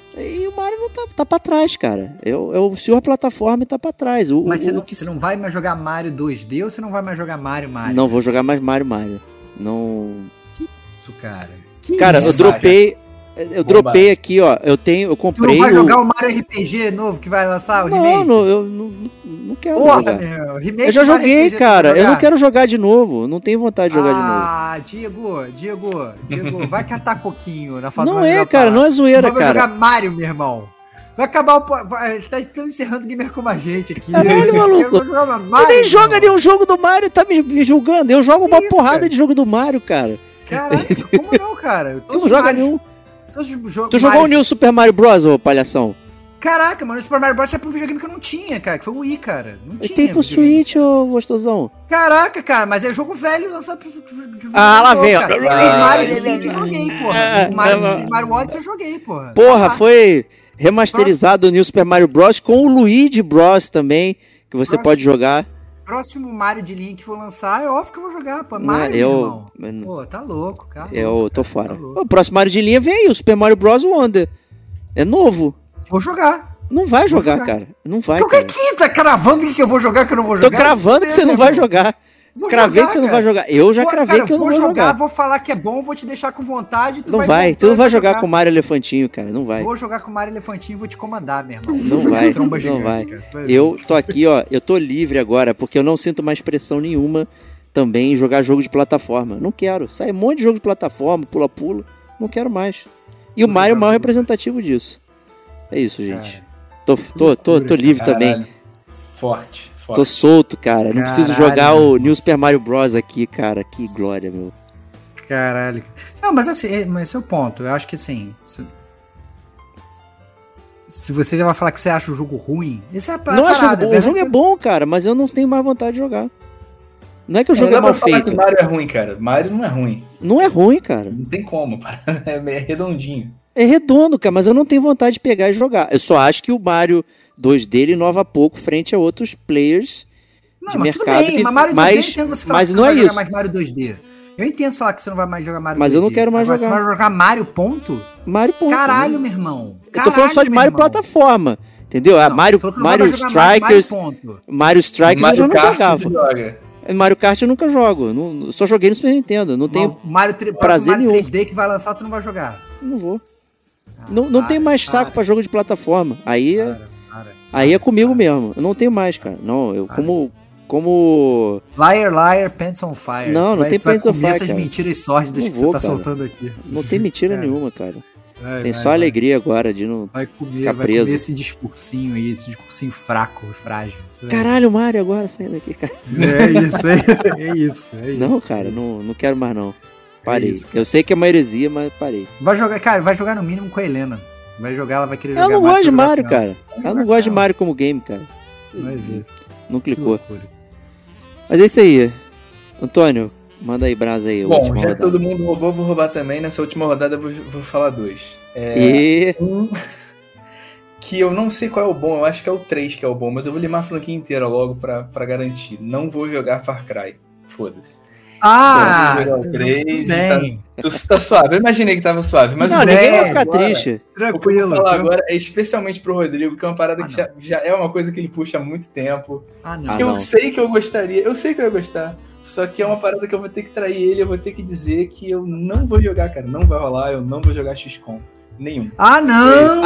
E o Mario não tá, tá pra trás, cara. É, o- é o senhor plataforma e tá pra trás. O, Mas o- você o não, que- você não vai mais jogar Mario dois D ou você não vai mais jogar Mario Mario? Não vou jogar mais Mario Mario. Não. Isso, cara. Que Cara, eu isso? dropei. Eu dropei aqui, ó. Eu tenho. Eu Tu comprei. não vai o- jogar o Mario R P G novo que vai lançar, o Não, remake? não, eu não, não quero Porra, jogar. meu. Remake Eu já do Mario joguei, R P G, tu cara. vai Eu não jogar? quero jogar de novo. Não tenho vontade de jogar de novo. Ah, Diego, Diego, Diego, vai catar coquinho na foto Não é, cara. Não é zoeira, Vamos cara. jogar Mario, meu irmão. Vai acabar o. po- Vai, tá estamos encerrando o gamer como a gente aqui. Caralho, maluco. Eu vou jogar Mario, Tu nem joga meu nenhum jogo do Mario, tá me, me julgando. Eu jogo Que uma isso, porrada cara? de jogo do Mario, cara. Caraca, como não, cara? Tu Todos não os joga Marios- nenhum. todos os jogos Tu jogou o Mario- New Super Mario Bros, ô palhação? Caraca, mano, o Super Mario Bros. É pra um videogame que eu não tinha, cara, que foi o Wii, cara. Não E tinha. tem pro videogame. Switch, ô gostosão. Caraca, cara, mas é jogo velho lançado pro de Ah, lá videogame, vem, ó. cara. Ah, O Mario esse- Deceit eu joguei, porra. Ah, O Mario, ah, Mario Odyssey eu joguei, porra. Porra, Ah, foi remasterizado o New Super Mario Bros com o Luigi Bros também, que você Próximo. pode jogar. Próximo Mario de linha que for lançar, é óbvio que eu vou jogar, pô. Não, Mario, eu- meu irmão. Pô, tá louco, cara. Eu louco, tô cara, fora. tá louco. O próximo Mario de linha vem aí, o Super Mario Bros Wonder. É novo. Vou jogar. Não vai Vou jogar, jogar. cara. Não vai, Qualquer cara. que tá cravando o que que eu vou jogar que eu não vou Tô jogar? cravando que você não vai jogar. Vou Cravei jogar, que você não cara. vai jogar. Eu já Vou- cravei cara, que eu não vou jogar. Vou falar que é bom, vou te deixar com vontade. Tu Não vai, vai. voltar Tu não e vai jogar com o Mario Elefantinho, cara. Não vai. Vou jogar com o Mario Elefantinho e vou te comandar, meu irmão. Não vai, Tromba não gigante, vai. cara. Tu vai ver. Eu tô aqui, ó, eu tô livre agora, porque eu não sinto mais pressão nenhuma também em jogar jogo de plataforma. Não quero. Sai um monte de jogo de plataforma, pula-pula. Não quero mais. E o Vou Mario é o jogar maior tudo. representativo disso. É isso, gente. Cara, Tô, tô, tô, tô livre também. Caralho. Forte, forte. Tô solto, cara. Não preciso Caralho, jogar meu o irmão. New Super Mario Bros aqui, cara. Que glória, meu. Caralho. Não, mas assim, é- mas esse é o ponto. Eu acho que assim. Se, se você já vai falar que você acha o jogo ruim, esse é a pa- Não acho parada. bom. O velho. jogo é Você- bom, cara, mas eu não tenho mais vontade de jogar. Não é que o Não jogo dá é pra mal falar feito. que Mario é ruim, cara. Mario não é ruim. Não é ruim, cara. Não tem como, parada é meio redondinho. É redondo, cara, mas eu não tenho vontade de pegar e jogar. Eu só acho que o Mario dois D ele inova pouco frente a outros players Não, de mas tudo mercado. bem, que- mas Mario mas, dois D, eu entendo você falar mas que não você é vai jogar isso. mais Mario dois D. Eu entendo falar que você não vai mais jogar Mario Mas dois D. eu não quero mais Agora, jogar. Você vai jogar Mario, ponto? Mario ponto. Caralho, né? meu irmão. Eu tô falando só de Caralho, Mario meu irmão. plataforma. Entendeu? Ah, Não, Mario, você falou que não vai Mario jogar Mario- Strikers. Mario, ponto. Mario Strikers Mario eu já não Kart jogava. tu joga. Mario Kart eu nunca jogo. Não, eu só joguei no Super Nintendo. Não tenho. O Mario, tri- prazer Mario nenhum. três D que vai lançar, tu não vai jogar. Não vou. Ah, Não, não para, tem mais saco para, pra jogo de plataforma. Aí é- para, para. Aí é comigo mesmo. Eu não tenho mais, cara. Não, eu como... como... Liar, liar, pants on fire. Não, não vai, tem pants on fire, essas cara. mentiras sórdidas Não que vou, você tá cara. soltando aqui. Não tem mentira Cara. nenhuma, cara. Vai, Tem vai, só vai. alegria agora de não Vai comer, ficar vai preso. comer esse discursinho aí, esse discursinho fraco e frágil. Você vai- Caralho, o Mario agora saindo daqui, cara. É isso, é, é isso, é isso. Não, cara, é isso. não, não quero mais não. Parei. É isso, cara. Eu sei que é uma heresia, mas parei. Vai jogar, cara, vai jogar no mínimo com a Helena. Vai jogar, ela vai querer Ela jogar. não mais gosta de que jogar Mario, com ela. cara. Ela jogar não com gosta de ela. Mario como game, cara. Vai ver. Não Que clicou. loucura. Mas é isso aí. Antônio, manda aí brasa aí. a Bom, última já que rodada. todo mundo roubou, vou roubar também. Nessa última rodada eu vou, vou falar dois. É, E... um que eu não sei qual é o bom, eu acho que é o três que é o bom, mas eu vou limar a franquia inteira logo pra, pra garantir. Não vou jogar Far Cry. Foda-se. Ah, Eu vou jogar o tudo três e bem. Tu tá suave, eu imaginei que tava suave, mas Não, o ninguém bem, vai ficar agora- triste. O que eu Tranquilo. vou falar tranquilo. agora é especialmente pro Rodrigo, que é uma parada Ah, que não. já, já é uma coisa que ele puxa há muito tempo. Ah, não. Ah, eu não. sei que eu gostaria, eu sei que eu ia gostar, só que é uma parada que eu vou ter que trair ele, eu vou ter que dizer que eu não vou jogar, cara, não vai rolar, eu não vou jogar X COM, nenhum. Ah, não,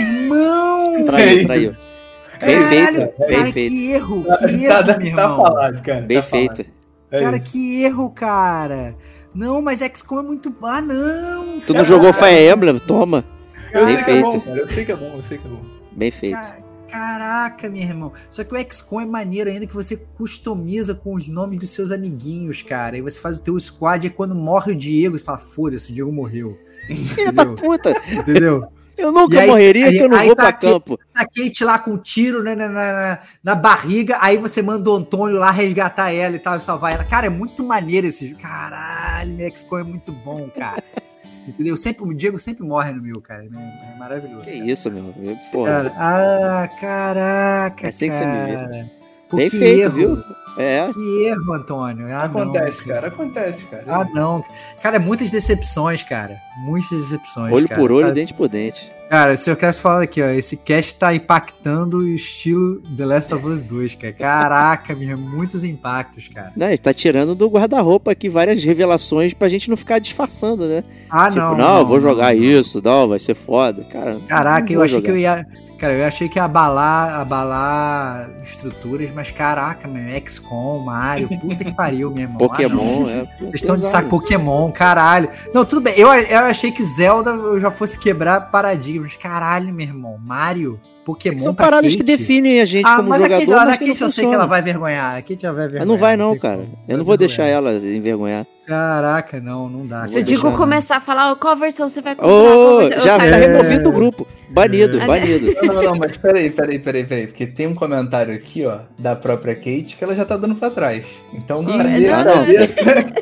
irmão. Traiu, traiu. Bem Caralho, feito, bem cara, feito. que erro, Tá, que tá, erro, tá meu irmão. falado, cara. Bem tá falado. feito. É Cara, isso. que erro, cara. Não, mas X COM é muito... Ah, não. Tu não jogou Fire Emblem? Toma. Eu Bem sei que é bom, feito. cara, eu sei que é bom, eu sei que é bom. Bem feito. Ca- Caraca, meu irmão. Só que o X COM é maneiro ainda que você customiza com os nomes dos seus amiguinhos, cara. E você faz o teu squad e quando morre o Diego, você fala, foda-se, o Diego morreu. Filha da Entendeu? puta. Entendeu? Eu nunca E aí- morreria aí- que eu não aí vou tá pra aqui- campo. A Kate lá com um tiro né, na, na, na, na barriga, aí você manda o Antônio lá resgatar ela e tal, e salvar ela. Cara, é muito maneiro esse jogo. Caralho, meu X COM é muito bom, cara. Entendeu? Sempre, o Diego sempre morre no meu, cara. É maravilhoso. Que cara. isso, meu. Eu, porra. Cara, ah, caraca, É assim que você me vê. cara. Pô, Bem que feito, erro. viu? É. Que erro, Antônio. Ah, Acontece, não, cara, acontece, cara. Ah, não. Cara, muitas decepções, cara. Muitas decepções. Olho cara. por olho, Tá- dente por dente. Cara, se eu quero falar aqui, ó, esse cast tá impactando o estilo The Last of Us dois, cara. Caraca, meu, muitos impactos, cara. Não, a gente tá tirando do guarda-roupa aqui várias revelações pra gente não ficar disfarçando, né? Ah, tipo, não. não, eu vou jogar não. isso, não, vai ser foda. Cara, Caraca, não eu vou achei jogar. que eu ia. Cara, eu achei que ia abalar, abalar estruturas, mas caraca, meu, X COM, Mario, puta que pariu, meu irmão. Ah, não. Pokémon, é. Vocês estão de pesado. saco Pokémon, caralho. Não, tudo bem. Eu, eu achei que o Zelda eu já fosse quebrar paradigmas. Caralho, meu irmão. Mario, Pokémon. São pra paradas que Kate? definem a gente Ah, como mas a jogador, Kate, mas a que não Kate eu sei que funciona. ela vai vergonhar. A Kate já vai vergonhar. Ela não vai não, tem cara. como. Eu não Vai vou deixar vergonhar. ela envergonhar. Caraca, não, não dá. Se vou o cara. Digo deixar, começar a falar, ó, qual versão você vai comprar? Ô, qual versão? Eu já saio. tá É. removido do grupo. Banido, É. banido. Não, não, não, mas peraí, peraí, peraí, peraí, porque tem um comentário aqui, ó, da própria Kate que ela já tá dando pra trás. Então, Ih, cadê não, a não. cabeça?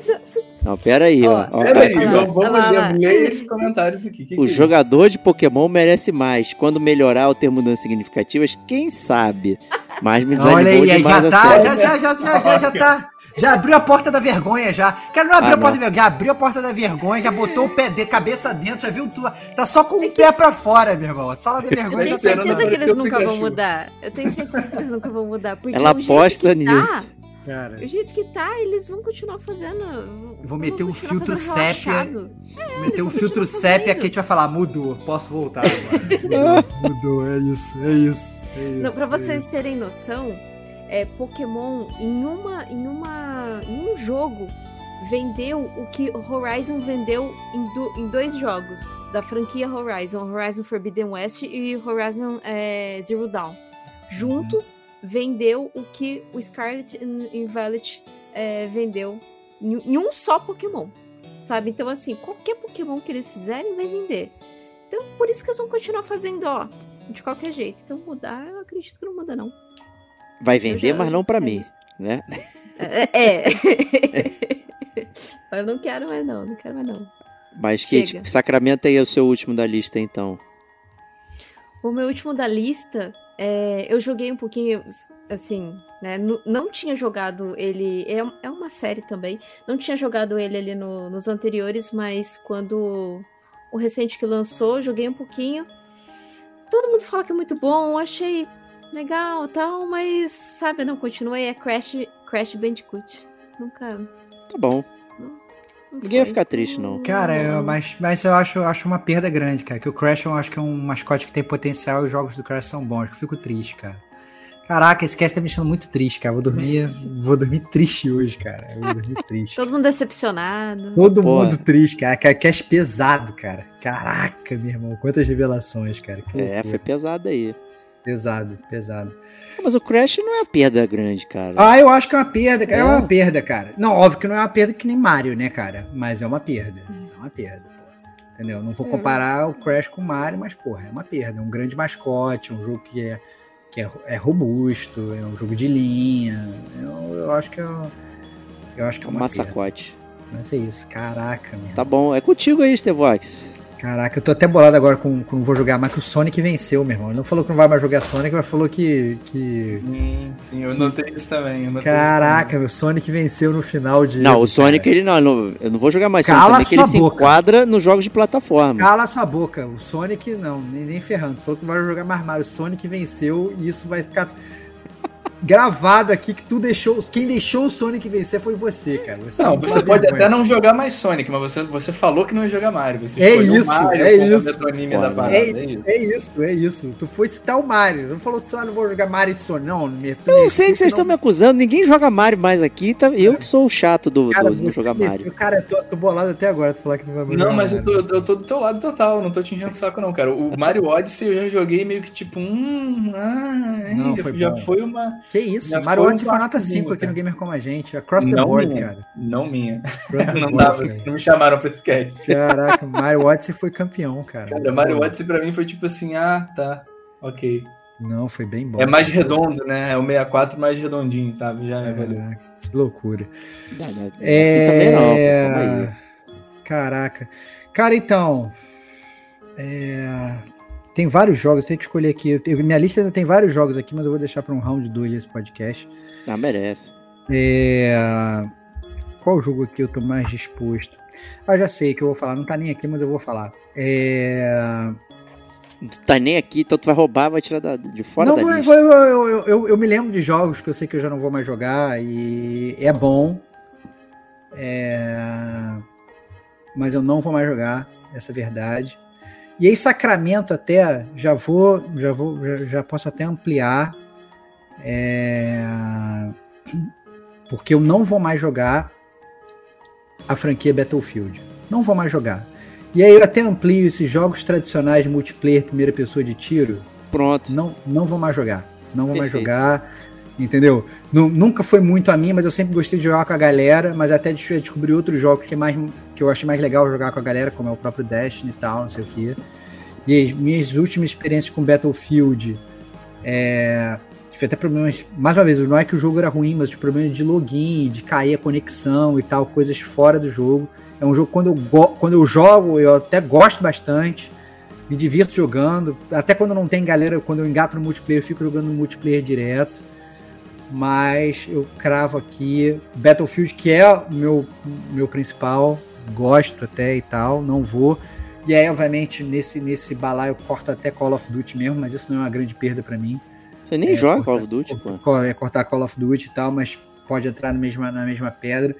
Não, pera aí, ó. Ó, ó. Peraí, Olha lá, vamos, vamos olha lá, olha lá. ler, ler esses comentários aqui. Que O que é jogador de Pokémon merece mais. Quando melhorar ou ter mudanças significativas, quem sabe? Mas me Olha desanimou aí, aí, demais já a tá, série. já, já, já, já, já, já tá. Já abriu a porta da vergonha, já. Cara, não abriu Ah, a porta não. da vergonha, já abriu a porta da vergonha, já botou o pé de cabeça dentro, já viu tudo. Tá só com o pé pra fora, meu irmão. A sala da Eu vergonha tenho já tá esperando certeza que aparecer eles o nunca vão Pikachu. mudar. Eu tenho certeza que eles nunca vão mudar. Porque Ela o jeito aposta que nisso. Tá, Cara, o jeito que tá, eles vão continuar fazendo. vou meter um continuar filtro fazendo sépia. relaxado. meter um vão filtro continuar sépia, a fazendo. Kate vai falar, mudou, posso voltar agora. Mudou, mudou, é isso, é isso. É isso Não, pra é vocês isso. terem noção, é, Pokémon em uma, em uma, em um jogo vendeu o que Horizon vendeu em, do- em dois jogos da franquia Horizon, Horizon Forbidden West e Horizon é, Zero Dawn. Juntos vendeu o que o Scarlet e Violet é, vendeu em, em um só Pokémon, sabe? Então assim, qualquer Pokémon que eles fizerem vai vender. Então por isso que eles vão continuar fazendo, ó, de qualquer jeito. Então mudar, eu acredito que não muda não. Vai Eu vender, já- mas não eu pra sei. mim, né? É. é. Eu não quero mais não, não quero mais não. Mas, Kate, Chega. sacramenta aí o seu último da lista, então. O meu último da lista, é, eu joguei um pouquinho, assim, né? nu- Não tinha jogado ele. É, é uma série também. Não tinha jogado ele ali no- nos anteriores, mas quando o recente que lançou, joguei um pouquinho. Todo mundo fala que é muito bom, achei legal e tal, mas, sabe, eu não continuei. É Crash, Crash Bandicoot. Nunca. Tá bom. Ninguém vai ficar triste, não. Cara, eu, mas, mas eu acho, acho uma perda grande, cara. Que o Crash eu acho que é um mascote que tem potencial e os jogos do Crash são bons. Eu fico triste, cara. Caraca, esse cast tá me deixando muito triste, cara. Vou dormir, vou dormir triste hoje, cara. Eu vou dormir triste. Todo mundo decepcionado. Todo Pô. mundo triste, cara. Cast pesado, cara. Caraca, meu irmão. Quantas revelações, cara. Que É, loucura. foi pesado aí. Pesado, pesado. Mas o Crash não é uma perda grande, cara. Ah, eu acho que é uma perda. É, É. uma perda, cara. Não, óbvio que não é uma perda que nem Mario, né, cara? Mas é uma perda. É uma perda, pô. Entendeu? Não vou Hum. comparar o Crash com o Mario, mas, porra, é uma perda. É um grande mascote, é um jogo que é, que é, é robusto, é um jogo de linha. Eu, eu acho que é, eu acho que é uma perda. Massacote. Mas é isso. Caraca, meu. Tá bom. É contigo aí, Stevox. Caraca, eu tô até bolado agora com, com não vou jogar mais, que o Sonic venceu, meu irmão. Ele não falou que não vai mais jogar Sonic, mas falou que... que... Sim, sim, eu notei isso também. Eu notei Caraca, meu Sonic venceu no final de... Não, o Sonic, ele não, não. Eu não vou jogar mais Cala Sonic também, que ele sua se boca. enquadra nos jogos de plataforma. Cala sua boca, o Sonic não, nem, nem ferrando. Você falou que não vai jogar mais Mario. O Sonic venceu e isso vai ficar gravado aqui que tu deixou. Quem deixou o Sonic vencer foi você, cara. Você Não, é você uma pode vergonha. até não jogar mais Sonic, mas você, você falou que não ia jogar Mario. Você É escolheu isso, Mario é como isso. metonímia Pô, da parada. É, É isso. é isso, é isso. Tu foi citar o Mario. Você não falou só, não vou jogar Mario e Sonic. Não, me, Eu não sei que vocês estão me acusando. Ninguém joga Mario mais aqui. Tá? Eu que sou o chato do, Cara, do, do você jogar me- Mario. Cara, eu tô, tô bolado até agora tu falar que tu vai jogar Não, mas eu Mario. tô, eu tô do teu lado total, não tô te enchendo o saco não, cara. O Mario Odyssey eu já joguei meio que tipo, hum, ah, Não, já, foi já bom. foi uma... Que isso? Já Mario foi um Odyssey foi nota parquezinho, cinco aqui cara. no Gamer Como a Gente. Across the não board, minha, cara. não minha. Across the Não board, dava, cara. não me chamaram pra esse cast. Caraca, Mario Odyssey foi campeão, cara. Cara, Mario Odyssey pra mim foi tipo assim, ah, tá, ok. Não, foi bem bom. É mais redondo, né? É o sessenta e quatro mais redondinho, tá? Já Caraca, valeu. que loucura. Não, não, assim É... também não, pô, calma aí. Caraca. Cara, então. é, Tem vários jogos, tem que escolher aqui. Eu tenho- Minha lista ainda tem vários jogos aqui, mas eu vou deixar para um round dois esse podcast. Ah, merece. É... Qual jogo aqui eu tô mais disposto? Ah, já sei que eu vou falar. Não tá nem aqui, mas eu vou falar. É... Tu tá nem aqui, então tu vai roubar, vai tirar da- de fora Não, da vou- lista. vou- eu, eu, eu, eu me lembro de jogos que eu sei que eu já não vou mais jogar e é bom. É... Mas eu não vou mais jogar, essa é a verdade. E aí, Sacramento até, já vou, já vou, já, já posso até ampliar. É... Porque eu não vou mais jogar a franquia Battlefield. Não vou mais jogar. E aí eu até amplio esses jogos tradicionais de multiplayer, primeira pessoa de tiro. Pronto. Não, não vou mais jogar. Não vou mais Perfeito. jogar. Entendeu? Nu- nunca foi muito a mim, mas eu sempre gostei de jogar com a galera. Mas até de- descobri outros jogos que, é mais, que eu achei mais legal jogar com a galera, como é o próprio Destiny e tal, não sei o quê. E as minhas últimas experiências com Battlefield. É, tive até problemas. Mais uma vez, não é que o jogo era ruim, mas os problemas de login, de cair a conexão e tal, coisas fora do jogo. É um jogo quando eu, go- quando eu jogo, eu até gosto bastante. Me divirto jogando. Até quando não tem galera, quando eu engato no multiplayer, eu fico jogando no multiplayer direto. Mas eu cravo aqui Battlefield, que é o meu, meu principal. Gosto até e tal, não vou. E aí, obviamente, nesse, nesse balaio eu corto até Call of Duty mesmo, mas isso não é uma grande perda pra mim. Você nem É, joga corta- Call of Duty, pô. Co- É cortar Call of Duty e tal, mas pode entrar na mesma, na mesma pedra.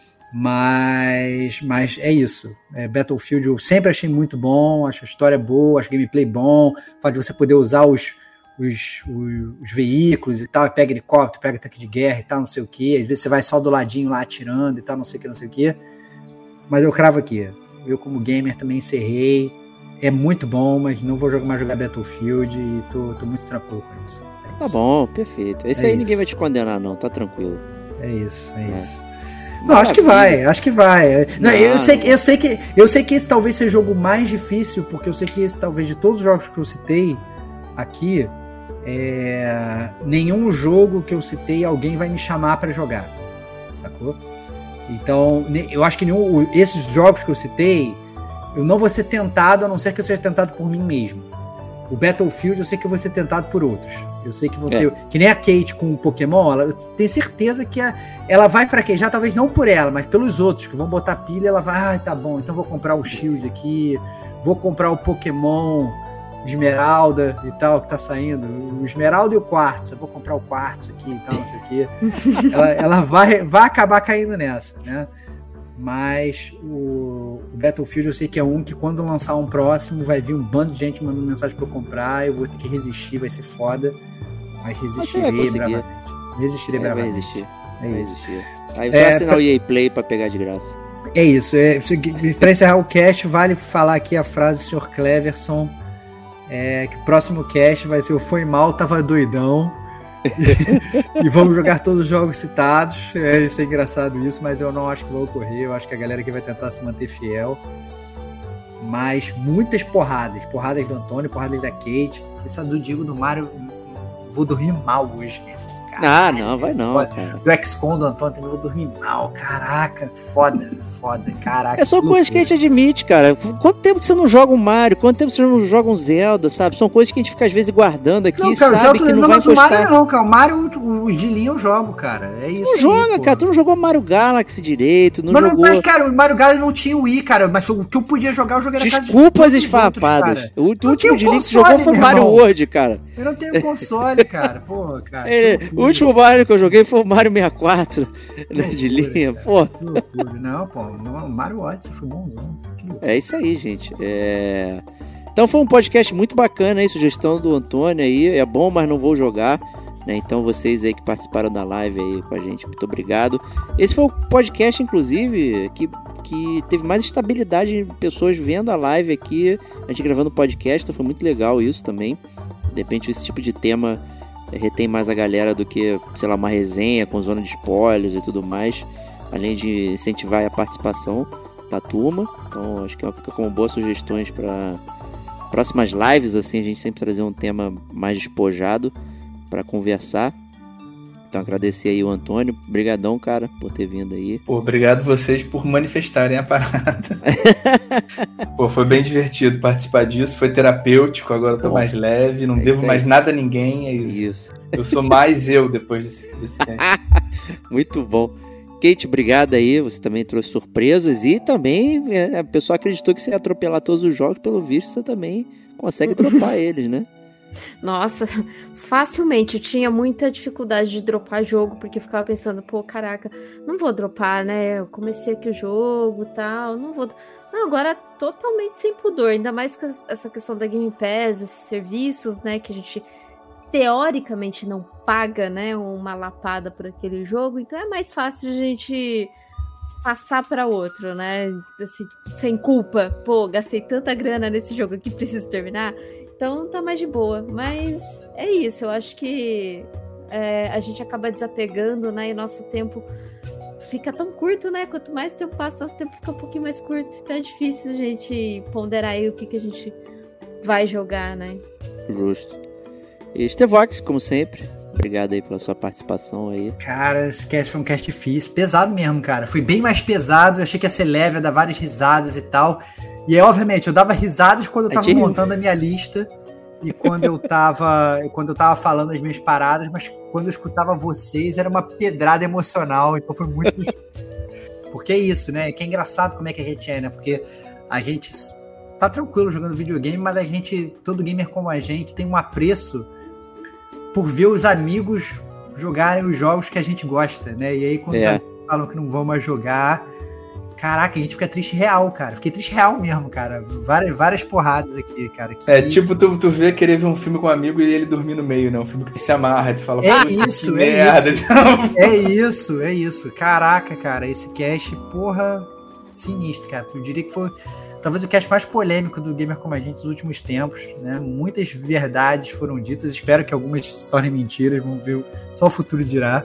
Mas, mas é isso. É, Battlefield eu sempre achei muito bom, acho a história boa, acho gameplay bom, o fato de você poder usar os, os, os, os veículos e tal, pega helicóptero, pega tanque de guerra e tal, não sei o que. Às vezes você vai só do ladinho lá atirando e tal, não sei o que, não sei o que. Mas eu cravo aqui. Eu, como gamer, também encerrei. É muito bom, mas não vou jogar, mais jogar Battlefield e tô, tô muito tranquilo com isso. É Tá isso. bom, perfeito. Esse É aí ninguém isso. vai te condenar, não, tá tranquilo. É isso, é, É. isso. Não, acho que vai, acho que vai. Não, Não, eu, sei, não. eu, sei que, eu sei que esse talvez seja o jogo mais difícil, porque eu sei que esse talvez de todos os jogos que eu citei aqui, é, nenhum jogo que eu citei alguém vai me chamar pra jogar, sacou? Então, ne- eu acho que nenhum, o- esses jogos que eu citei, eu não vou ser tentado, a não ser que eu seja tentado por mim mesmo. O Battlefield eu sei que eu vou ser tentado por outros. Eu sei que vou É. ter. Que nem a Kate com o Pokémon, ela, eu tenho certeza que a- ela vai fraquejar, talvez não por ela, mas pelos outros, que vão botar pilha, ela vai, ah, tá bom, então vou comprar o Shield aqui, vou comprar o Pokémon Esmeralda e tal, que tá saindo. O Esmeralda e o Quartzo, eu vou comprar o Quartzo aqui e tal, não sei o quê. ela ela vai, vai acabar caindo nessa, né? Mas o Battlefield eu sei que é um que quando lançar um próximo vai vir um bando de gente mandando mensagem pra eu comprar, eu vou ter que resistir, vai ser foda, mas resistirei bravamente. Resistirei é, bravamente. Vai resistir. É vai isso. Resistir. Aí você é, assinar pra... o E A Play pra pegar de graça. É isso. É, pra encerrar o cast, vale falar aqui a frase do senhor Cleverson, é, que o próximo cast vai ser o Foi Mal, Tava Doidão. E vamos jogar todos os jogos citados. É, isso é engraçado isso, mas eu não acho que vai ocorrer. Eu acho que a galera aqui vai tentar se manter fiel. Mas muitas porradas. Porradas do Antônio, porradas da Kate. Essa do Diego do Mario, vou dormir mal hoje. Ah, não, vai não, cara. Do X COM do Antônio também vou dormir mal. Caraca, foda, foda, caraca. É só coisa que a gente admite, cara. Quanto tempo que você não joga um Mario? Quanto tempo que você não joga um Zelda, sabe? São coisas que a gente fica às vezes guardando aqui não, e cara, sabe Zelda, que não, não vai mas encostar. o Mario não, cara. O Mario, o Gilinho eu jogo, cara. É isso. Não aí, joga, pô. cara. Tu não jogou Mario Galaxy direito, não mas, jogou... Mas, cara, o Mario Galaxy não tinha o Wii, cara. Mas o que eu podia jogar, eu joguei na casa de Desculpas esfarrapadas. O último Gilinho que você jogou foi o Mario World, cara. Eu não tenho console, cara. Pô, cara. É, o último Mario que eu joguei foi o Mario sessenta e quatro, né, de linha, pô. Não, pô, o Mario Odyssey foi bonzão. É isso aí, gente. É... Então foi um podcast muito bacana aí, sugestão do Antônio aí, é bom, mas não vou jogar, né? Então vocês aí que participaram da live aí com a gente, muito obrigado. Esse foi o podcast, inclusive, que, que teve mais estabilidade em pessoas vendo a live aqui, a gente gravando o podcast, então foi muito legal isso também. De repente esse tipo de tema retém mais a galera do que, sei lá, uma resenha com zona de spoilers e tudo mais, além de incentivar a participação da turma. Então acho que fica como boas sugestões para próximas lives, assim, a gente sempre trazer um tema mais despojado para conversar. Então agradecer aí o Antônio, brigadão, cara, por ter vindo aí. Pô, obrigado vocês por manifestarem a parada. Pô, foi bem divertido participar disso, foi terapêutico, agora eu tô Bom, mais leve, não é devo mais nada a ninguém, é isso. isso. Eu sou mais eu depois desse, desse Muito bom. Kate, obrigado aí, você também trouxe surpresas e também a pessoa acreditou que você ia atropelar todos os jogos, pelo visto você também consegue dropar eles, né? Nossa, facilmente. Eu tinha muita dificuldade de dropar jogo, porque eu ficava pensando, pô, caraca, não vou dropar, né? Eu comecei aqui o jogo e tal, não vou... Não, agora totalmente sem pudor, ainda mais com essa questão da Game Pass, esses serviços, né, que a gente teoricamente não paga, né, uma lapada por aquele jogo, então é mais fácil a gente passar para outro, né, assim, sem culpa. Pô, gastei tanta grana nesse jogo aqui, preciso terminar. Então tá mais de boa, mas é isso, eu acho que é, a gente acaba desapegando, né, e nosso tempo fica tão curto, né, quanto mais tempo passa, nosso tempo fica um pouquinho mais curto, então é difícil a gente ponderar aí o que, que a gente vai jogar, né. Justo. E Estevox, como sempre, obrigado aí pela sua participação aí. Cara, esse cast foi um cast difícil, pesado mesmo, cara, foi bem mais pesado, eu achei que ia ser leve, ia dar várias risadas e tal. E aí, obviamente, eu dava risadas quando eu tava montando a minha lista e quando eu tava, quando eu tava falando as minhas paradas, mas quando eu escutava vocês era uma pedrada emocional, então foi muito difícil. Porque é isso, né? Que é engraçado como é que a gente é, né? Porque a gente tá tranquilo jogando videogame, mas a gente, todo gamer como a gente, tem um apreço por ver os amigos jogarem os jogos que a gente gosta, né? E aí quando é. os amigos falam que não vão mais jogar... Caraca, a gente fica triste real, cara. Fiquei triste real mesmo, cara. Várias, várias porradas aqui, cara. Que... É, tipo, tu, tu vê querer ver um filme com um amigo e ele dormir no meio, né? Um filme que tu se amarra, tu fala... É isso, é merda. isso. É isso, é isso. Caraca, cara, esse cast, porra, sinistro, cara. Eu diria que foi talvez o cast mais polêmico do Gamer Como a Gente nos últimos tempos, né? Muitas verdades foram ditas. Espero que algumas se tornem mentiras. Vamos ver, só o futuro dirá,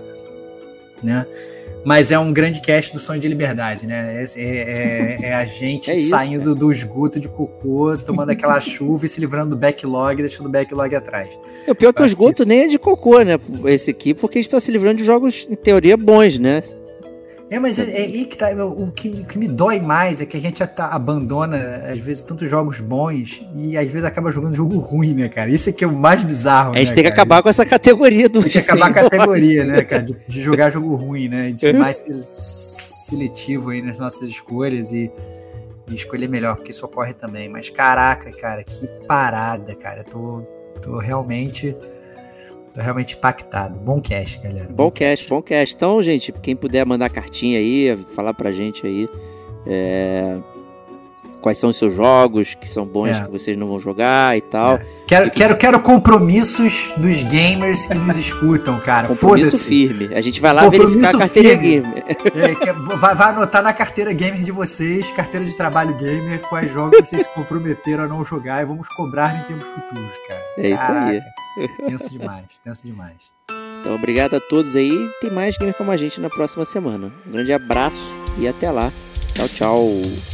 né? Mas é um grande cast do Sonho de Liberdade, né? É, é, é a gente é isso, saindo cara. do esgoto de cocô, tomando aquela chuva e se livrando do backlog, deixando o backlog atrás. É, o pior é que o esgoto isso... nem é de cocô, né? Esse aqui, porque a gente tá se livrando de jogos, em teoria, bons, né? É, mas é, é aí que tá. O que, o que me dói mais é que a gente tá, abandona, às vezes, tantos jogos bons e às vezes acaba jogando jogo ruim, né, cara? Isso é que é o mais bizarro. A gente né, tem que cara? acabar com essa categoria do. Tem que acabar com a categoria, né, cara? De, de jogar jogo ruim, né? De ser mais seletivo aí nas nossas escolhas e, e escolher melhor, porque isso ocorre também. Mas caraca, cara, que parada, cara. Eu tô, tô realmente. Tô realmente impactado. Bom cast, galera. Bom cast, bom cast. Então, gente, quem puder mandar cartinha aí, falar pra gente aí é... quais são os seus jogos que são bons, é. que vocês não vão jogar e tal. É. Quero, quero, quero compromissos dos gamers que nos escutam, cara. Compromisso Foda-se. firme. A gente vai lá verificar a carteira firme. gamer. É, vai, vai anotar na carteira gamer de vocês, carteira de trabalho gamer, quais jogos vocês se comprometeram a não jogar e vamos cobrar em tempos futuros, cara. É isso Caraca, aí. Tenso demais, tenso demais. Então, obrigado a todos aí. Tem mais gamer como a gente na próxima semana. Um grande abraço e até lá. Tchau, tchau.